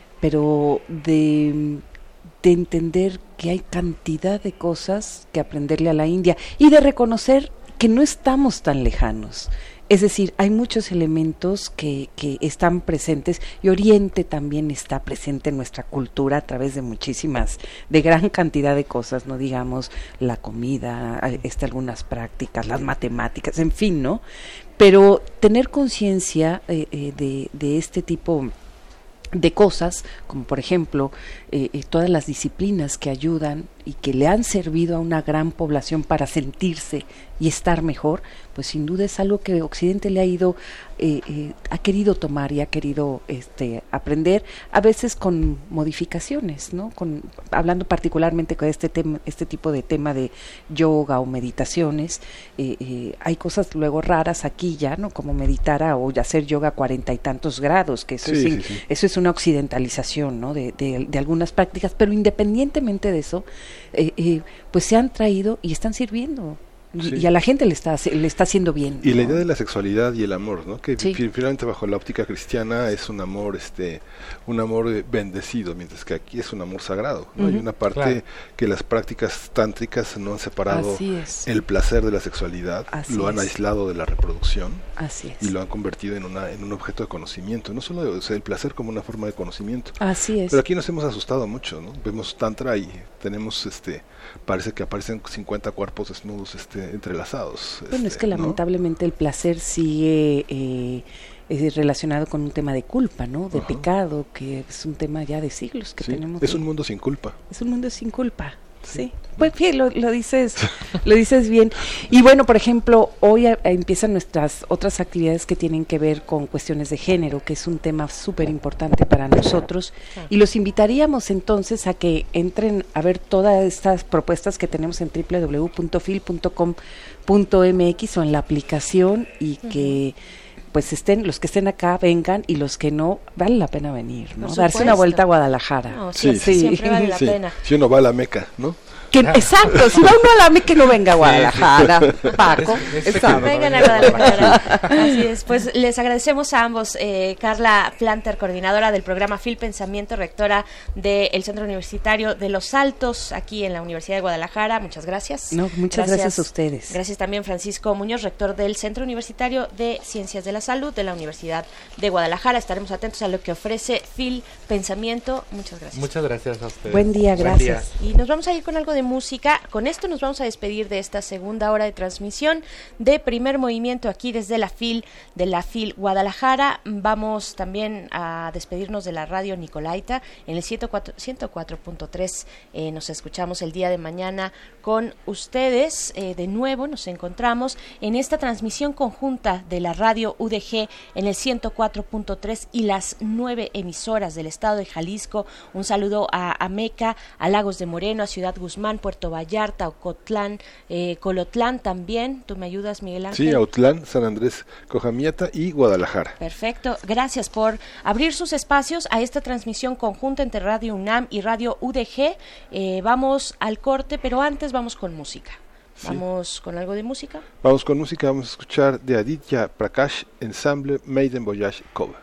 Pero de, de entender que hay cantidad de cosas que aprenderle a la India y de reconocer que no estamos tan lejanos. Es decir, hay muchos elementos que, que están presentes y Oriente también está presente en nuestra cultura a través de muchísimas, de gran cantidad de cosas, no digamos la comida, este, algunas prácticas, las matemáticas, en fin, ¿no? Pero tener conciencia eh, eh, de, de este tipo de cosas, como por ejemplo eh, eh, todas las disciplinas que ayudan y que le han servido a una gran población para sentirse y estar mejor, pues sin duda es algo que Occidente le ha ido, eh, eh, ha querido tomar y ha querido este, aprender, a veces con modificaciones, ¿no? Con, hablando particularmente con este tema, este tipo de tema de yoga o meditaciones, eh, eh, hay cosas luego raras aquí ya, ¿no? Como meditar a, o hacer yoga a cuarenta y tantos grados, que eso, sí, es, sí, sí. eso es una occidentalización, ¿no? De, de, de algunas prácticas, pero independientemente de eso, eh, eh, pues se han traído y están sirviendo. Sí. Y a la gente le está le está haciendo bien. Y ¿no? la idea de la sexualidad y el amor, ¿no? Que sí. finalmente bajo la óptica cristiana es un amor, este, un amor bendecido, mientras que aquí es un amor sagrado, ¿no? Uh-huh. Hay una parte claro. que las prácticas tántricas no han separado el placer de la sexualidad, Así lo han es. aislado de la reproducción Así es. y lo han convertido en una en un objeto de conocimiento, no solo de, o sea, el placer como una forma de conocimiento. Así es. Pero aquí nos hemos asustado mucho, ¿no? Vemos tantra y tenemos este parece que aparecen cincuenta cuerpos desnudos este entrelazados. Bueno, este, es que ¿no? lamentablemente el placer sigue eh, es relacionado con un tema de culpa, ¿no? De uh-huh. pecado, que es un tema ya de siglos que sí, tenemos. Es que, un mundo sin culpa. Es un mundo sin culpa. Sí, pues bien, lo, lo dices, lo dices bien. Y bueno, por ejemplo, hoy a, a empiezan nuestras otras actividades que tienen que ver con cuestiones de género, que es un tema súper importante para nosotros. Y los invitaríamos entonces a que entren a ver todas estas propuestas que tenemos en doble u doble u doble u punto fil punto com punto eme equis o en la aplicación y que pues estén, los que estén acá vengan y los que no, vale la pena venir, ¿no? Darse una vuelta a Guadalajara. No, sí, sí, sí, siempre vale la sí. pena. Si uno va a la Meca, ¿no? Que, exacto, si va uno a la Meca, que no venga a Guadalajara, sí, sí. Paco. Es, es vengan a Guadalajara. Así es, pues les agradecemos a ambos. Eh, Carla Planter, coordinadora del programa Fil Pensamiento, rectora del Centro Universitario de Los Altos, aquí en la Universidad de Guadalajara. Muchas gracias. No, muchas gracias, gracias a ustedes. Gracias también Francisco Muñoz, rector del Centro Universitario de Ciencias de la Salud de la Universidad de Guadalajara. Estaremos atentos a lo que ofrece Fil Pensamiento. Muchas gracias. Muchas gracias a ustedes. Buen día, gracias. Buen día. Y nos vamos a ir con algo de música. Con esto nos vamos a despedir de esta segunda hora de transmisión de Primer Movimiento aquí desde la FIL, de la FIL Guadalajara. Vamos también a despedirnos de la radio Nicolaita en el ciento cuatro punto tres. Eh, nos escuchamos el día de mañana con ustedes. Eh, de nuevo nos encontramos en esta transmisión conjunta de la radio U D G en el ciento cuatro punto tres y las nueve emisoras del estado de Jalisco. Un saludo a Ameca, a Lagos de Moreno, a Ciudad Guzmán, Puerto Vallarta, Ocotlán, eh, Colotlán también. ¿Tú me ayudas, Miguel Ángel? Sí, Autlán, San Andrés, Cojamiata y Guadalajara. Perfecto. Gracias por abrir sus espacios a esta transmisión conjunta entre Radio UNAM y Radio U D G. Eh, vamos al corte, pero antes vamos con música. Sí. ¿Vamos con algo de música? Vamos con música, vamos a escuchar de Aditya Prakash, Ensemble Maiden Voyage Cover.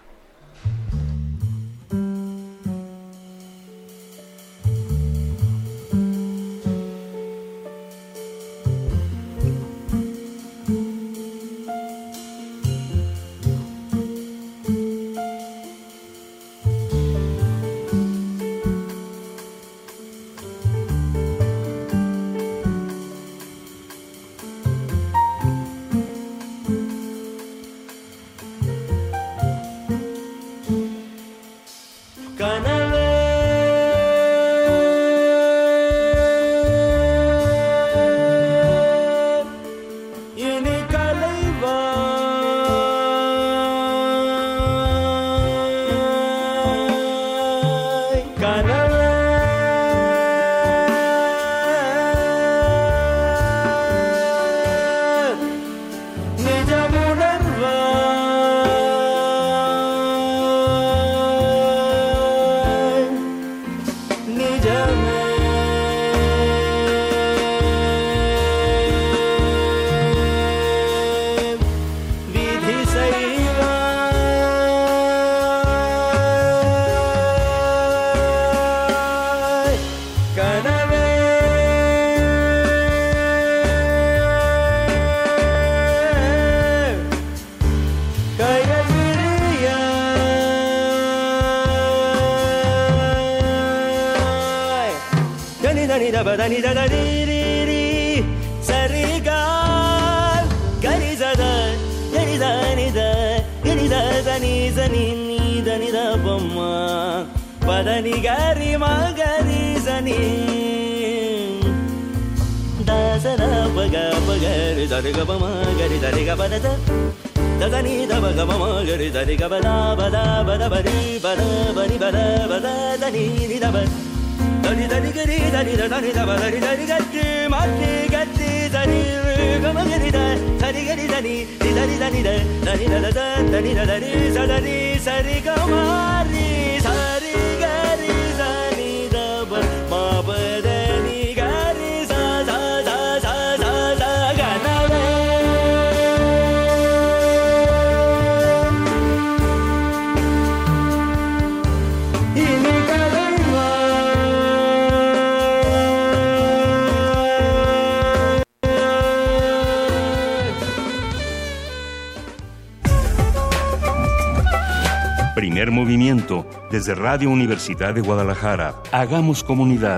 da ba da ni da da ri ri ri sa ri ga ga ri za da ga ri da ni da ga ri da da ni za ni ni da ni da ba ma ba da ni ga ri ma ga ri za ni da za da ba ga ba ga ri da ri ga ba ma ga ri da ri ga ba da da da da ni da ba ga ba ma ga ri da ri ga ba da ba da ba da ba ri ba da ba ni ba da ba da da ni ni da ba da ni da ni ga ri da ni da da ni da ba da ri da ri ga ti ma ti ga ti da ni ga ma ga ri da sa ri ga ri da ni ni da ni da ni da da ni da da da ni da da ni sa da ni sa ri ga ma ri sa ri ga ri sa ni da ba ma ba da ni ga ri sa sa sa sa sa sa ga na re Primer movimiento, desde Radio Universidad de Guadalajara. Hagamos comunidad.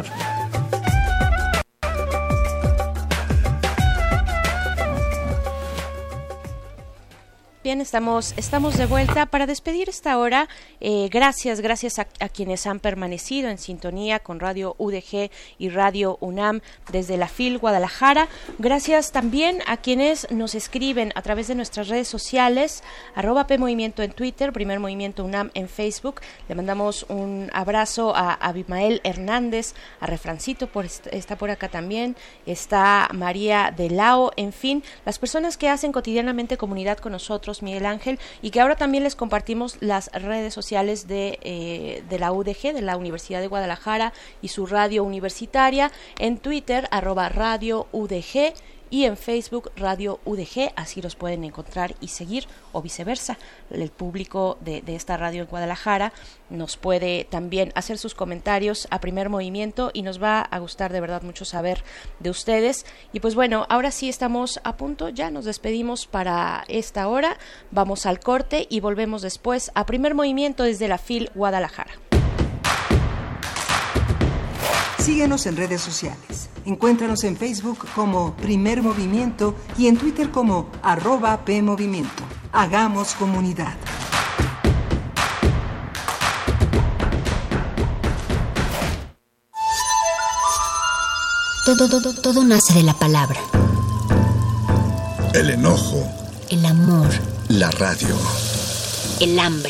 Bien, estamos, estamos de vuelta para despedir esta hora. Eh, gracias, gracias a, a quienes han permanecido en sintonía con Radio U D G y Radio UNAM desde la FIL Guadalajara. Gracias también a quienes nos escriben a través de nuestras redes sociales, arroba P Movimiento en Twitter, Primer Movimiento UNAM en Facebook. Le mandamos un abrazo a Abimael Hernández, a Refrancito, por est- está por acá también, está María de Lao, en fin, las personas que hacen cotidianamente comunidad con nosotros, Miguel Ángel, y que ahora también les compartimos las redes sociales de, eh, de la U D G, de la Universidad de Guadalajara, y su radio universitaria, en Twitter, arroba Radio U D G, y en Facebook Radio U D G, así los pueden encontrar y seguir, o viceversa. El público de, de esta radio en Guadalajara nos puede también hacer sus comentarios a Primer Movimiento y nos va a gustar de verdad mucho saber de ustedes. Y pues bueno, ahora sí estamos a punto, ya nos despedimos para esta hora, vamos al corte y volvemos después a Primer Movimiento desde la FIL Guadalajara. Síguenos en redes sociales. Encuéntranos en Facebook como Primer Movimiento y en Twitter como arroba PMovimiento. Hagamos comunidad. Todo, todo, todo nace de la palabra. El enojo. El amor. La radio. El hambre.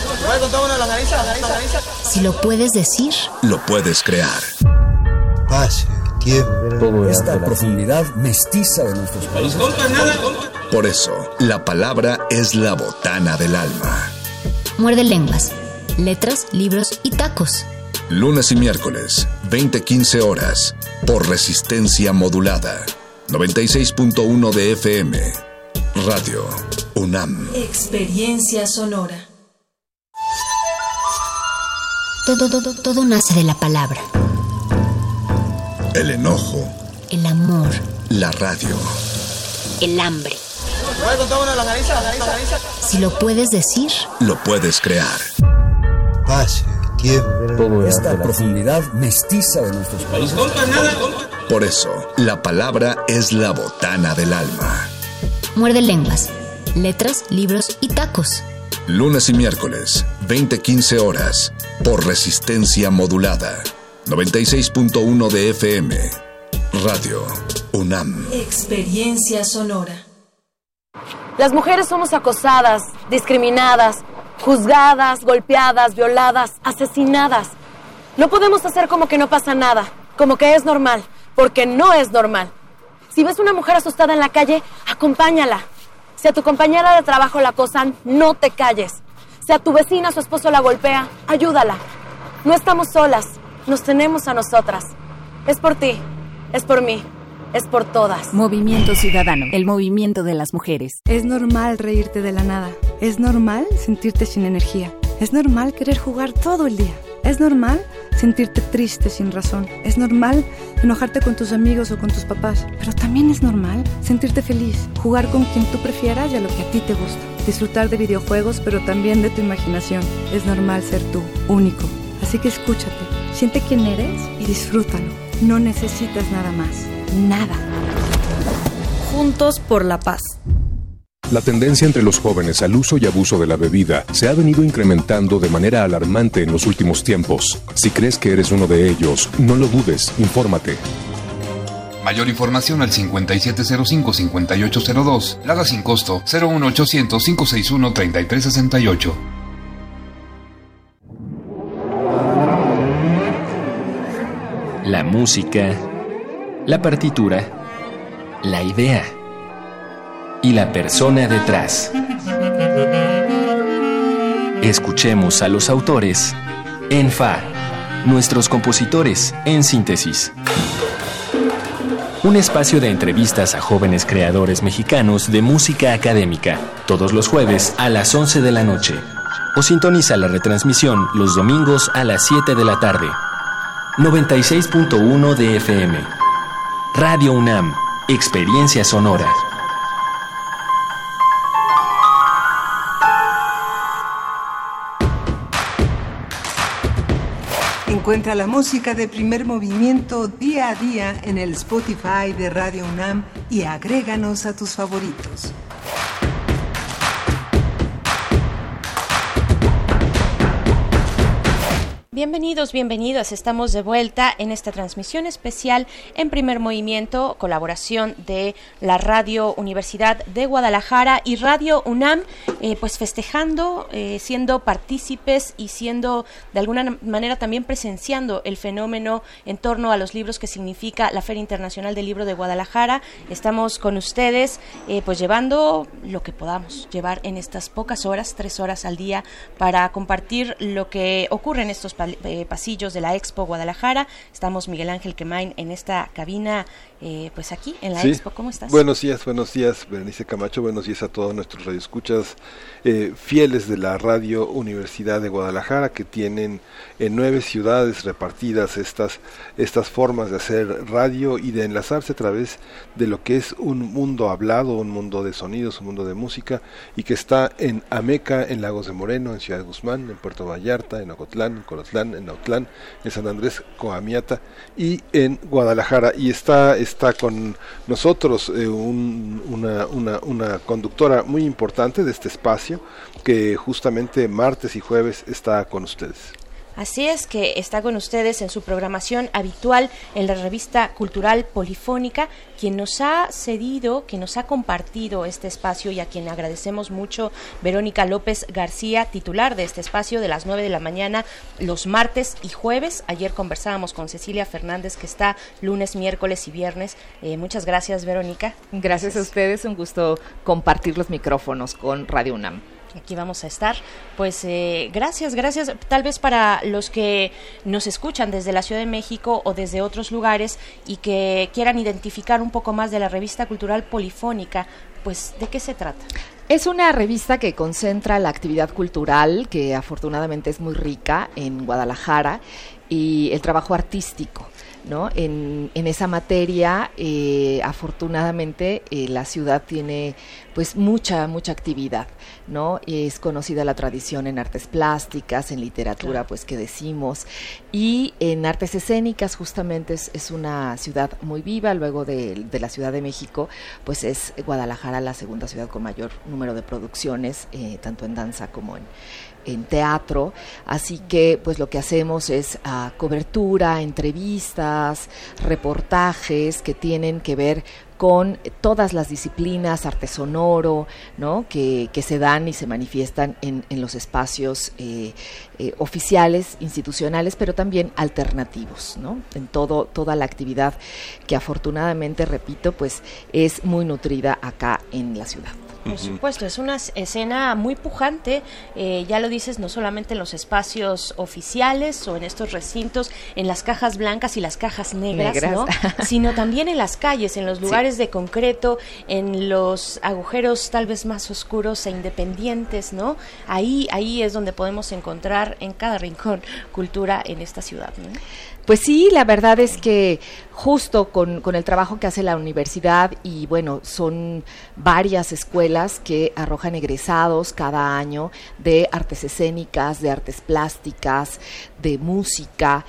Si lo puedes decir, lo puedes crear. Paz, tiempo. Esta profundidad mestiza de nuestros países. Por eso, la palabra es la botana del alma. Muerde lenguas, letras, libros y tacos. Lunes y miércoles, veinte quince horas, por resistencia modulada. noventa y seis punto uno de F M. Radio UNAM. Experiencia sonora. Todo, todo, todo nace de la palabra. El enojo. El amor. La radio. El hambre. Si lo puedes decir, lo puedes crear. Paz, tiempo. Esta profundidad mestiza de nuestros países. Por eso, la palabra es la botana del alma. Muerde lenguas, letras, libros y tacos. Lunes y miércoles, veinte quince horas, por resistencia modulada. noventa y seis punto uno de F M. Radio UNAM. Experiencia sonora. Las mujeres somos acosadas, discriminadas, juzgadas, golpeadas, violadas, asesinadas. No podemos hacer como que no pasa nada, como que es normal, porque no es normal. Si ves una mujer asustada en la calle, acompáñala. Si a tu compañera de trabajo la acosan, no te calles. Si a tu vecina su esposo la golpea, ayúdala. No estamos solas, nos tenemos a nosotras. Es por ti, es por mí, es por todas. Movimiento Ciudadano, el movimiento de las mujeres. Es normal reírte de la nada. Es normal sentirte sin energía. Es normal querer jugar todo el día. Es normal sentirte triste sin razón. Es normal enojarte con tus amigos o con tus papás. Pero también es normal sentirte feliz, jugar con quien tú prefieras y a lo que a ti te gusta. Disfrutar de videojuegos, pero también de tu imaginación. Es normal ser tú, único. Así que escúchate, siente quién eres y disfrútalo. No necesitas nada más. Nada. Juntos por la paz. La tendencia entre los jóvenes al uso y abuso de la bebida se ha venido incrementando de manera alarmante en los últimos tiempos. Si crees que eres uno de ellos, no lo dudes, infórmate. Mayor información al cincuenta y siete cero cinco, cincuenta y ocho cero dos, Lada sin costo cero uno ochocientos, cinco seis uno, treinta y tres sesenta y ocho. La música, la partitura, la idea y la persona detrás. Escuchemos a los autores en F A, nuestros compositores en síntesis. Un espacio de entrevistas a jóvenes creadores mexicanos de música académica, todos los jueves a las once de la noche. O sintoniza la retransmisión los domingos a las siete de la tarde. noventa y seis punto uno de F M. Radio UNAM, Experiencia Sonora. Encuentra la música de Primer Movimiento día a día en el Spotify de Radio UNAM y agréganos a tus favoritos. Bienvenidos, bienvenidas. Estamos de vuelta en esta transmisión especial en Primer Movimiento, colaboración de la Radio Universidad de Guadalajara y Radio UNAM, eh, pues festejando, eh, siendo partícipes y siendo de alguna manera también presenciando el fenómeno en torno a los libros que significa la Feria Internacional del Libro de Guadalajara. Estamos con ustedes, eh, pues llevando lo que podamos llevar en estas pocas horas, tres horas al día, para compartir lo que ocurre en estos Eh, pasillos de la Expo Guadalajara. Estamos Miguel Ángel Quemain en esta cabina, eh, pues aquí en la sí. Expo. ¿Cómo estás? Buenos días, buenos días, Berenice Camacho. Buenos días a todos nuestros radioescuchas eh, fieles de la Radio Universidad de Guadalajara, que tienen en nueve ciudades repartidas estas, estas formas de hacer radio y de enlazarse a través de lo que es un mundo hablado, un mundo de sonidos, un mundo de música, y que está en Ameca, en Lagos de Moreno, en Ciudad de Guzmán, en Puerto Vallarta, en Ocotlán, en Colotlán, en Autlán, en San Andrés, Coamiata y en Guadalajara. Y está está con nosotros eh, un, una, una, una conductora muy importante de este espacio, que justamente martes y jueves está con ustedes. Así es, que está con ustedes en su programación habitual en la revista cultural Polifónica, quien nos ha cedido, quien nos ha compartido este espacio y a quien agradecemos mucho, Verónica López García, titular de este espacio de las nueve de la mañana, los martes y jueves. Ayer conversábamos con Cecilia Fernández, que está lunes, miércoles y viernes. Eh, muchas gracias, Verónica. Gracias, gracias a ustedes, un gusto compartir los micrófonos con Radio UNAM. Aquí vamos a estar. Pues eh, gracias, gracias. Tal vez para los que nos escuchan desde la Ciudad de México o desde otros lugares y que quieran identificar un poco más de la revista cultural Polifónica, pues ¿de qué se trata? Es una revista que concentra la actividad cultural, que afortunadamente es muy rica en Guadalajara, y el trabajo artístico, ¿no? En, en esa materia, eh, afortunadamente, eh, la ciudad tiene pues mucha, mucha actividad, ¿no? Es conocida la tradición en artes plásticas, en literatura, claro. Pues que decimos, y en artes escénicas justamente es, es una ciudad muy viva. Luego de, de la Ciudad de México, pues es Guadalajara la segunda ciudad con mayor número de producciones, eh, tanto en danza como en en teatro, así que pues lo que hacemos es uh, cobertura, entrevistas, reportajes que tienen que ver con todas las disciplinas, arte sonoro, ¿no? que, que se dan y se manifiestan en, en los espacios eh, eh, oficiales, institucionales, pero también alternativos, ¿no? En todo, toda la actividad que afortunadamente, repito, pues es muy nutrida acá en la ciudad. Por supuesto, es una escena muy pujante, eh, ya lo dices, no solamente en los espacios oficiales o en estos recintos, en las cajas blancas y las cajas negras, negras. ¿no? Sino también en las calles, en los lugares sí. de concreto, en los agujeros tal vez más oscuros e independientes, ¿no? Ahí, ahí es donde podemos encontrar en cada rincón cultura en esta ciudad, ¿no? Pues sí, la verdad es que justo con, con el trabajo que hace la universidad, y bueno, son varias escuelas escuelas que arrojan egresados cada año de artes escénicas, de artes plásticas, de música,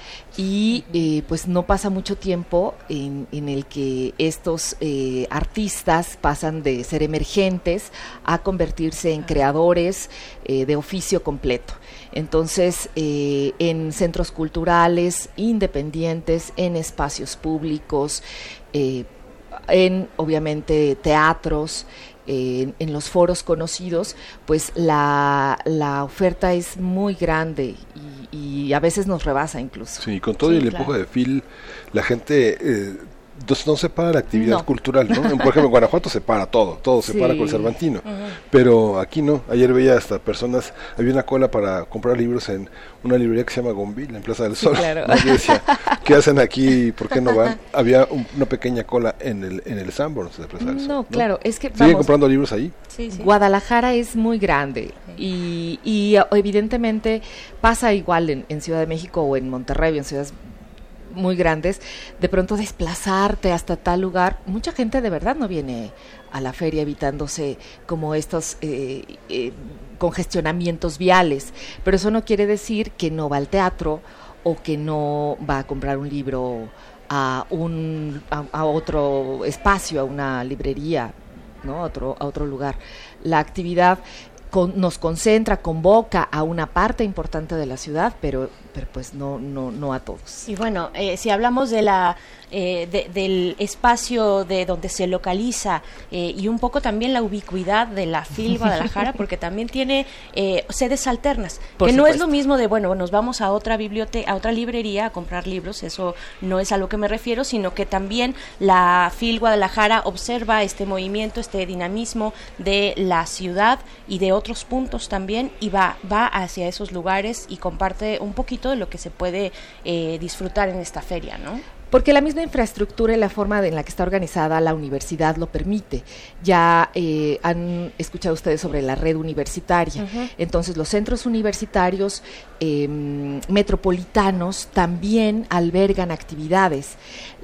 y eh, pues no pasa mucho tiempo en, en el que estos eh, artistas pasan de ser emergentes a convertirse en creadores eh, de oficio completo. Entonces, eh, en centros culturales independientes, en espacios públicos, eh, en obviamente teatros, eh, en, en los foros conocidos, pues la, la oferta es muy grande y, y a veces nos rebasa incluso. Sí, con todo sí, el claro. empuje de Phil, la gente eh, Entonces no se para la actividad no. cultural, ¿no? Por ejemplo, en Guanajuato se para todo, todo se Sí. para con el Cervantino, Uh-huh. pero aquí no. Ayer veía hasta personas, había una cola para comprar libros en una librería que se llama Gonville, en Plaza del Sol. Sí, claro. ¿no? Yo decía, ¿qué hacen aquí? ¿Por qué no van? Había un, una pequeña cola en el en el Sanborns de Plaza del Sol. No, ¿no? claro, es que ¿Siguen vamos, comprando libros ahí? Sí, sí. Guadalajara es muy grande y, y evidentemente pasa igual en, en Ciudad de México o en Monterrey o en ciudades muy grandes, de pronto desplazarte hasta tal lugar. Mucha gente de verdad no viene a la feria evitándose como estos eh, eh, congestionamientos viales, pero eso no quiere decir que no va al teatro o que no va a comprar un libro a un a, a otro espacio, a una librería, ¿no? A otro a otro lugar. La actividad Con, nos concentra, convoca a una parte importante de la ciudad, pero, pero pues no, no, no a todos. Y bueno, eh, si hablamos de la eh, de, del espacio de donde se localiza eh, y un poco también la ubicuidad de la FIL Guadalajara, porque también tiene eh, sedes alternas, Por que supuesto. no es lo mismo de, bueno, nos vamos a otra biblioteca, a otra librería a comprar libros, eso no es a lo que me refiero, sino que también la FIL Guadalajara observa este movimiento, este dinamismo de la ciudad y de otros puntos también, y va, va hacia esos lugares y comparte un poquito de lo que se puede eh, disfrutar en esta feria, ¿no? Porque la misma infraestructura y la forma de, en la que está organizada la universidad lo permite. Ya eh, han escuchado ustedes sobre la red universitaria. Uh-huh. Entonces, los centros universitarios eh, metropolitanos también albergan actividades.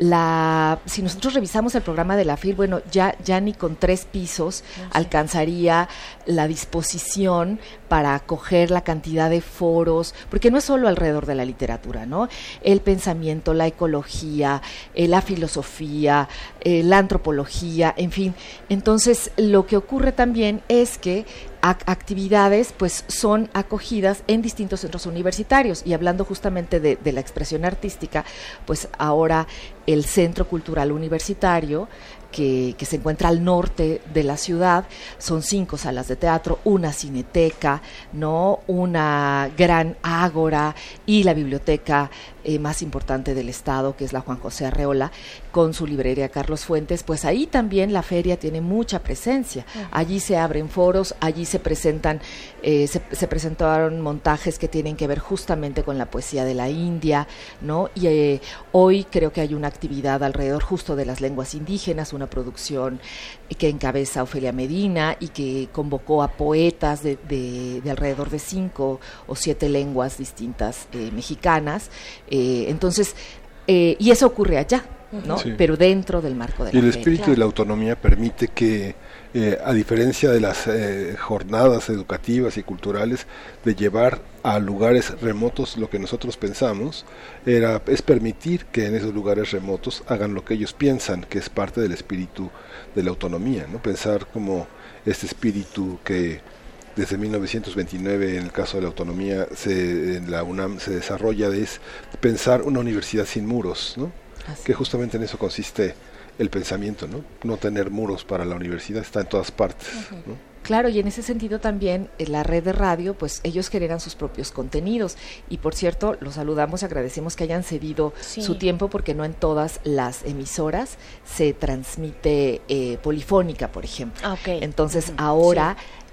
La, si nosotros revisamos el programa de la FIL, bueno, ya, ya ni con tres pisos no sé. alcanzaría la disposición para acoger la cantidad de foros, porque no es solo alrededor de la literatura, ¿no? El pensamiento, la ecología, eh, la filosofía, eh, la antropología, en fin. Entonces, lo que ocurre también es que actividades pues son acogidas en distintos centros universitarios, y hablando justamente de, de la expresión artística, pues ahora el Centro Cultural Universitario, que, que se encuentra al norte de la ciudad, son cinco salas de teatro, una cineteca, ¿no? Una gran ágora y la biblioteca eh, más importante del estado, que es la Juan José Arreola, con su librería Carlos Fuentes. Pues ahí también la feria tiene mucha presencia. Uh-huh. Allí se abren foros, allí se presentan, eh, se, se presentaron montajes que tienen que ver justamente con la poesía de la India, ¿no? Y eh, hoy creo que hay una actividad alrededor justo de las lenguas indígenas, una producción que encabeza Ofelia Medina y que convocó a poetas de, de, de alrededor de cinco o siete lenguas distintas eh, mexicanas. Eh, entonces, eh, y eso ocurre allá, ¿no? Sí. Pero dentro del marco de la Y el feria. espíritu claro. de la autonomía permite que, eh, a diferencia de las eh, jornadas educativas y culturales, de llevar a lugares remotos lo que nosotros pensamos, era es permitir que en esos lugares remotos hagan lo que ellos piensan, que es parte del espíritu de la autonomía, ¿no? Pensar como este espíritu que desde mil novecientos veintinueve, en el caso de la autonomía, se, en la UNAM se desarrolla, de es pensar una universidad sin muros, ¿no? Así. Que justamente en eso consiste el pensamiento, ¿no? No tener muros para la universidad, está en todas partes, uh-huh. ¿no? Claro, y en ese sentido también eh, la red de radio, pues ellos generan sus propios contenidos, y por cierto, los saludamos, agradecemos que hayan cedido sí. su tiempo, porque no en todas las emisoras se transmite eh, polifónica, por ejemplo. Ah, okay. Entonces uh-huh. ahora... Sí.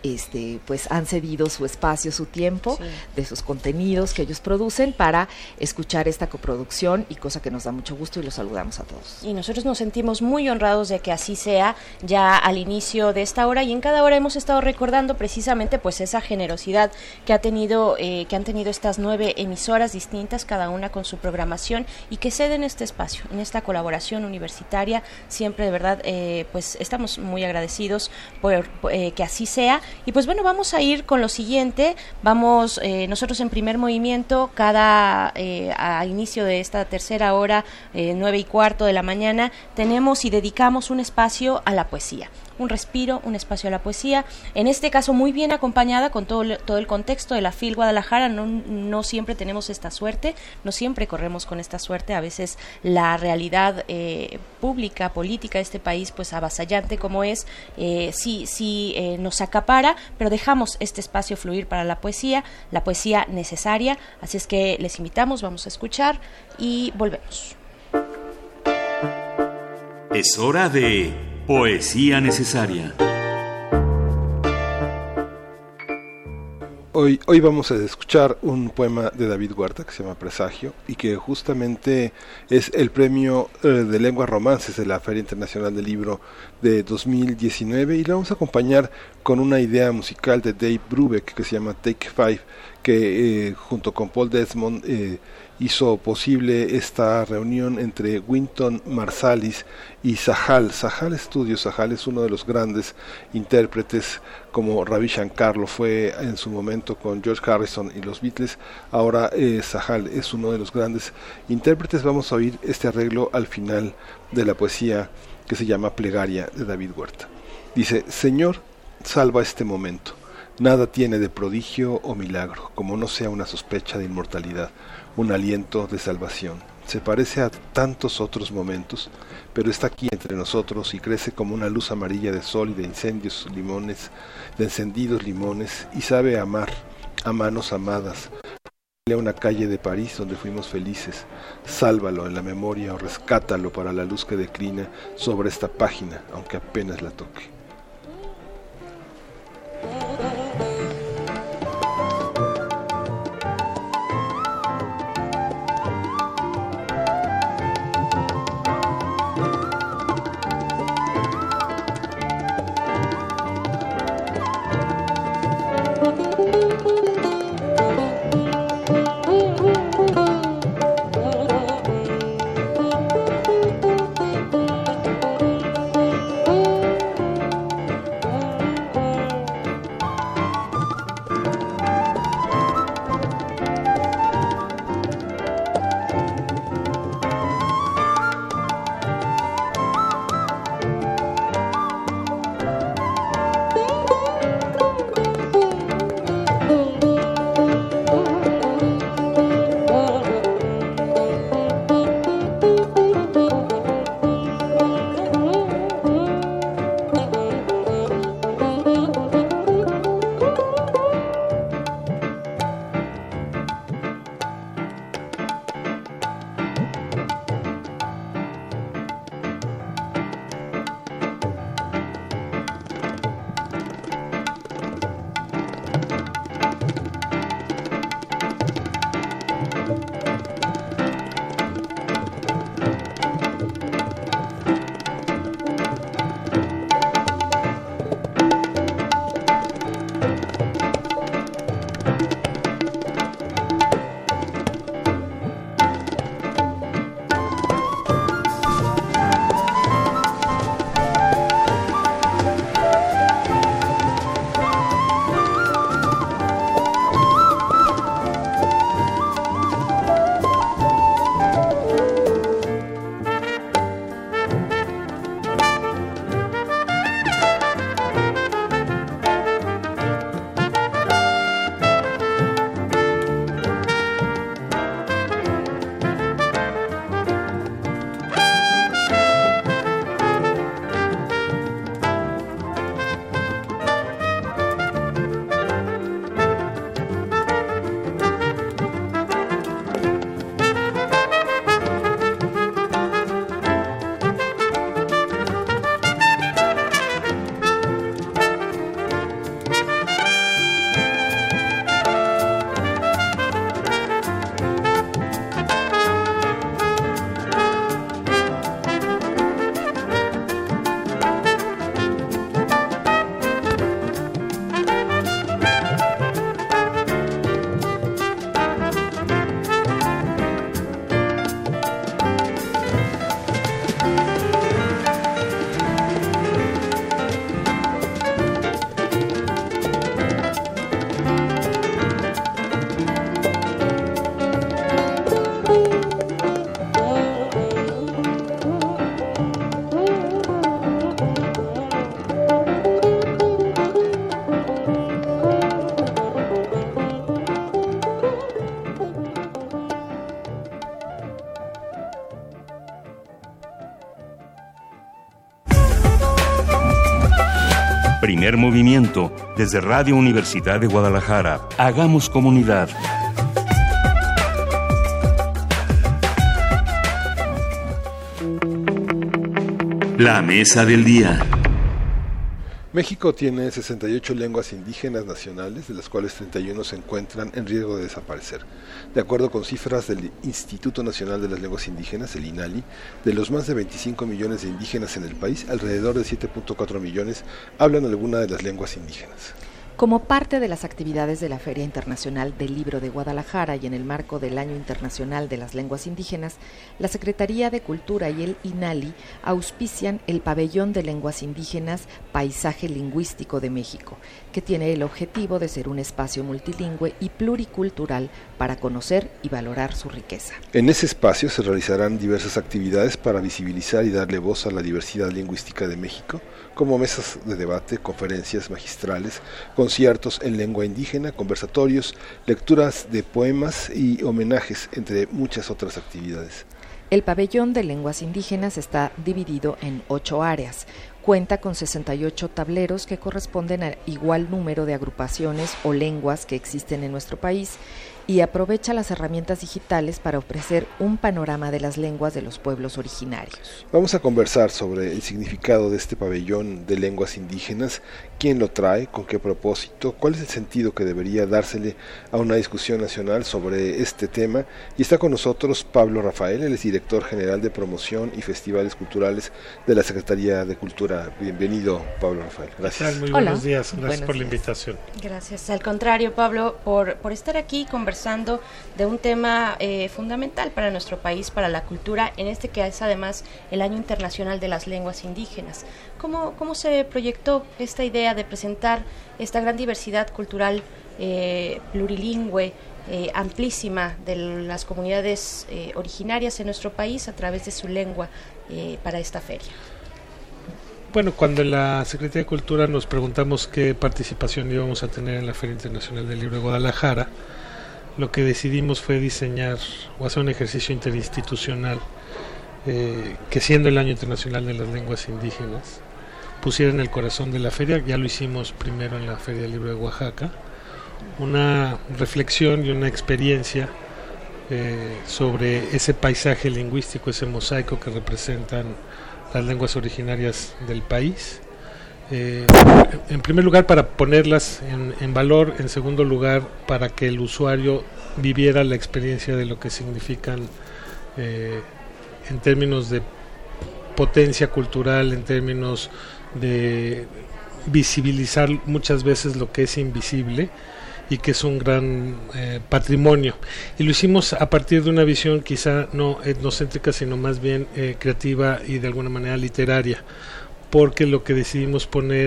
este, pues han cedido su espacio, su tiempo, Sí. de sus contenidos que ellos producen para escuchar esta coproducción, y cosa que nos da mucho gusto, y los saludamos a todos. Y nosotros nos sentimos muy honrados de que así sea ya al inicio de esta hora, y en cada hora hemos estado recordando precisamente pues esa generosidad que ha tenido eh, que han tenido estas nueve emisoras distintas, cada una con su programación, y que ceden este espacio en esta colaboración universitaria. Siempre de verdad eh, pues estamos muy agradecidos por, por eh, que así sea. Y pues bueno, vamos a ir con lo siguiente. Vamos eh, nosotros en Primer Movimiento, cada eh, a inicio de esta tercera hora, eh, nueve y cuarto de la mañana, tenemos y dedicamos un espacio a la poesía. Un respiro, un espacio a la poesía, en este caso muy bien acompañada con todo, todo el contexto de la F I L Guadalajara. No, no siempre tenemos esta suerte, no siempre corremos con esta suerte, a veces la realidad eh, pública, política de este país, pues avasallante como es, eh, sí, sí eh, nos acapara, pero dejamos este espacio fluir para la poesía, la poesía necesaria, así es que les invitamos, vamos a escuchar y volvemos. Es hora de Poesía Necesaria. Hoy, hoy vamos a escuchar un poema de David Huerta que se llama Presagio, y que justamente es el premio eh, de lenguas romances de la Feria Internacional del Libro de dos mil diecinueve, y lo vamos a acompañar con una idea musical de Dave Brubeck que se llama Take Five, que eh, junto con Paul Desmond eh, hizo posible esta reunión entre Wynton Marsalis y Sahal. Sahal Studio, Sahal es uno de los grandes intérpretes, como Ravi Shankar lo fue en su momento con George Harrison y los Beatles. Ahora eh, Sahal es uno de los grandes intérpretes. Vamos a oír este arreglo al final de la poesía que se llama Plegaria de David Huerta. Dice: Señor, salva este momento. Nada tiene de prodigio o milagro, como no sea una sospecha de inmortalidad, un aliento de salvación. Se parece a tantos otros momentos, pero está aquí entre nosotros y crece como una luz amarilla de sol y de incendios limones, de encendidos limones, y sabe amar, a manos amadas. A una calle de París donde fuimos felices. Sálvalo en la memoria o rescátalo para la luz que declina sobre esta página, aunque apenas la toque. Primer movimiento, desde Radio Universidad de Guadalajara. Hagamos comunidad. La mesa del día. México tiene sesenta y ocho lenguas indígenas nacionales, de las cuales treinta y uno se encuentran en riesgo de desaparecer. De acuerdo con cifras del Instituto Nacional de las Lenguas Indígenas, el INALI, de los más de veinticinco millones de indígenas en el país, alrededor de siete punto cuatro millones hablan alguna de las lenguas indígenas. Como parte de las actividades de la Feria Internacional del Libro de Guadalajara y en el marco del Año Internacional de las Lenguas Indígenas, la Secretaría de Cultura y el INALI auspician el Pabellón de Lenguas Indígenas Paisaje Lingüístico de México, que tiene el objetivo de ser un espacio multilingüe y pluricultural para conocer y valorar su riqueza. En ese espacio se realizarán diversas actividades para visibilizar y darle voz a la diversidad lingüística de México, como mesas de debate, conferencias magistrales, conciertos en lengua indígena, conversatorios, lecturas de poemas y homenajes, entre muchas otras actividades. El pabellón de lenguas indígenas está dividido en ocho áreas. Cuenta con sesenta y ocho tableros que corresponden al igual número de agrupaciones o lenguas que existen en nuestro país y aprovecha las herramientas digitales para ofrecer un panorama de las lenguas de los pueblos originarios. Vamos a conversar sobre el significado de este pabellón de lenguas indígenas, quién lo trae, con qué propósito, cuál es el sentido que debería dársele a una discusión nacional sobre este tema. Y está con nosotros Pablo Rafael, él es director general de promoción y festivales culturales de la Secretaría de Cultura. Bienvenido, Pablo Rafael. Gracias. Muy Hola. buenos días, gracias Buenos por la días. invitación. Gracias, al contrario, Pablo, por, por estar aquí conversando de un tema eh, fundamental para nuestro país, para la cultura, en este que es además el Año Internacional de las Lenguas Indígenas. ¿Cómo, cómo se proyectó esta idea de presentar esta gran diversidad cultural eh, plurilingüe, eh, amplísima de las comunidades eh, originarias en nuestro país a través de su lengua eh, para esta feria? Bueno, cuando en la Secretaría de Cultura nos preguntamos qué participación íbamos a tener en la Feria Internacional del Libro de Guadalajara, lo que decidimos fue diseñar o hacer un ejercicio interinstitucional eh, que, siendo el Año Internacional de las Lenguas Indígenas, pusiera en el corazón de la feria. Ya lo hicimos primero en la Feria del Libro de Oaxaca, una reflexión y una experiencia eh, sobre ese paisaje lingüístico, ese mosaico que representan las lenguas originarias del país. Eh, en primer lugar, para ponerlas en, en valor; en segundo lugar, para que el usuario viviera la experiencia de lo que significan eh, en términos de potencia cultural, en términos de visibilizar muchas veces lo que es invisible y que es un gran eh, patrimonio. Y lo hicimos a partir de una visión quizá no etnocéntrica, sino más bien eh, creativa y de alguna manera literaria, porque lo que decidimos poner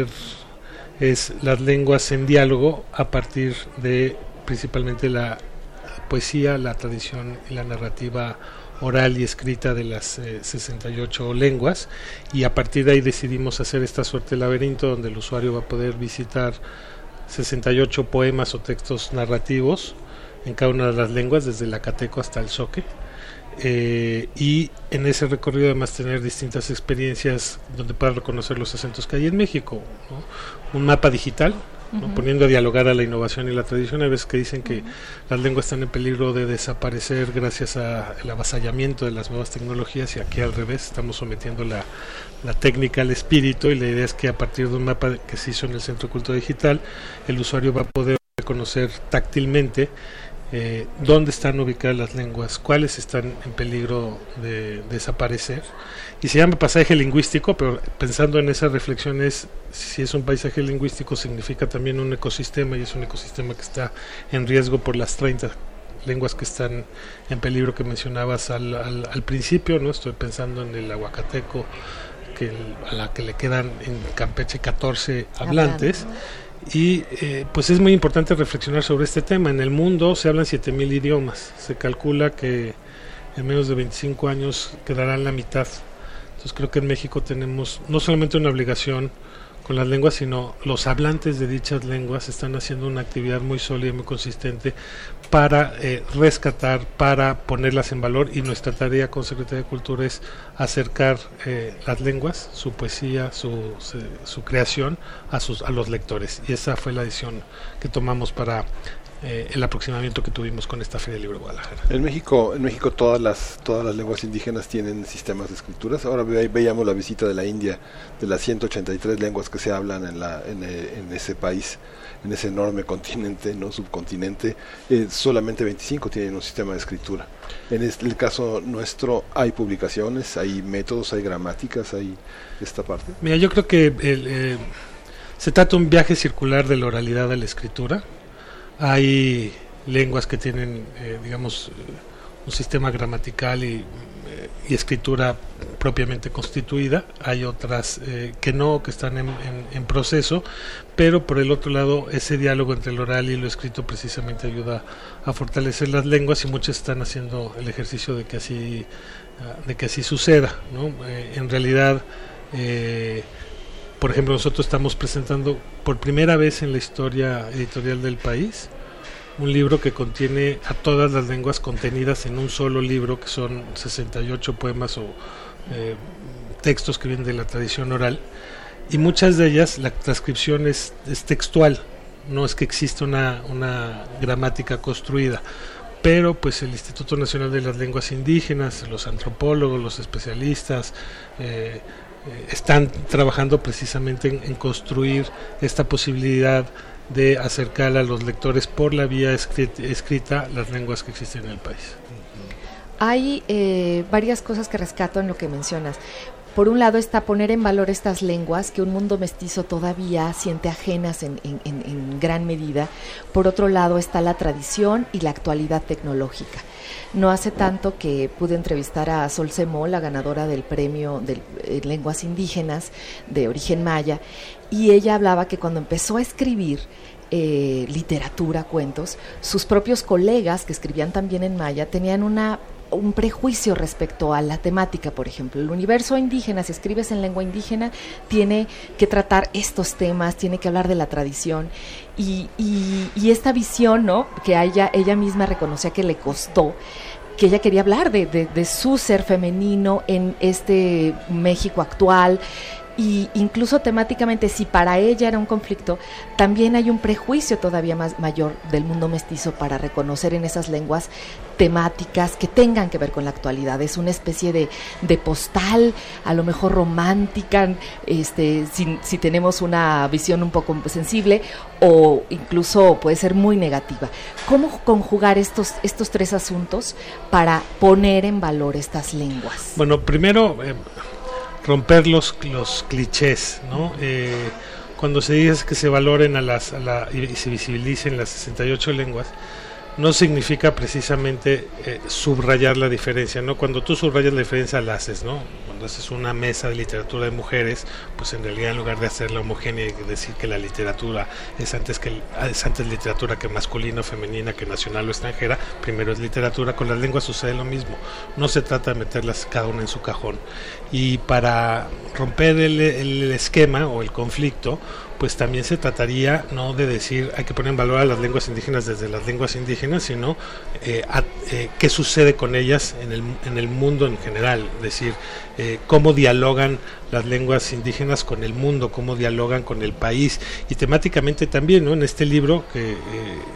es las lenguas en diálogo a partir de principalmente la poesía, la tradición y la narrativa oral y escrita de las eh, sesenta y ocho lenguas, y a partir de ahí decidimos hacer esta suerte de laberinto donde el usuario va a poder visitar sesenta y ocho poemas o textos narrativos en cada una de las lenguas, desde el acateco hasta el zoque. Eh, y en ese recorrido además tener distintas experiencias donde puedas reconocer los acentos que hay en México, ¿no? Un mapa digital, ¿no? Uh-huh. Poniendo a dialogar a la innovación y la tradición. Hay veces que dicen que uh-huh. las lenguas están en peligro de desaparecer gracias al avasallamiento de las nuevas tecnologías, y aquí al revés, estamos sometiendo la, la técnica al espíritu, y la idea es que a partir de un mapa que se hizo en el Centro de Cultura Digital, el usuario va a poder reconocer táctilmente Eh, dónde están ubicadas las lenguas, cuáles están en peligro de, de desaparecer, y se llama paisaje lingüístico, pero pensando en esas reflexiones, si es un paisaje lingüístico significa también un ecosistema, y es un ecosistema que está en riesgo por las treinta lenguas que están en peligro que mencionabas al, al, al principio, ¿no? Estoy pensando en el aguacateco, que el, a la que le quedan en Campeche catorce hablantes. Hablando. Y eh, pues es muy importante reflexionar sobre este tema. En el mundo se hablan siete mil idiomas, se calcula que en menos de veinticinco años quedarán la mitad. Entonces creo que en México tenemos no solamente una obligación con las lenguas, sino los hablantes de dichas lenguas están haciendo una actividad muy sólida y muy consistente para eh, rescatar, para ponerlas en valor, y nuestra tarea con Secretaría de Cultura es acercar eh, las lenguas, su poesía, su, su, su creación a, sus, a los lectores, y esa fue la decisión que tomamos para eh, el aproximamiento que tuvimos con esta Feria del Libro de Guadalajara. En México, en México todas las todas las lenguas indígenas tienen sistemas de escrituras. Ahora ve, veíamos la visita de la India, de las ciento ochenta y tres lenguas que se hablan en la en, en ese país, en ese enorme continente, no subcontinente, eh, solamente veinticinco tienen un sistema de escritura. En este, el caso nuestro hay publicaciones, hay métodos, hay gramáticas, hay esta parte. Mira, yo creo que el, eh, se trata de un viaje circular de la oralidad a la escritura. Hay lenguas que tienen, eh, digamos, un sistema gramatical y, eh, y escritura propiamente constituida. Hay otras eh, que no, que están en, en, en proceso, pero por el otro lado, ese diálogo entre lo oral y lo escrito precisamente ayuda a fortalecer las lenguas, y muchas están haciendo el ejercicio de que así, de que así suceda, ¿no? Eh, en realidad, eh, por ejemplo, nosotros estamos presentando por primera vez en la historia editorial del país un libro que contiene a todas las lenguas contenidas en un solo libro, que son sesenta y ocho poemas o eh, textos que vienen de la tradición oral, y muchas de ellas la transcripción es, es textual, no es que exista una, una gramática construida, pero pues el Instituto Nacional de las Lenguas Indígenas, los antropólogos, los especialistas, eh, están trabajando precisamente en, en construir esta posibilidad de acercar a los lectores por la vía escrita, escrita las lenguas que existen en el país. Hay eh, varias cosas que rescato en lo que mencionas. Por un lado está poner en valor estas lenguas que un mundo mestizo todavía siente ajenas en, en, en, en gran medida. Por otro lado está la tradición y la actualidad tecnológica. No hace tanto que pude entrevistar a Sol Semó, la ganadora del premio de eh, lenguas indígenas de origen maya, y ella hablaba que cuando empezó a escribir eh, literatura, cuentos, sus propios colegas que escribían también en maya tenían una un prejuicio respecto a la temática. Por ejemplo, el universo indígena, si escribes en lengua indígena, tiene que tratar estos temas, tiene que hablar de la tradición, y, y, y esta visión, ¿no?, que a ella, ella misma reconocía que le costó, que ella quería hablar de, de, de su ser femenino en este México actual. Y incluso temáticamente, si para ella era un conflicto, también hay un prejuicio todavía más mayor del mundo mestizo para reconocer en esas lenguas temáticas que tengan que ver con la actualidad. Es una especie de, de postal, a lo mejor romántica, este, si, si tenemos una visión un poco sensible, o incluso puede ser muy negativa. ¿Cómo conjugar estos, estos tres asuntos para poner en valor estas lenguas? Bueno, primero, Eh... romper los, los clichés, ¿no? Eh, cuando se dice que se valoren a las a la, y se visibilicen las sesenta y ocho lenguas, no significa precisamente eh, subrayar la diferencia, ¿no? Cuando tú subrayas la diferencia la haces, ¿no? Cuando haces una mesa de literatura de mujeres, pues en realidad en lugar de hacerla homogénea y decir que la literatura es antes que es antes literatura que masculina o femenina, que nacional o extranjera, primero es literatura. Con las lenguas sucede lo mismo. No se trata de meterlas cada una en su cajón. Y para romper el, el esquema o el conflicto, pues también se trataría no de decir hay que poner en valor a las lenguas indígenas desde las lenguas indígenas, sino eh, a, eh, qué sucede con ellas en el, en el mundo en general, es decir, eh, cómo dialogan las lenguas indígenas con el mundo, cómo dialogan con el país, y temáticamente también, ¿no? En este libro, que eh,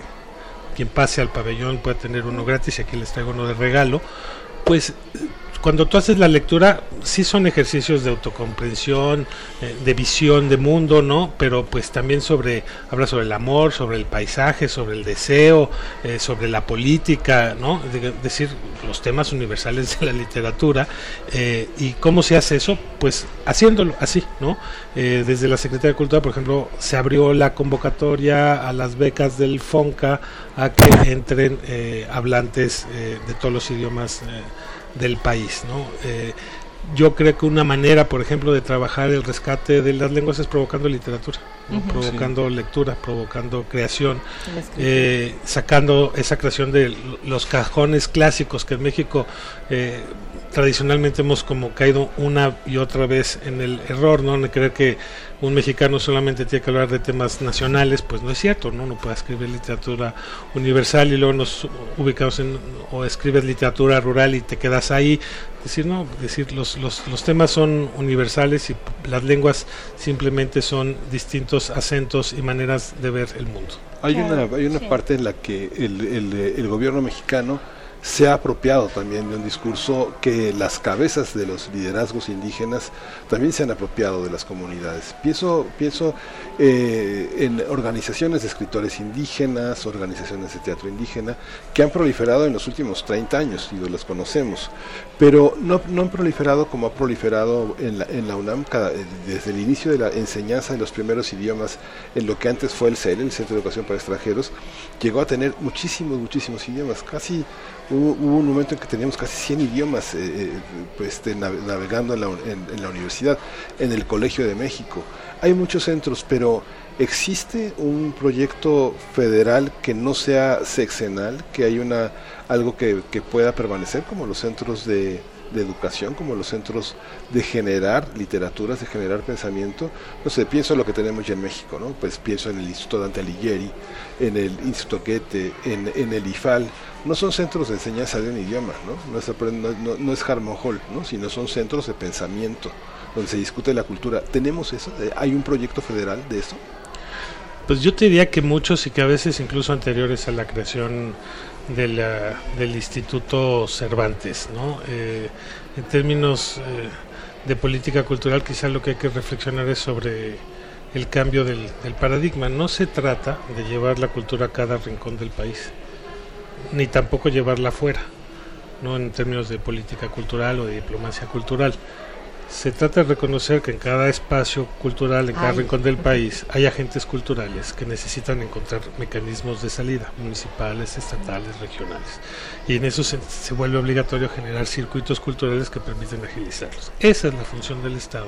quien pase al pabellón puede tener uno gratis, y aquí les traigo uno de regalo, pues cuando tú haces la lectura, sí son ejercicios de autocomprensión, eh, de visión de mundo, ¿no? Pero pues también sobre, habla sobre el amor, sobre el paisaje, sobre el deseo, eh, sobre la política, ¿no? De, decir, los temas universales de la literatura. Eh, ¿Y cómo se hace eso? Pues haciéndolo así, ¿no? Eh, desde la Secretaría de Cultura, por ejemplo, se abrió la convocatoria a las becas del FONCA a que entren eh, hablantes eh, de todos los idiomas eh, del país, ¿no? Eh, yo creo que una manera, por ejemplo, de trabajar el rescate de las lenguas es provocando literatura, ¿no? Uh-huh, provocando sí. lectura, provocando creación, eh, sacando esa creación de los cajones clásicos que en México eh, tradicionalmente hemos como caído una y otra vez en el error, ¿no? De creer que un mexicano solamente tiene que hablar de temas nacionales, pues no es cierto, ¿no? No puede escribir literatura universal y luego nos ubicamos en, o escribes literatura rural y te quedas ahí. Decir, no, decir, los, los, los temas son universales y las lenguas simplemente son distintos acentos y maneras de ver el mundo. Hay una, hay una sí. parte en la que el, el, el gobierno mexicano se ha apropiado también de un discurso que las cabezas de los liderazgos indígenas también se han apropiado de las comunidades. Pienso, pienso eh, en organizaciones de escritores indígenas, organizaciones de teatro indígena, que han proliferado en los últimos treinta años, digo, las conocemos, pero no, no han proliferado como ha proliferado en la, en la UNAM cada, desde el inicio de la enseñanza de los primeros idiomas, en lo que antes fue el C E L, el Centro de Educación para Extranjeros, llegó a tener muchísimos, muchísimos idiomas, casi hubo, hubo un momento en que teníamos casi cien idiomas eh, pues, este, navegando en la, en, en la universidad, en el Colegio de México. Hay muchos centros, pero ¿existe un proyecto federal que no sea sexenal, que hay una algo que, que pueda permanecer como los centros de, de educación, como los centros de generar literaturas, de generar pensamiento? No sé, pienso en lo que tenemos ya en México, ¿no? Pues pienso en el Instituto Dante Alighieri, en el Instituto Goethe, en, en el I F A L. No son centros de enseñanza de un idioma, ¿no? No es, no, no, no es Harmon Hall, ¿no? Sino son centros de pensamiento, donde se discute la cultura. ¿Tenemos eso? ¿Hay un proyecto federal de eso? Pues yo te diría que muchos y que a veces incluso anteriores a la creación de la, del Instituto Cervantes, ¿no? Eh, en términos eh, de política cultural, quizá lo que hay que reflexionar es sobre el cambio del, del paradigma. No se trata de llevar la cultura a cada rincón del país, ni tampoco llevarla afuera, ¿no? En términos de política cultural o de diplomacia cultural. Se trata de reconocer que en cada espacio cultural, en cada Ay. rincón del país, hay agentes culturales que necesitan encontrar mecanismos de salida, municipales, estatales, regionales. Y en eso se, se vuelve obligatorio generar circuitos culturales que permiten agilizarlos. Esa es la función del Estado.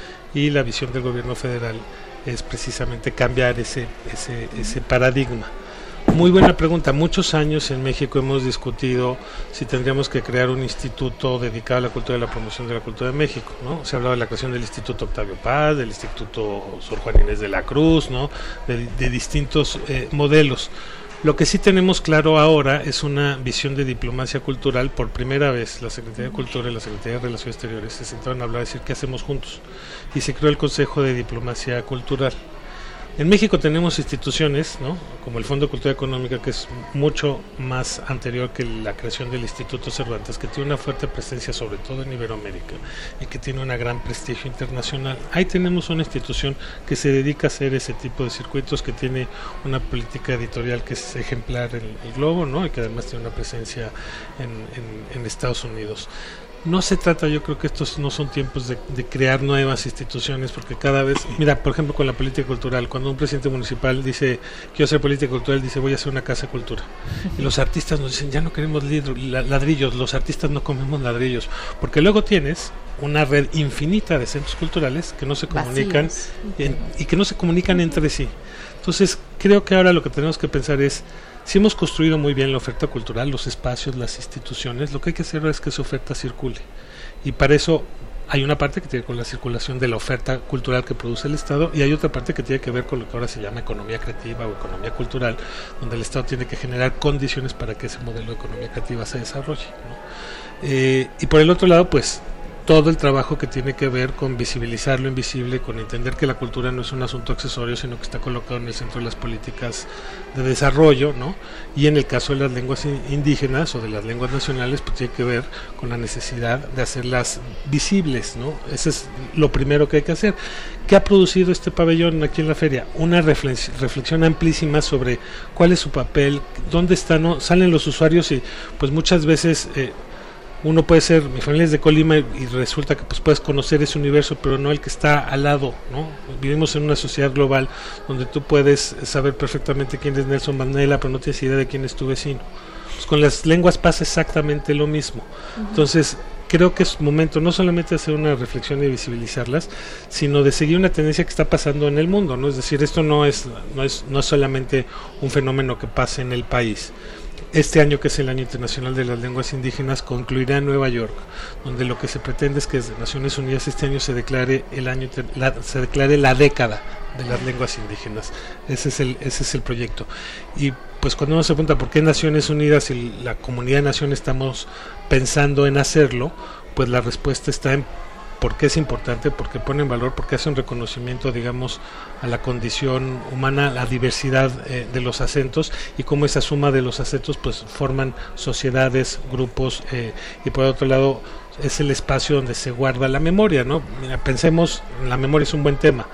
Y la visión del gobierno federal es precisamente cambiar ese, ese, ese paradigma. Muy buena pregunta. Muchos años en México hemos discutido si tendríamos que crear un instituto dedicado a la cultura y la promoción de la cultura de México, ¿no? Se ha hablado de la creación del Instituto Octavio Paz, del Instituto Sor Juana Inés de la Cruz, ¿no? De, de distintos eh, modelos. Lo que sí tenemos claro ahora es una visión de diplomacia cultural. Por primera vez la Secretaría de Cultura y la Secretaría de Relaciones Exteriores se sentaron a hablar, a decir qué hacemos juntos, y se creó el Consejo de Diplomacia Cultural. En México tenemos instituciones, ¿no? Como el Fondo de Cultura Económica, que es mucho más anterior que la creación del Instituto Cervantes, que tiene una fuerte presencia sobre todo en Iberoamérica y que tiene un gran prestigio internacional. Ahí tenemos una institución que se dedica a hacer ese tipo de circuitos, que tiene una política editorial que es ejemplar en el globo, ¿no? Y que además tiene una presencia en, en, en Estados Unidos. No se trata, yo creo que estos no son tiempos de, de crear nuevas instituciones, porque cada vez, mira, por ejemplo, con la política cultural, cuando un presidente municipal dice, quiero hacer política cultural, dice, voy a hacer una casa de cultura. Y los artistas nos dicen, ya no queremos ladrillos, los artistas no comemos ladrillos, porque luego tienes una red infinita de centros culturales que no se comunican en, y que no se comunican entre sí. Entonces, creo que ahora lo que tenemos que pensar es, si hemos construido muy bien la oferta cultural, los espacios, las instituciones, lo que hay que hacer es que esa oferta circule. Y para eso hay una parte que tiene que ver con la circulación de la oferta cultural que produce el Estado, y hay otra parte que tiene que ver con lo que ahora se llama economía creativa o economía cultural, donde el Estado tiene que generar condiciones para que ese modelo de economía creativa se desarrolle, ¿no? Eh, y por el otro lado, pues, todo el trabajo que tiene que ver con visibilizar lo invisible, con entender que la cultura no es un asunto accesorio, sino que está colocado en el centro de las políticas de desarrollo, ¿no? Y en el caso de las lenguas indígenas o de las lenguas nacionales, pues tiene que ver con la necesidad de hacerlas visibles, ¿no? Ese es lo primero que hay que hacer. ¿Qué ha producido este pabellón aquí en la feria? Una reflexión, reflexión amplísima sobre cuál es su papel, dónde están, ¿no? Salen los usuarios y pues muchas veces eh, uno puede ser, mi familia es de Colima y, y resulta que pues puedes conocer ese universo, pero no el que está al lado, ¿no? Vivimos en una sociedad global donde tú puedes saber perfectamente quién es Nelson Mandela, pero no tienes idea de quién es tu vecino. Pues con las lenguas pasa exactamente lo mismo. Uh-huh. Entonces, creo que es momento no solamente de hacer una reflexión y visibilizarlas, sino de seguir una tendencia que está pasando en el mundo, ¿no? Es decir, esto no es, no es, no es solamente un fenómeno que pasa en el país. este año, que es el Año Internacional de las Lenguas Indígenas, concluirá en Nueva York, donde lo que se pretende es que desde Naciones Unidas este año se declare el año la, se declare la década de las lenguas indígenas. Ese es el ese es el proyecto. Y pues cuando uno se pregunta por qué Naciones Unidas y la comunidad de naciones estamos pensando en hacerlo, pues la respuesta está en por qué es importante, porque pone en valor, porque hace un reconocimiento, digamos, a la condición humana, la diversidad eh, de los acentos, y cómo esa suma de los acentos pues forman sociedades, grupos, eh, y por otro lado es el espacio donde se guarda la memoria, ¿no? Mira, pensemos, la memoria es un buen tema.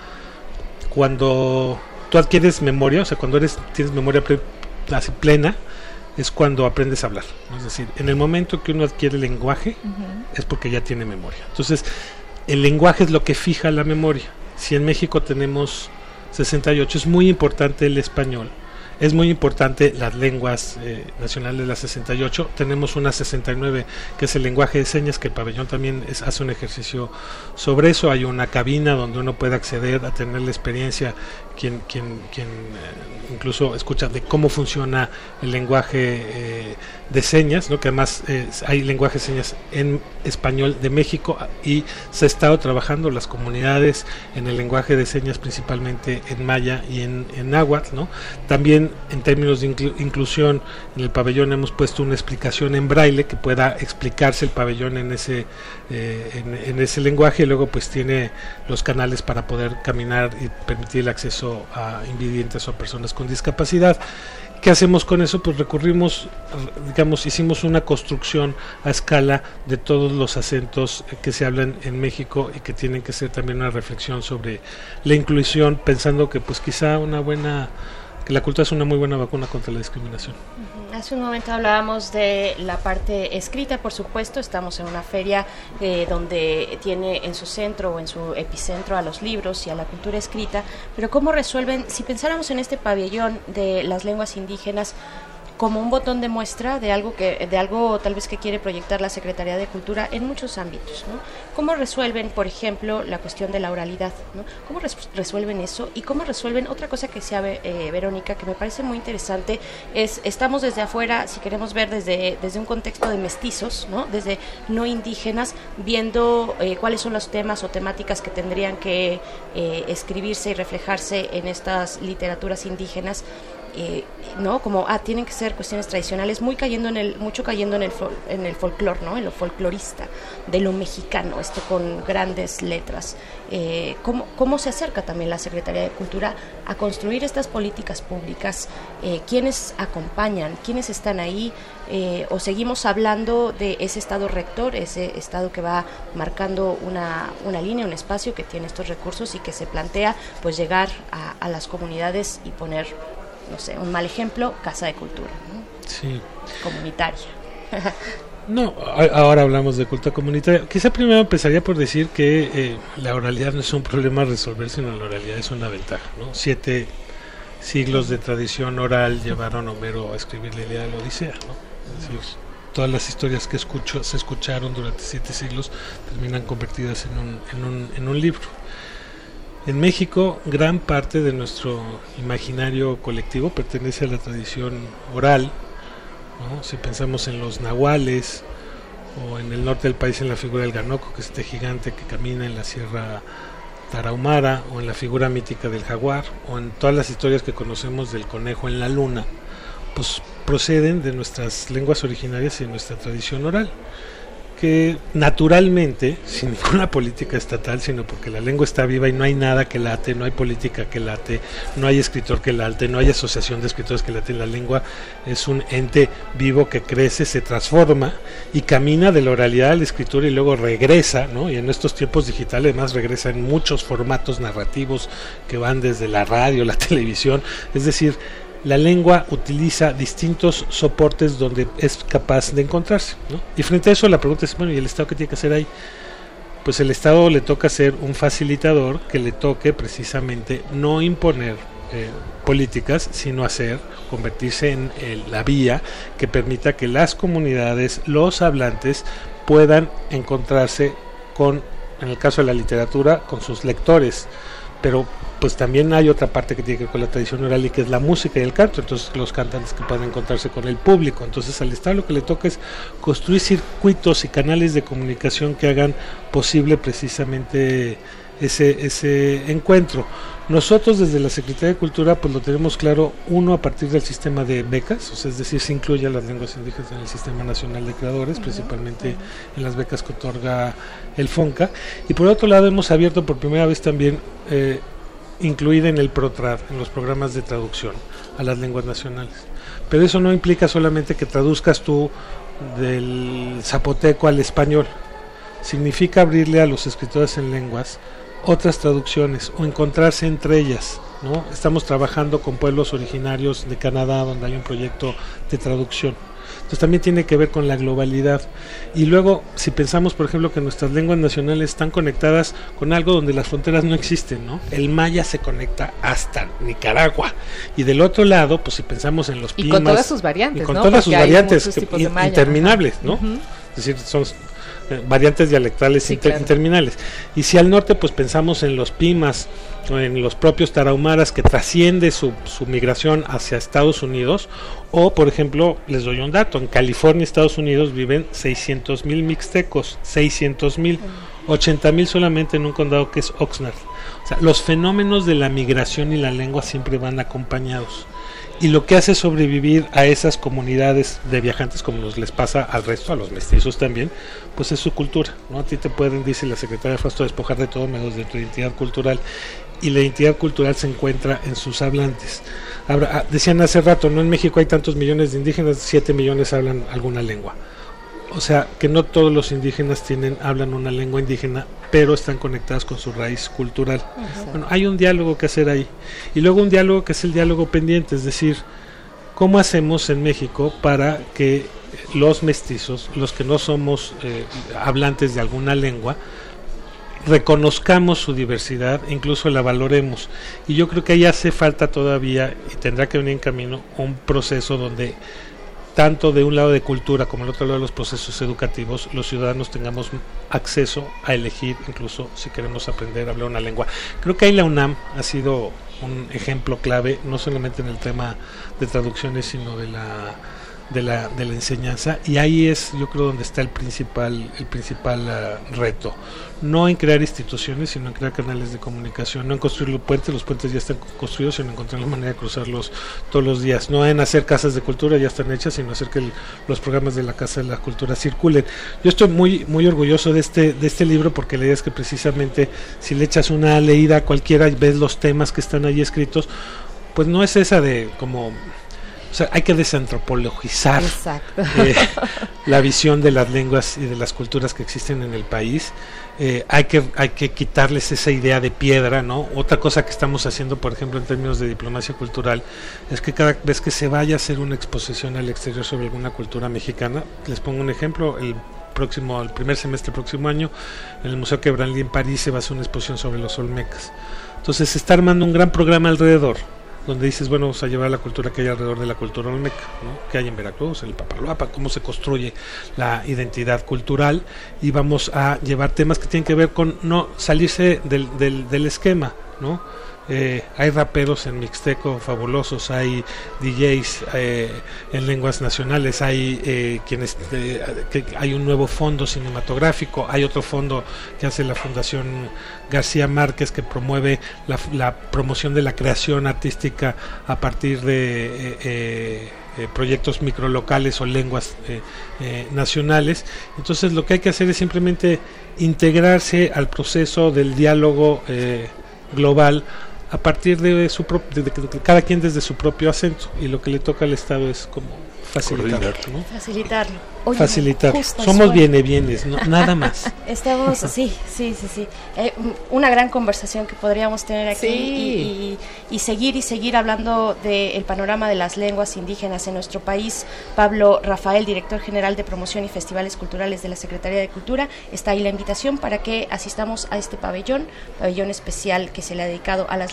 Cuando tú adquieres memoria, o sea, cuando eres tienes memoria ple, así plena, es cuando aprendes a hablar, ¿no? Es decir, en el momento que uno adquiere lenguaje, uh-huh, es porque ya tiene memoria. Entonces, el lenguaje es lo que fija la memoria. Si en México tenemos sesenta y ocho, es muy importante el español, es muy importante las lenguas eh, nacionales de las sesenta y ocho. Tenemos una sesenta y nueve, que es el lenguaje de señas, que el pabellón también es, hace un ejercicio sobre eso. Hay una cabina donde uno puede acceder a tener la experiencia, quien, quien, quien eh, incluso escucha de cómo funciona el lenguaje eh, de señas, ¿no? Que además eh, hay lenguaje de señas en español de México, y se ha estado trabajando las comunidades en el lenguaje de señas, principalmente en maya y en, en náhuatl, ¿no? También en términos de inclu- inclusión, en el pabellón hemos puesto una explicación en braille que pueda explicarse el pabellón en ese eh, en, en ese lenguaje, y luego pues tiene los canales para poder caminar y permitir el acceso a invidentes o a personas con discapacidad. ¿Qué hacemos con eso? Pues recurrimos, digamos, hicimos una construcción a escala de todos los acentos que se hablan en México, y que tienen que ser también una reflexión sobre la inclusión, pensando que pues quizá una buena que la cultura es una muy buena vacuna contra la discriminación. Uh-huh. Hace un momento hablábamos de la parte escrita, por supuesto, estamos en una feria eh, donde tiene en su centro o en su epicentro a los libros y a la cultura escrita, pero ¿cómo resuelven, si pensáramos en este pabellón de las lenguas indígenas como un botón de muestra de algo que de algo tal vez que quiere proyectar la Secretaría de Cultura en muchos ámbitos, ¿no? ¿Cómo resuelven, por ejemplo, la cuestión de la oralidad, ¿no? ¿Cómo res- resuelven eso? Y cómo resuelven otra cosa que sea eh, Verónica, que me parece muy interesante, es estamos desde afuera, si queremos ver desde desde un contexto de mestizos, ¿no? Desde no indígenas, viendo eh, cuáles son los temas o temáticas que tendrían que eh, escribirse y reflejarse en estas literaturas indígenas. Eh, no como ah tienen que ser cuestiones tradicionales, muy cayendo en el mucho cayendo en el fol, en el folclor, no en lo folclorista de lo mexicano, esto con grandes letras. Eh, cómo cómo se acerca también la Secretaría de Cultura a construir estas políticas públicas, eh, quiénes acompañan, quiénes están ahí, eh, o seguimos hablando de ese estado rector, ese estado que va marcando una una línea, un espacio que tiene estos recursos y que se plantea pues llegar a, a las comunidades y poner, no sé, un mal ejemplo, casa de cultura, ¿no? Sí. Comunitaria. No, ahora hablamos de cultura comunitaria. Quizá primero empezaría por decir que eh, la oralidad no es un problema a resolver, sino la oralidad es una ventaja, ¿no? Siete siglos de tradición oral llevaron a Homero a escribir la Ilíada y la Odisea, ¿no? Es decir, todas las historias que escucho, se escucharon durante siete siglos terminan convertidas en un, en un, en un libro. En México, gran parte de nuestro imaginario colectivo pertenece a la tradición oral, ¿no? Si pensamos en los nahuales, o en el norte del país en la figura del ganoco, que es este gigante que camina en la Sierra Tarahumara, o en la figura mítica del jaguar, o en todas las historias que conocemos del conejo en la luna, pues proceden de nuestras lenguas originarias y de nuestra tradición oral, que naturalmente, sin ninguna política estatal, sino porque la lengua está viva y no hay nada que late, no hay política que late, no hay escritor que late, no hay asociación de escritores que late, la lengua es un ente vivo que crece, se transforma y camina de la oralidad a la escritura y luego regresa, ¿no? Y en estos tiempos digitales además regresa en muchos formatos narrativos que van desde la radio, la televisión, es decir, la lengua utiliza distintos soportes donde es capaz de encontrarse, ¿no? Y frente a eso la pregunta es, bueno, ¿y el Estado qué tiene que hacer ahí? Pues el Estado le toca ser un facilitador que le toque precisamente no imponer eh, políticas, sino hacer, convertirse en el, la vía que permita que las comunidades, los hablantes, puedan encontrarse con, en el caso de la literatura, con sus lectores, pero pues también hay otra parte que tiene que ver con la tradición oral y que es la música y el canto, entonces los cantantes que pueden encontrarse con el público. Entonces al Estado lo que le toca es construir circuitos y canales de comunicación que hagan posible precisamente ese, ese encuentro. Nosotros desde la Secretaría de Cultura pues lo tenemos claro, uno, a partir del sistema de becas, o sea, es decir, se incluye a las lenguas indígenas en el Sistema Nacional de Creadores, uh-huh. principalmente uh-huh. en las becas que otorga el FONCA, y por otro lado hemos abierto por primera vez también, eh, incluida en el PROTRAD, en los programas de traducción a las lenguas nacionales. Pero eso no implica solamente que traduzcas tú del zapoteco al español, significa abrirle a los escritores en lenguas otras traducciones o encontrarse entre ellas, ¿no? Estamos trabajando con pueblos originarios de Canadá donde hay un proyecto de traducción. Entonces también tiene que ver con la globalidad. Y luego, si pensamos, por ejemplo, que nuestras lenguas nacionales están conectadas con algo donde las fronteras no existen, ¿no? El maya se conecta hasta Nicaragua. Y del otro lado, pues si pensamos en los pimas... Y con todas sus variantes, y con ¿no? todas Porque sus variantes in, interminables, ¿no? Uh-huh. Es decir, son variantes dialectales sí, inter, claro. interminales. Y si al norte pues pensamos en los pimas, en los propios tarahumaras, que trasciende su, su migración hacia Estados Unidos, o por ejemplo, les doy un dato, en California, Estados Unidos, viven seiscientos mil mixtecos, seiscientos mil, ochenta mil solamente en un condado que es Oxnard. O sea, los fenómenos de la migración y la lengua siempre van acompañados. Y lo que hace sobrevivir a esas comunidades de viajantes, como nos les pasa al resto, a los mestizos también, pues es su cultura, ¿no? A ti te pueden, dice la secretaria Fausto, despojar de todo menos de tu identidad cultural, y la identidad cultural se encuentra en sus hablantes. Ahora, decían hace rato, no en México hay tantos millones de indígenas, siete millones hablan alguna lengua. O sea, que no todos los indígenas tienen hablan una lengua indígena, pero están conectadas con su raíz cultural. Uh-huh. Bueno, hay un diálogo que hacer ahí. Y luego un diálogo que es el diálogo pendiente, es decir, ¿cómo hacemos en México para que los mestizos, los que no somos eh, hablantes de alguna lengua, reconozcamos su diversidad, incluso la valoremos? Y yo creo que ahí hace falta todavía, y tendrá que venir en camino, un proceso donde tanto de un lado de cultura como del otro lado de los procesos educativos, los ciudadanos tengamos acceso a elegir, incluso si queremos aprender a hablar una lengua. Creo que ahí la UNAM ha sido un ejemplo clave, no solamente en el tema de traducciones, sino de la de la de la enseñanza, y ahí es, yo creo, donde está el principal el principal uh, reto, no en crear instituciones, sino en crear canales de comunicación, no en construir los puentes, los puentes ya están construidos, sino en encontrar la manera de cruzarlos todos los días, no en hacer casas de cultura, ya están hechas, sino hacer que el, los programas de la Casa de la Cultura circulen. Yo estoy muy muy orgulloso de este de este libro, porque la idea es que precisamente si le echas una leída a cualquiera y ves los temas que están ahí escritos, pues no es esa de como... O sea, hay que desantropologizar eh, la visión de las lenguas y de las culturas que existen en el país. Eh, hay que hay que quitarles esa idea de piedra, ¿no? Otra cosa que estamos haciendo, por ejemplo, en términos de diplomacia cultural, es que cada vez que se vaya a hacer una exposición al exterior sobre alguna cultura mexicana, les pongo un ejemplo, el próximo, el primer semestre del próximo año, en el Museo Quebranli en París se va a hacer una exposición sobre los olmecas. Entonces se está armando un gran programa alrededor, donde dices, bueno, vamos a llevar la cultura que hay alrededor de la cultura olmeca, ¿no? Que hay en Veracruz, en el Papaloapa, cómo se construye la identidad cultural, y vamos a llevar temas que tienen que ver con no salirse del, del, del esquema, ¿no? Eh, hay raperos en mixteco fabulosos, hay D Js eh, en lenguas nacionales, hay eh, quienes eh, que hay un nuevo fondo cinematográfico, hay otro fondo que hace la Fundación García Márquez, que promueve la, la promoción de la creación artística a partir de eh, eh, eh, proyectos microlocales o lenguas eh, eh, nacionales. Entonces lo que hay que hacer es simplemente integrarse al proceso del diálogo eh, global a partir de su pro- de, de, de, de cada quien desde su propio acento, y lo que le toca al Estado es como facilitarlo, ¿no? Facilitarlo. Oye, Facilitar. Somos viene bienes, no, nada más. Estamos, sí, sí, sí, sí. Eh, una gran conversación que podríamos tener aquí, sí. y, y, y seguir y seguir hablando del panorama de las lenguas indígenas en nuestro país. Pablo Rafael, director general de Promoción y Festivales Culturales de la Secretaría de Cultura, está ahí la invitación para que asistamos a este pabellón, pabellón especial que se le ha dedicado a las lenguas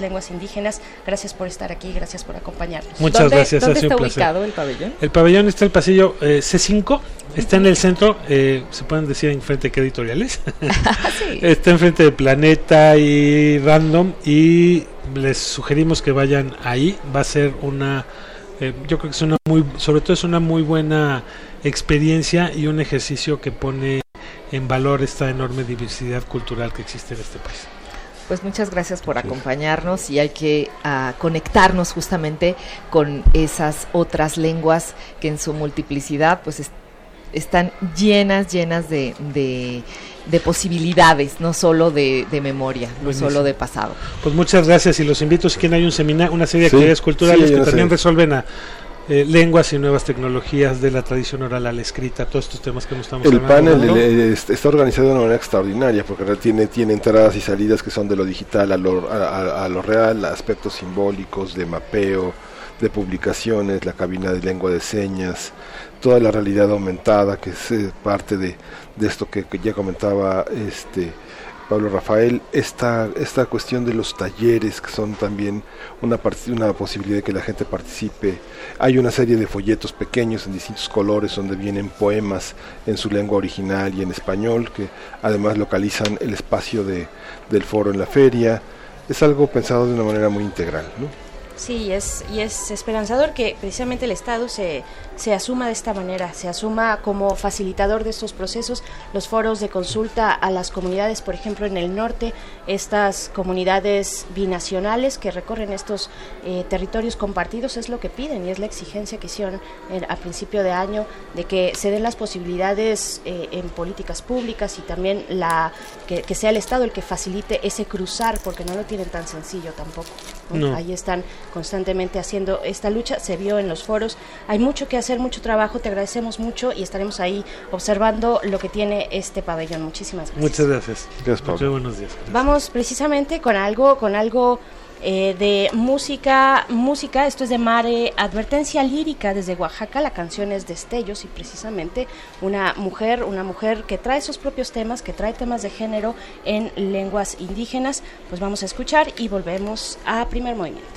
lenguas indígenas. Gracias por estar aquí, gracias por acompañarnos. Muchas ¿Dónde, gracias. ¿Dónde ha sido está un placer. ubicado el pabellón? El pabellón está en el pasillo eh, C cinco, está en el centro, eh, se pueden decir enfrente de qué editoriales. Sí. Está enfrente de Planeta y Random, y les sugerimos que vayan ahí. Va a ser una, eh, yo creo que es una muy, sobre todo es una muy buena experiencia y un ejercicio que pone en valor esta enorme diversidad cultural que existe en este país. Pues muchas gracias por acompañarnos, y hay que uh, conectarnos justamente con esas otras lenguas que en su multiplicidad pues est- están llenas, llenas de, de, de posibilidades, no solo de, de memoria, no Buenísimo. solo de pasado. Pues muchas gracias, y los invito, si quieren, hay un seminario, una serie de Sí, actividades culturales sí, que no también sé. resuelven a eh, lenguas y nuevas tecnologías, de la tradición oral a la escrita, todos estos temas que nos estamos El hablando. panel ¿no? el- el- está organizado de una manera extraordinaria, porque tiene, tiene entradas y salidas que son de lo digital a lo, a, a- a lo real, aspectos simbólicos, de mapeo, de publicaciones, la cabina de lengua de señas, toda la realidad aumentada, que es eh, parte de, de esto que, que ya comentaba este Pablo Rafael, esta, esta cuestión de los talleres, que son también una, part- una posibilidad de que la gente participe. Hay una serie de folletos pequeños en distintos colores donde vienen poemas en su lengua original y en español, que además localizan el espacio de, del foro en la feria. Es algo pensado de una manera muy integral, ¿no? Sí, es, y es esperanzador que precisamente el Estado se, se asuma de esta manera, se asuma como facilitador de estos procesos, los foros de consulta a las comunidades, por ejemplo, en el norte, estas comunidades binacionales que recorren estos eh, territorios compartidos, es lo que piden y es la exigencia que hicieron eh, a principio de año, de que se den las posibilidades eh, en políticas públicas, y también la que, que sea el Estado el que facilite ese cruzar, porque no lo tienen tan sencillo tampoco, ¿no? No. Ahí están constantemente haciendo esta lucha, se vio en los foros, hay mucho que hacer, mucho trabajo, te agradecemos mucho y estaremos ahí observando lo que tiene este pabellón. Muchísimas gracias. Muchas gracias. Gracias, Pablo. Muchos buenos días. Vamos precisamente con algo, con algo eh, de música, música, esto es de Mare, Advertencia Lírica desde Oaxaca, la canción es Destellos, y precisamente una mujer, una mujer que trae sus propios temas, que trae temas de género en lenguas indígenas. Pues vamos a escuchar y volvemos a Primer Movimiento.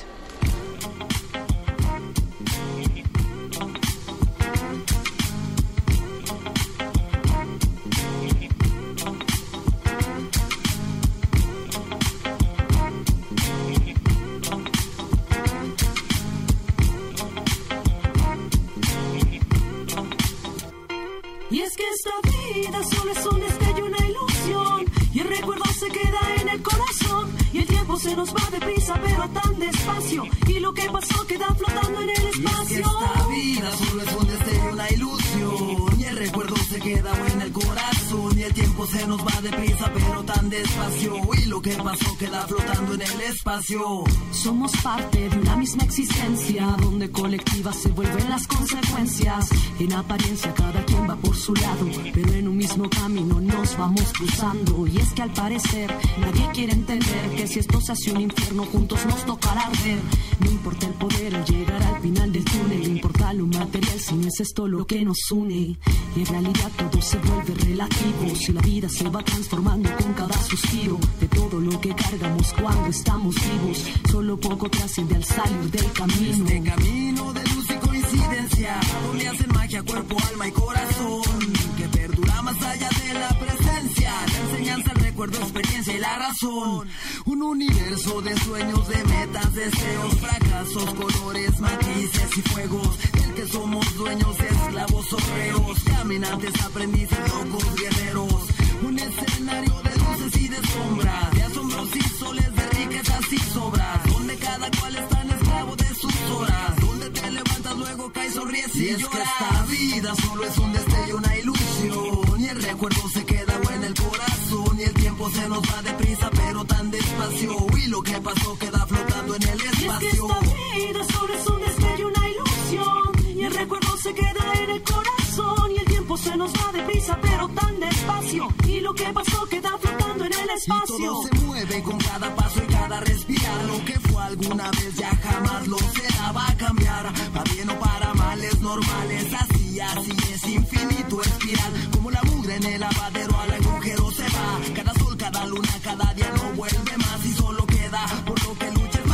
Y es que esta vida solo es un destello, una ilusión, y el recuerdo se queda en el corazón, y el tiempo se nos va deprisa pero tan despacio, y lo que pasó queda flotando en el espacio. Y es que esta vida solo es un destello, una ilusión, y el recuerdo se queda en el corazón, y el tiempo se nos va deprisa pero tan despacio, y lo que pasó queda flotando en el espacio. Somos parte de una misma existencia, donde colectivas se vuelven las consecuencias. En apariencia cada quien va por su lado, pero en un mismo camino nos vamos cruzando. Y es que al parecer nadie quiere entender que si esto se hace un infierno, juntos nos tocará arder. No importa el poder al llegar al final del túnel, importa lo material si no es esto lo que nos une. Y en realidad todo se vuelve relativo, si la vida se va transformando con cada suspiro. De todo lo que cargamos cuando estamos vivos, solo poco trasciende al salir del camino. Este camino de luz y coincidencia, donde hacen magia cuerpo, alma y corazón, que perdura más allá de la presencia, la enseñanza, el recuerdo, experiencia y la razón. Un universo de sueños, de metas, deseos, fracasos, colores, matices y fuegos, del que somos dueños, esclavos o reos, caminantes, aprendices, locos, guerreros. Un escenario de luces y de sombras, de asombros y soles, de riquezas y sobras, donde cada cual es tan esclavo de sus horas, donde te levantas, luego caes, sonríes y, y es lloras. Que esta vida solo es un destello, una ilusión, y el recuerdo se queda en el corazón, y el tiempo se nos va deprisa pero tan despacio, y lo que pasó queda flotando en el espacio. Y es que esta vida solo es un destello, una ilusión, y el recuerdo se queda en el corazón, y el tiempo se nos va deprisa pero tan despacio, y lo que pasó queda flotando en el espacio. Y todo se mueve con cada paso y cada respirar, lo que fue alguna vez ya jamás lo será, va a cambiar, para bien o para mal, es normal, es así, así es infinito espiral, como la mugre en el lavadero al agujero se va, cada sol, cada luna, cada día no vuelve más, y solo queda por lo que luches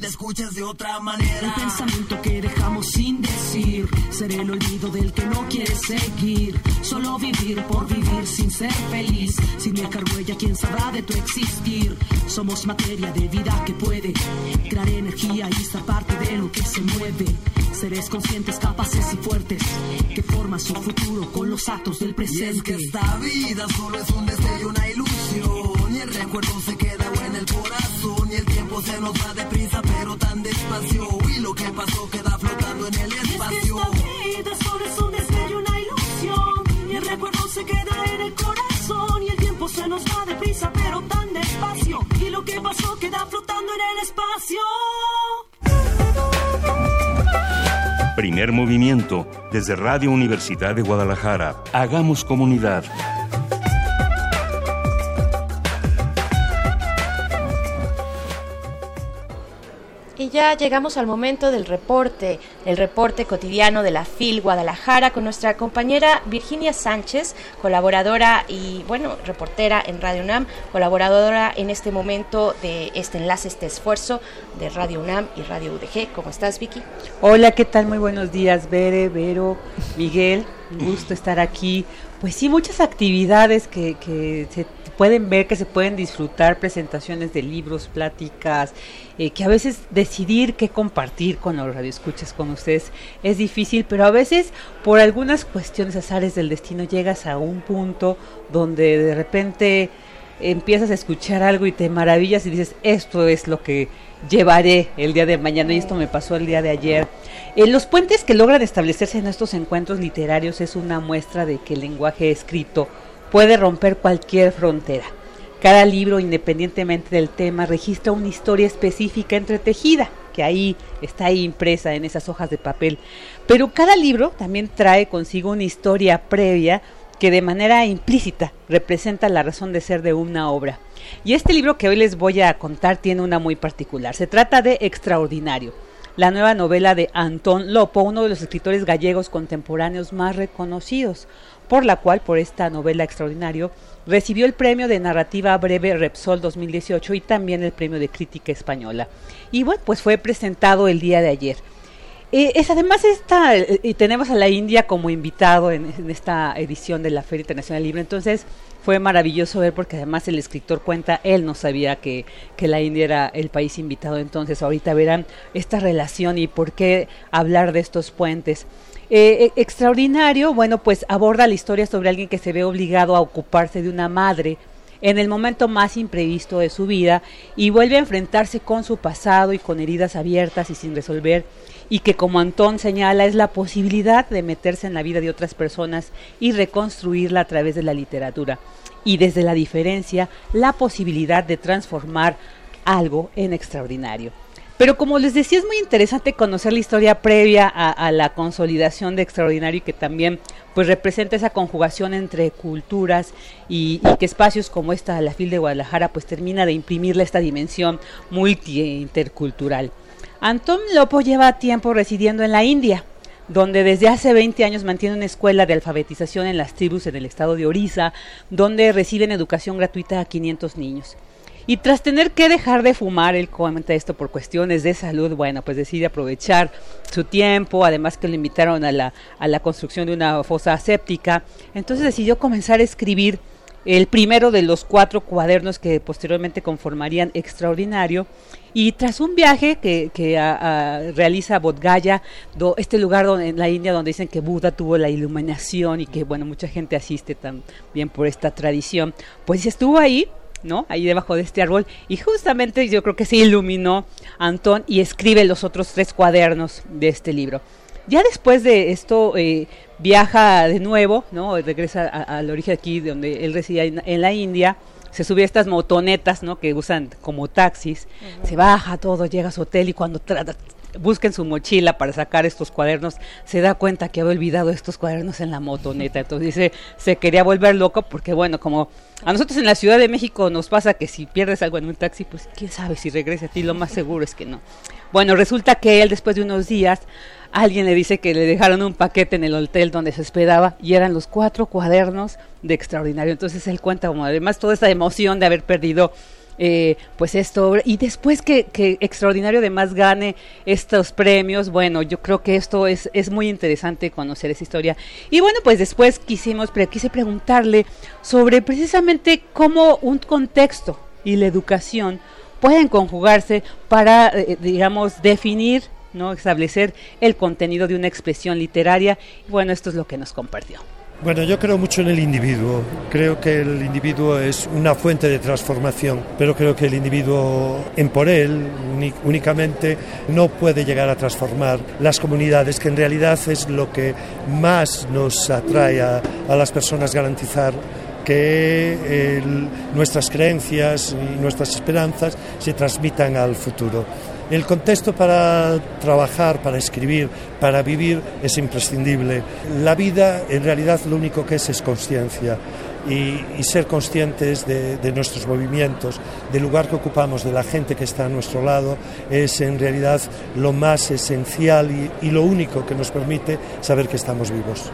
te escuches de otra manera. El pensamiento que dejamos sin decir, ser el olvido del que no quiere seguir. Solo vivir por vivir sin ser feliz, sin dejar huella, quién sabrá de tu existir. Somos materia de vida que puede crear energía y ser parte de lo que se mueve. Seres conscientes, capaces y fuertes, que forman su futuro con los actos del presente. Y es que esta vida solo es un destello, una ilusión, y el recuerdo se queda en el corazón, y el tiempo se nos va deprisa pero tan despacio, y lo que pasó queda flotando en el espacio. Y es que esta vida solo es un destello, una ilusión, y el recuerdo se queda en el corazón, y el tiempo se nos va deprisa pero tan despacio, y lo que pasó queda flotando en el espacio. Primer movimiento, desde Radio Universidad de Guadalajara. Hagamos comunidad. Y ya llegamos al momento del reporte, el reporte cotidiano de la F I L Guadalajara con nuestra compañera Virginia Sánchez, colaboradora y, bueno, reportera en Radio UNAM, colaboradora en este momento de este enlace, este esfuerzo de Radio UNAM y Radio U D G. ¿Cómo estás, Vicky? Hola, ¿qué tal? Muy buenos días, Bere, Vero, Miguel, un gusto estar aquí. Pues sí, muchas actividades que, que se pueden ver, que se pueden disfrutar, presentaciones de libros, pláticas, eh, que a veces decidir qué compartir con los radioescuchas, con ustedes, es difícil, pero a veces por algunas cuestiones, azares del destino, llegas a un punto donde de repente empiezas a escuchar algo y te maravillas y dices, esto es lo que llevaré el día de mañana, y esto me pasó el día de ayer. Eh, los puentes que logran establecerse en estos encuentros literarios es una muestra de que el lenguaje escrito puede romper cualquier frontera. Cada libro, independientemente del tema, registra una historia específica entretejida, que ahí está ahí impresa en esas hojas de papel. Pero cada libro también trae consigo una historia previa que de manera implícita representa la razón de ser de una obra. Y este libro que hoy les voy a contar tiene una muy particular. Se trata de Extraordinario, la nueva novela de Antón Lopo, uno de los escritores gallegos contemporáneos más reconocidos, por la cual, por esta novela Extraordinario, recibió el premio de narrativa breve Repsol dos mil dieciocho y también el premio de crítica española. Y bueno, pues fue presentado el día de ayer. Eh, es además esta, eh, y tenemos a la India como invitado en, en esta edición de la Feria Internacional Libre, entonces fue maravilloso ver, porque además el escritor cuenta, él no sabía que, que la India era el país invitado, entonces ahorita verán esta relación y por qué hablar de estos puentes. Eh, Extraordinario, bueno, pues aborda la historia sobre alguien que se ve obligado a ocuparse de una madre en el momento más imprevisto de su vida y vuelve a enfrentarse con su pasado y con heridas abiertas y sin resolver, y que, como Antón señala, es la posibilidad de meterse en la vida de otras personas y reconstruirla a través de la literatura, y desde la diferencia, la posibilidad de transformar algo en extraordinario. Pero como les decía, es muy interesante conocer la historia previa a, a la consolidación de Extraordinario, y que también pues representa esa conjugación entre culturas y, y que espacios como esta, la F I L de Guadalajara, pues termina de imprimirle esta dimensión multi-intercultural. Antón Lopo lleva tiempo residiendo en la India, donde desde hace veinte años mantiene una escuela de alfabetización en las tribus en el estado de Orissa, donde reciben educación gratuita a quinientos niños. Y tras tener que dejar de fumar, él comenta esto por cuestiones de salud, bueno, pues decide aprovechar su tiempo, además que lo invitaron a la, a la construcción de una fosa séptica, entonces decidió comenzar a escribir el primero de los cuatro cuadernos que posteriormente conformarían Extraordinario, y tras un viaje que, que a, a, realiza a Bodh Gaya, do, este lugar donde, en la India donde dicen que Buda tuvo la iluminación y que, bueno, mucha gente asiste también por esta tradición, pues estuvo ahí, ¿no? Ahí debajo de este árbol, y justamente yo creo que se iluminó Antón y escribe los otros tres cuadernos de este libro. Ya después de esto eh, viaja de nuevo, ¿no? Regresa al origen aquí donde él residía en, en la India, se sube a estas motonetas, ¿no? Que usan como taxis, uh-huh. Se baja todo, llega a su hotel, y cuando trata busca en su mochila para sacar estos cuadernos, se da cuenta que había olvidado estos cuadernos en la motoneta. Entonces dice, se quería volver loco, porque bueno, como a nosotros en la Ciudad de México nos pasa que si pierdes algo en un taxi, pues quién sabe si regresa a ti, lo más seguro es que no. Bueno, resulta que él, después de unos días, alguien le dice que le dejaron un paquete en el hotel donde se hospedaba, y eran los cuatro cuadernos de Extraordinario. Entonces él cuenta como además toda esa emoción de haber perdido eh, pues esto, y después que, que Extraordinario además gane estos premios, bueno, yo creo que esto es, es muy interesante conocer esa historia. Y bueno, pues después quisimos, pre- quise preguntarle sobre precisamente cómo un contexto y la educación pueden conjugarse para, eh, digamos, definir, ¿no?, establecer el contenido de una expresión literaria. Y bueno, esto es lo que nos compartió. Bueno, yo creo mucho en el individuo. Creo que el individuo es una fuente de transformación, pero creo que el individuo en por él únicamente no puede llegar a transformar las comunidades, que en realidad es lo que más nos atrae a, a las personas, garantizar que el, nuestras creencias y nuestras esperanzas se transmitan al futuro. El contexto para trabajar, para escribir, para vivir es imprescindible. La vida, en realidad, lo único que es es consciencia y, y ser conscientes de, de nuestros movimientos, del lugar que ocupamos, de la gente que está a nuestro lado, es en realidad lo más esencial y, y lo único que nos permite saber que estamos vivos.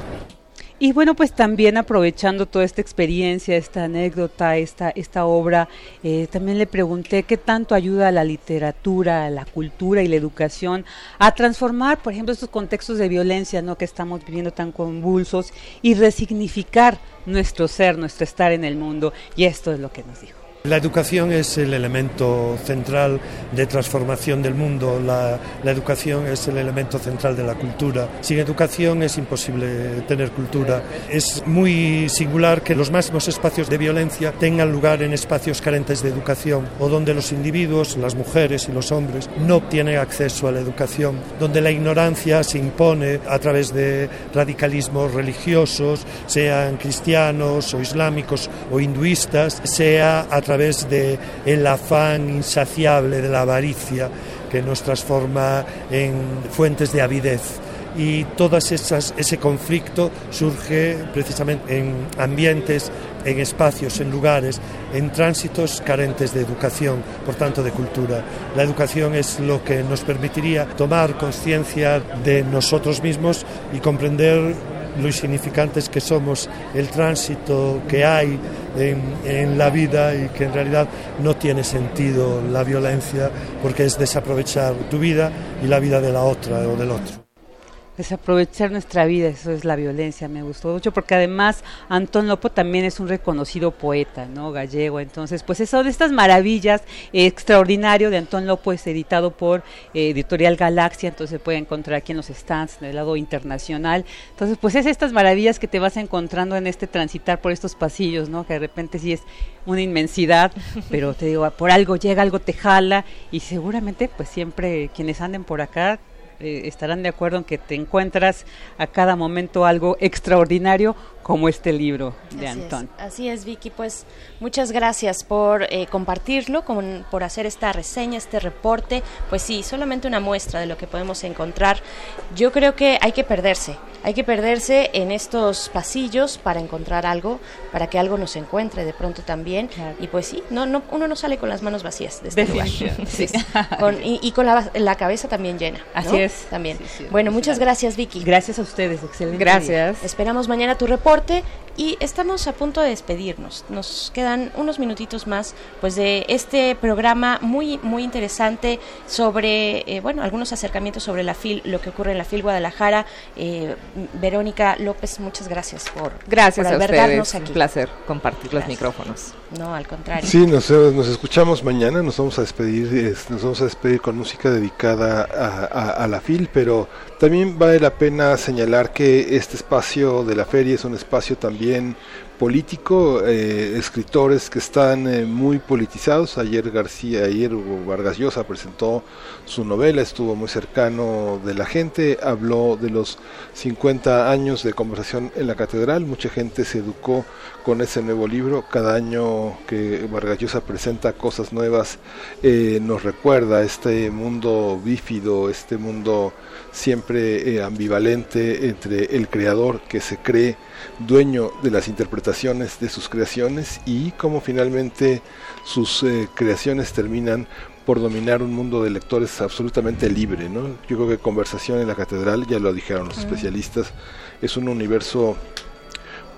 Y bueno, pues también aprovechando toda esta experiencia, esta anécdota, esta, esta obra, eh, también le pregunté qué tanto ayuda a la literatura, a la cultura y la educación a transformar, por ejemplo, estos contextos de violencia, ¿no?, que estamos viviendo tan convulsos, y resignificar nuestro ser, nuestro estar en el mundo. Y esto es lo que nos dijo. La educación es el elemento central de transformación del mundo, la, la educación es el elemento central de la cultura. Sin educación es imposible tener cultura. Es muy singular que los máximos espacios de violencia tengan lugar en espacios carentes de educación, o donde los individuos, las mujeres y los hombres, no obtienen acceso a la educación, donde la ignorancia se impone a través de radicalismos religiosos, sean cristianos o islámicos o hinduistas, sea a través a través de el afán insaciable de la avaricia que nos transforma en fuentes de avidez. Y todas esas, ese conflicto surge precisamente en ambientes, en espacios, en lugares, en tránsitos carentes de educación, por tanto de cultura. La educación es lo que nos permitiría tomar conciencia de nosotros mismos y comprender lo insignificantes que somos, el tránsito que hay en, en la vida, y que en realidad no tiene sentido la violencia, porque es desaprovechar tu vida y la vida de la otra o del otro. Desaprovechar nuestra vida, eso es la violencia. Me gustó mucho porque además Antón Lopo también es un reconocido poeta, ¿no?, gallego. Entonces, pues eso de estas maravillas, eh, Extraordinario de Antón Lopo es editado por eh, Editorial Galaxia, entonces se puede encontrar aquí en los stands, en el lado internacional. Entonces, pues es estas maravillas que te vas encontrando en este transitar por estos pasillos, ¿no?, que de repente sí es una inmensidad, pero te digo, por algo llega, algo te jala, y seguramente pues siempre quienes anden por acá Eh, estarán de acuerdo en que te encuentras a cada momento algo extraordinario, como este libro de así Antón. Es, así es, Vicky, pues muchas gracias por eh, compartirlo, con, por hacer esta reseña, este reporte. Pues sí, solamente una muestra de lo que podemos encontrar. Yo creo que hay que perderse, hay que perderse en estos pasillos para encontrar algo, para que algo nos encuentre de pronto también. Claro. Y pues sí, no, no, uno no sale con las manos vacías de este lugar. Sí. Con, y, y con la, la cabeza también llena, ¿no? Así es. También. Sí, sí, bueno, muchas gracias, Vicky. Gracias a ustedes, excelente. Gracias. Día. Esperamos mañana tu reporte. Y estamos a punto de despedirnos. Nos quedan unos minutitos más, pues, de este programa muy muy interesante sobre, eh, bueno, algunos acercamientos sobre la FIL, lo que ocurre en la FIL Guadalajara. Eh, Verónica López, muchas gracias por, gracias por albergarnos a ustedes. aquí. Un placer compartir gracias. Los micrófonos. No, al contrario. Sí, nos, nos escuchamos mañana. Nos vamos a despedir, nos vamos a despedir con música dedicada a, a, a la FIL, pero también vale la pena señalar que este espacio de la feria es un espacio también político, eh, escritores que están eh, muy politizados. Ayer García, ayer Vargas Llosa presentó su novela, estuvo muy cercano de la gente, habló de los cincuenta años de conversación en la catedral. Mucha gente se educó con ese nuevo libro. Cada año que Vargas Llosa presenta cosas nuevas, eh, nos recuerda este mundo bífido, este mundo siempre eh, ambivalente entre el creador que se cree dueño de las interpretaciones de sus creaciones, y cómo finalmente sus eh, creaciones terminan por dominar un mundo de lectores absolutamente libre, ¿no? Yo creo que Conversación en la Catedral, ya lo dijeron los especialistas, es un universo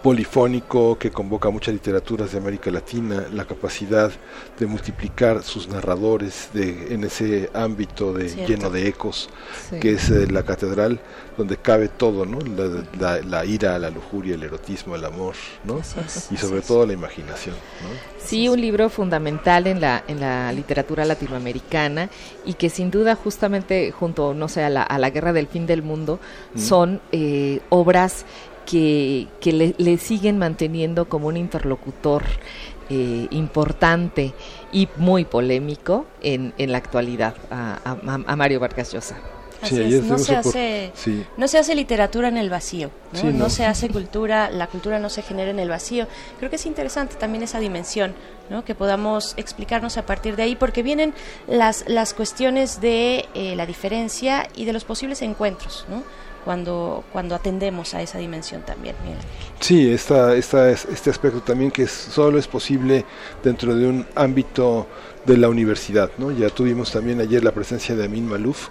polifónico que convoca muchas literaturas de América Latina, la capacidad de multiplicar sus narradores de, en ese ámbito de, lleno de ecos, sí. que es eh, la catedral, donde cabe todo, ¿no? La, la, la ira, la lujuria, el erotismo, el amor, ¿no? Es, y sobre todo la imaginación, ¿no? Sí, un libro fundamental en la en la literatura latinoamericana y que sin duda justamente junto, no sé, a la, a la Guerra del Fin del Mundo mm. son eh, obras que, que le, le siguen manteniendo como un interlocutor eh, importante y muy polémico en, en la actualidad a, a, a Mario Vargas Llosa. Así sí, es, no se, hace, por... sí. no se hace literatura en el vacío, ¿no? Sí, no. no se hace cultura, la cultura no se genera en el vacío. Creo que es interesante también esa dimensión, ¿no? Que podamos explicarnos a partir de ahí, porque vienen las, las cuestiones de eh, la diferencia y de los posibles encuentros, ¿no? Cuando, cuando atendemos a esa dimensión también. Mira. Sí, esta, esta, este aspecto también que es, solo es posible dentro de un ámbito de la universidad, ¿no? Ya tuvimos también ayer la presencia de Amin Malouf,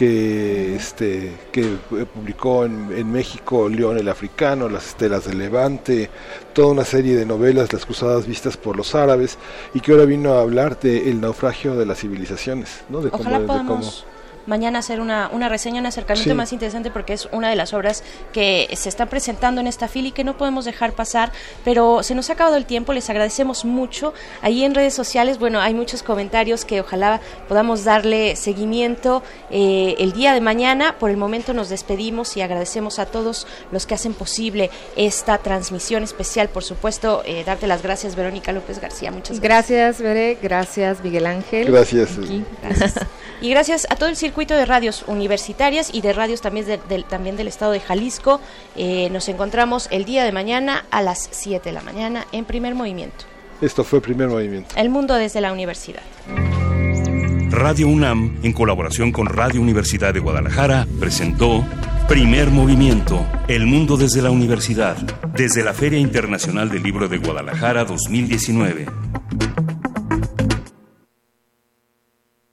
que este que publicó en, en México León el Africano, Las Estelas del Levante, toda una serie de novelas, Las Cruzadas vistas por los árabes, y que ahora vino a hablar del naufragio de las civilizaciones, ¿no? De Ojalá cómo, podamos... de cómo mañana hacer una, una reseña, un acercamiento sí. más interesante, porque es una de las obras que se está presentando en esta fila y que no podemos dejar pasar, pero se nos ha acabado el tiempo, les agradecemos mucho. Ahí en redes sociales, bueno, hay muchos comentarios que ojalá podamos darle seguimiento eh, el día de mañana. Por el momento nos despedimos y agradecemos a todos los que hacen posible esta transmisión especial. Por supuesto, eh, darte las gracias, Verónica López García, muchas gracias. Gracias, Veré, gracias, Miguel Ángel. Gracias. Aquí. Gracias. Y gracias a todo el circuito de radios universitarias y de radios también, de, de, también del estado de Jalisco. Eh, nos encontramos el día de mañana a las siete de la mañana en Primer Movimiento. Esto fue Primer Movimiento. El mundo desde la universidad. Radio UNAM, en colaboración con Radio Universidad de Guadalajara, presentó Primer Movimiento, el mundo desde la universidad, desde la Feria Internacional del Libro de Guadalajara dos mil diecinueve.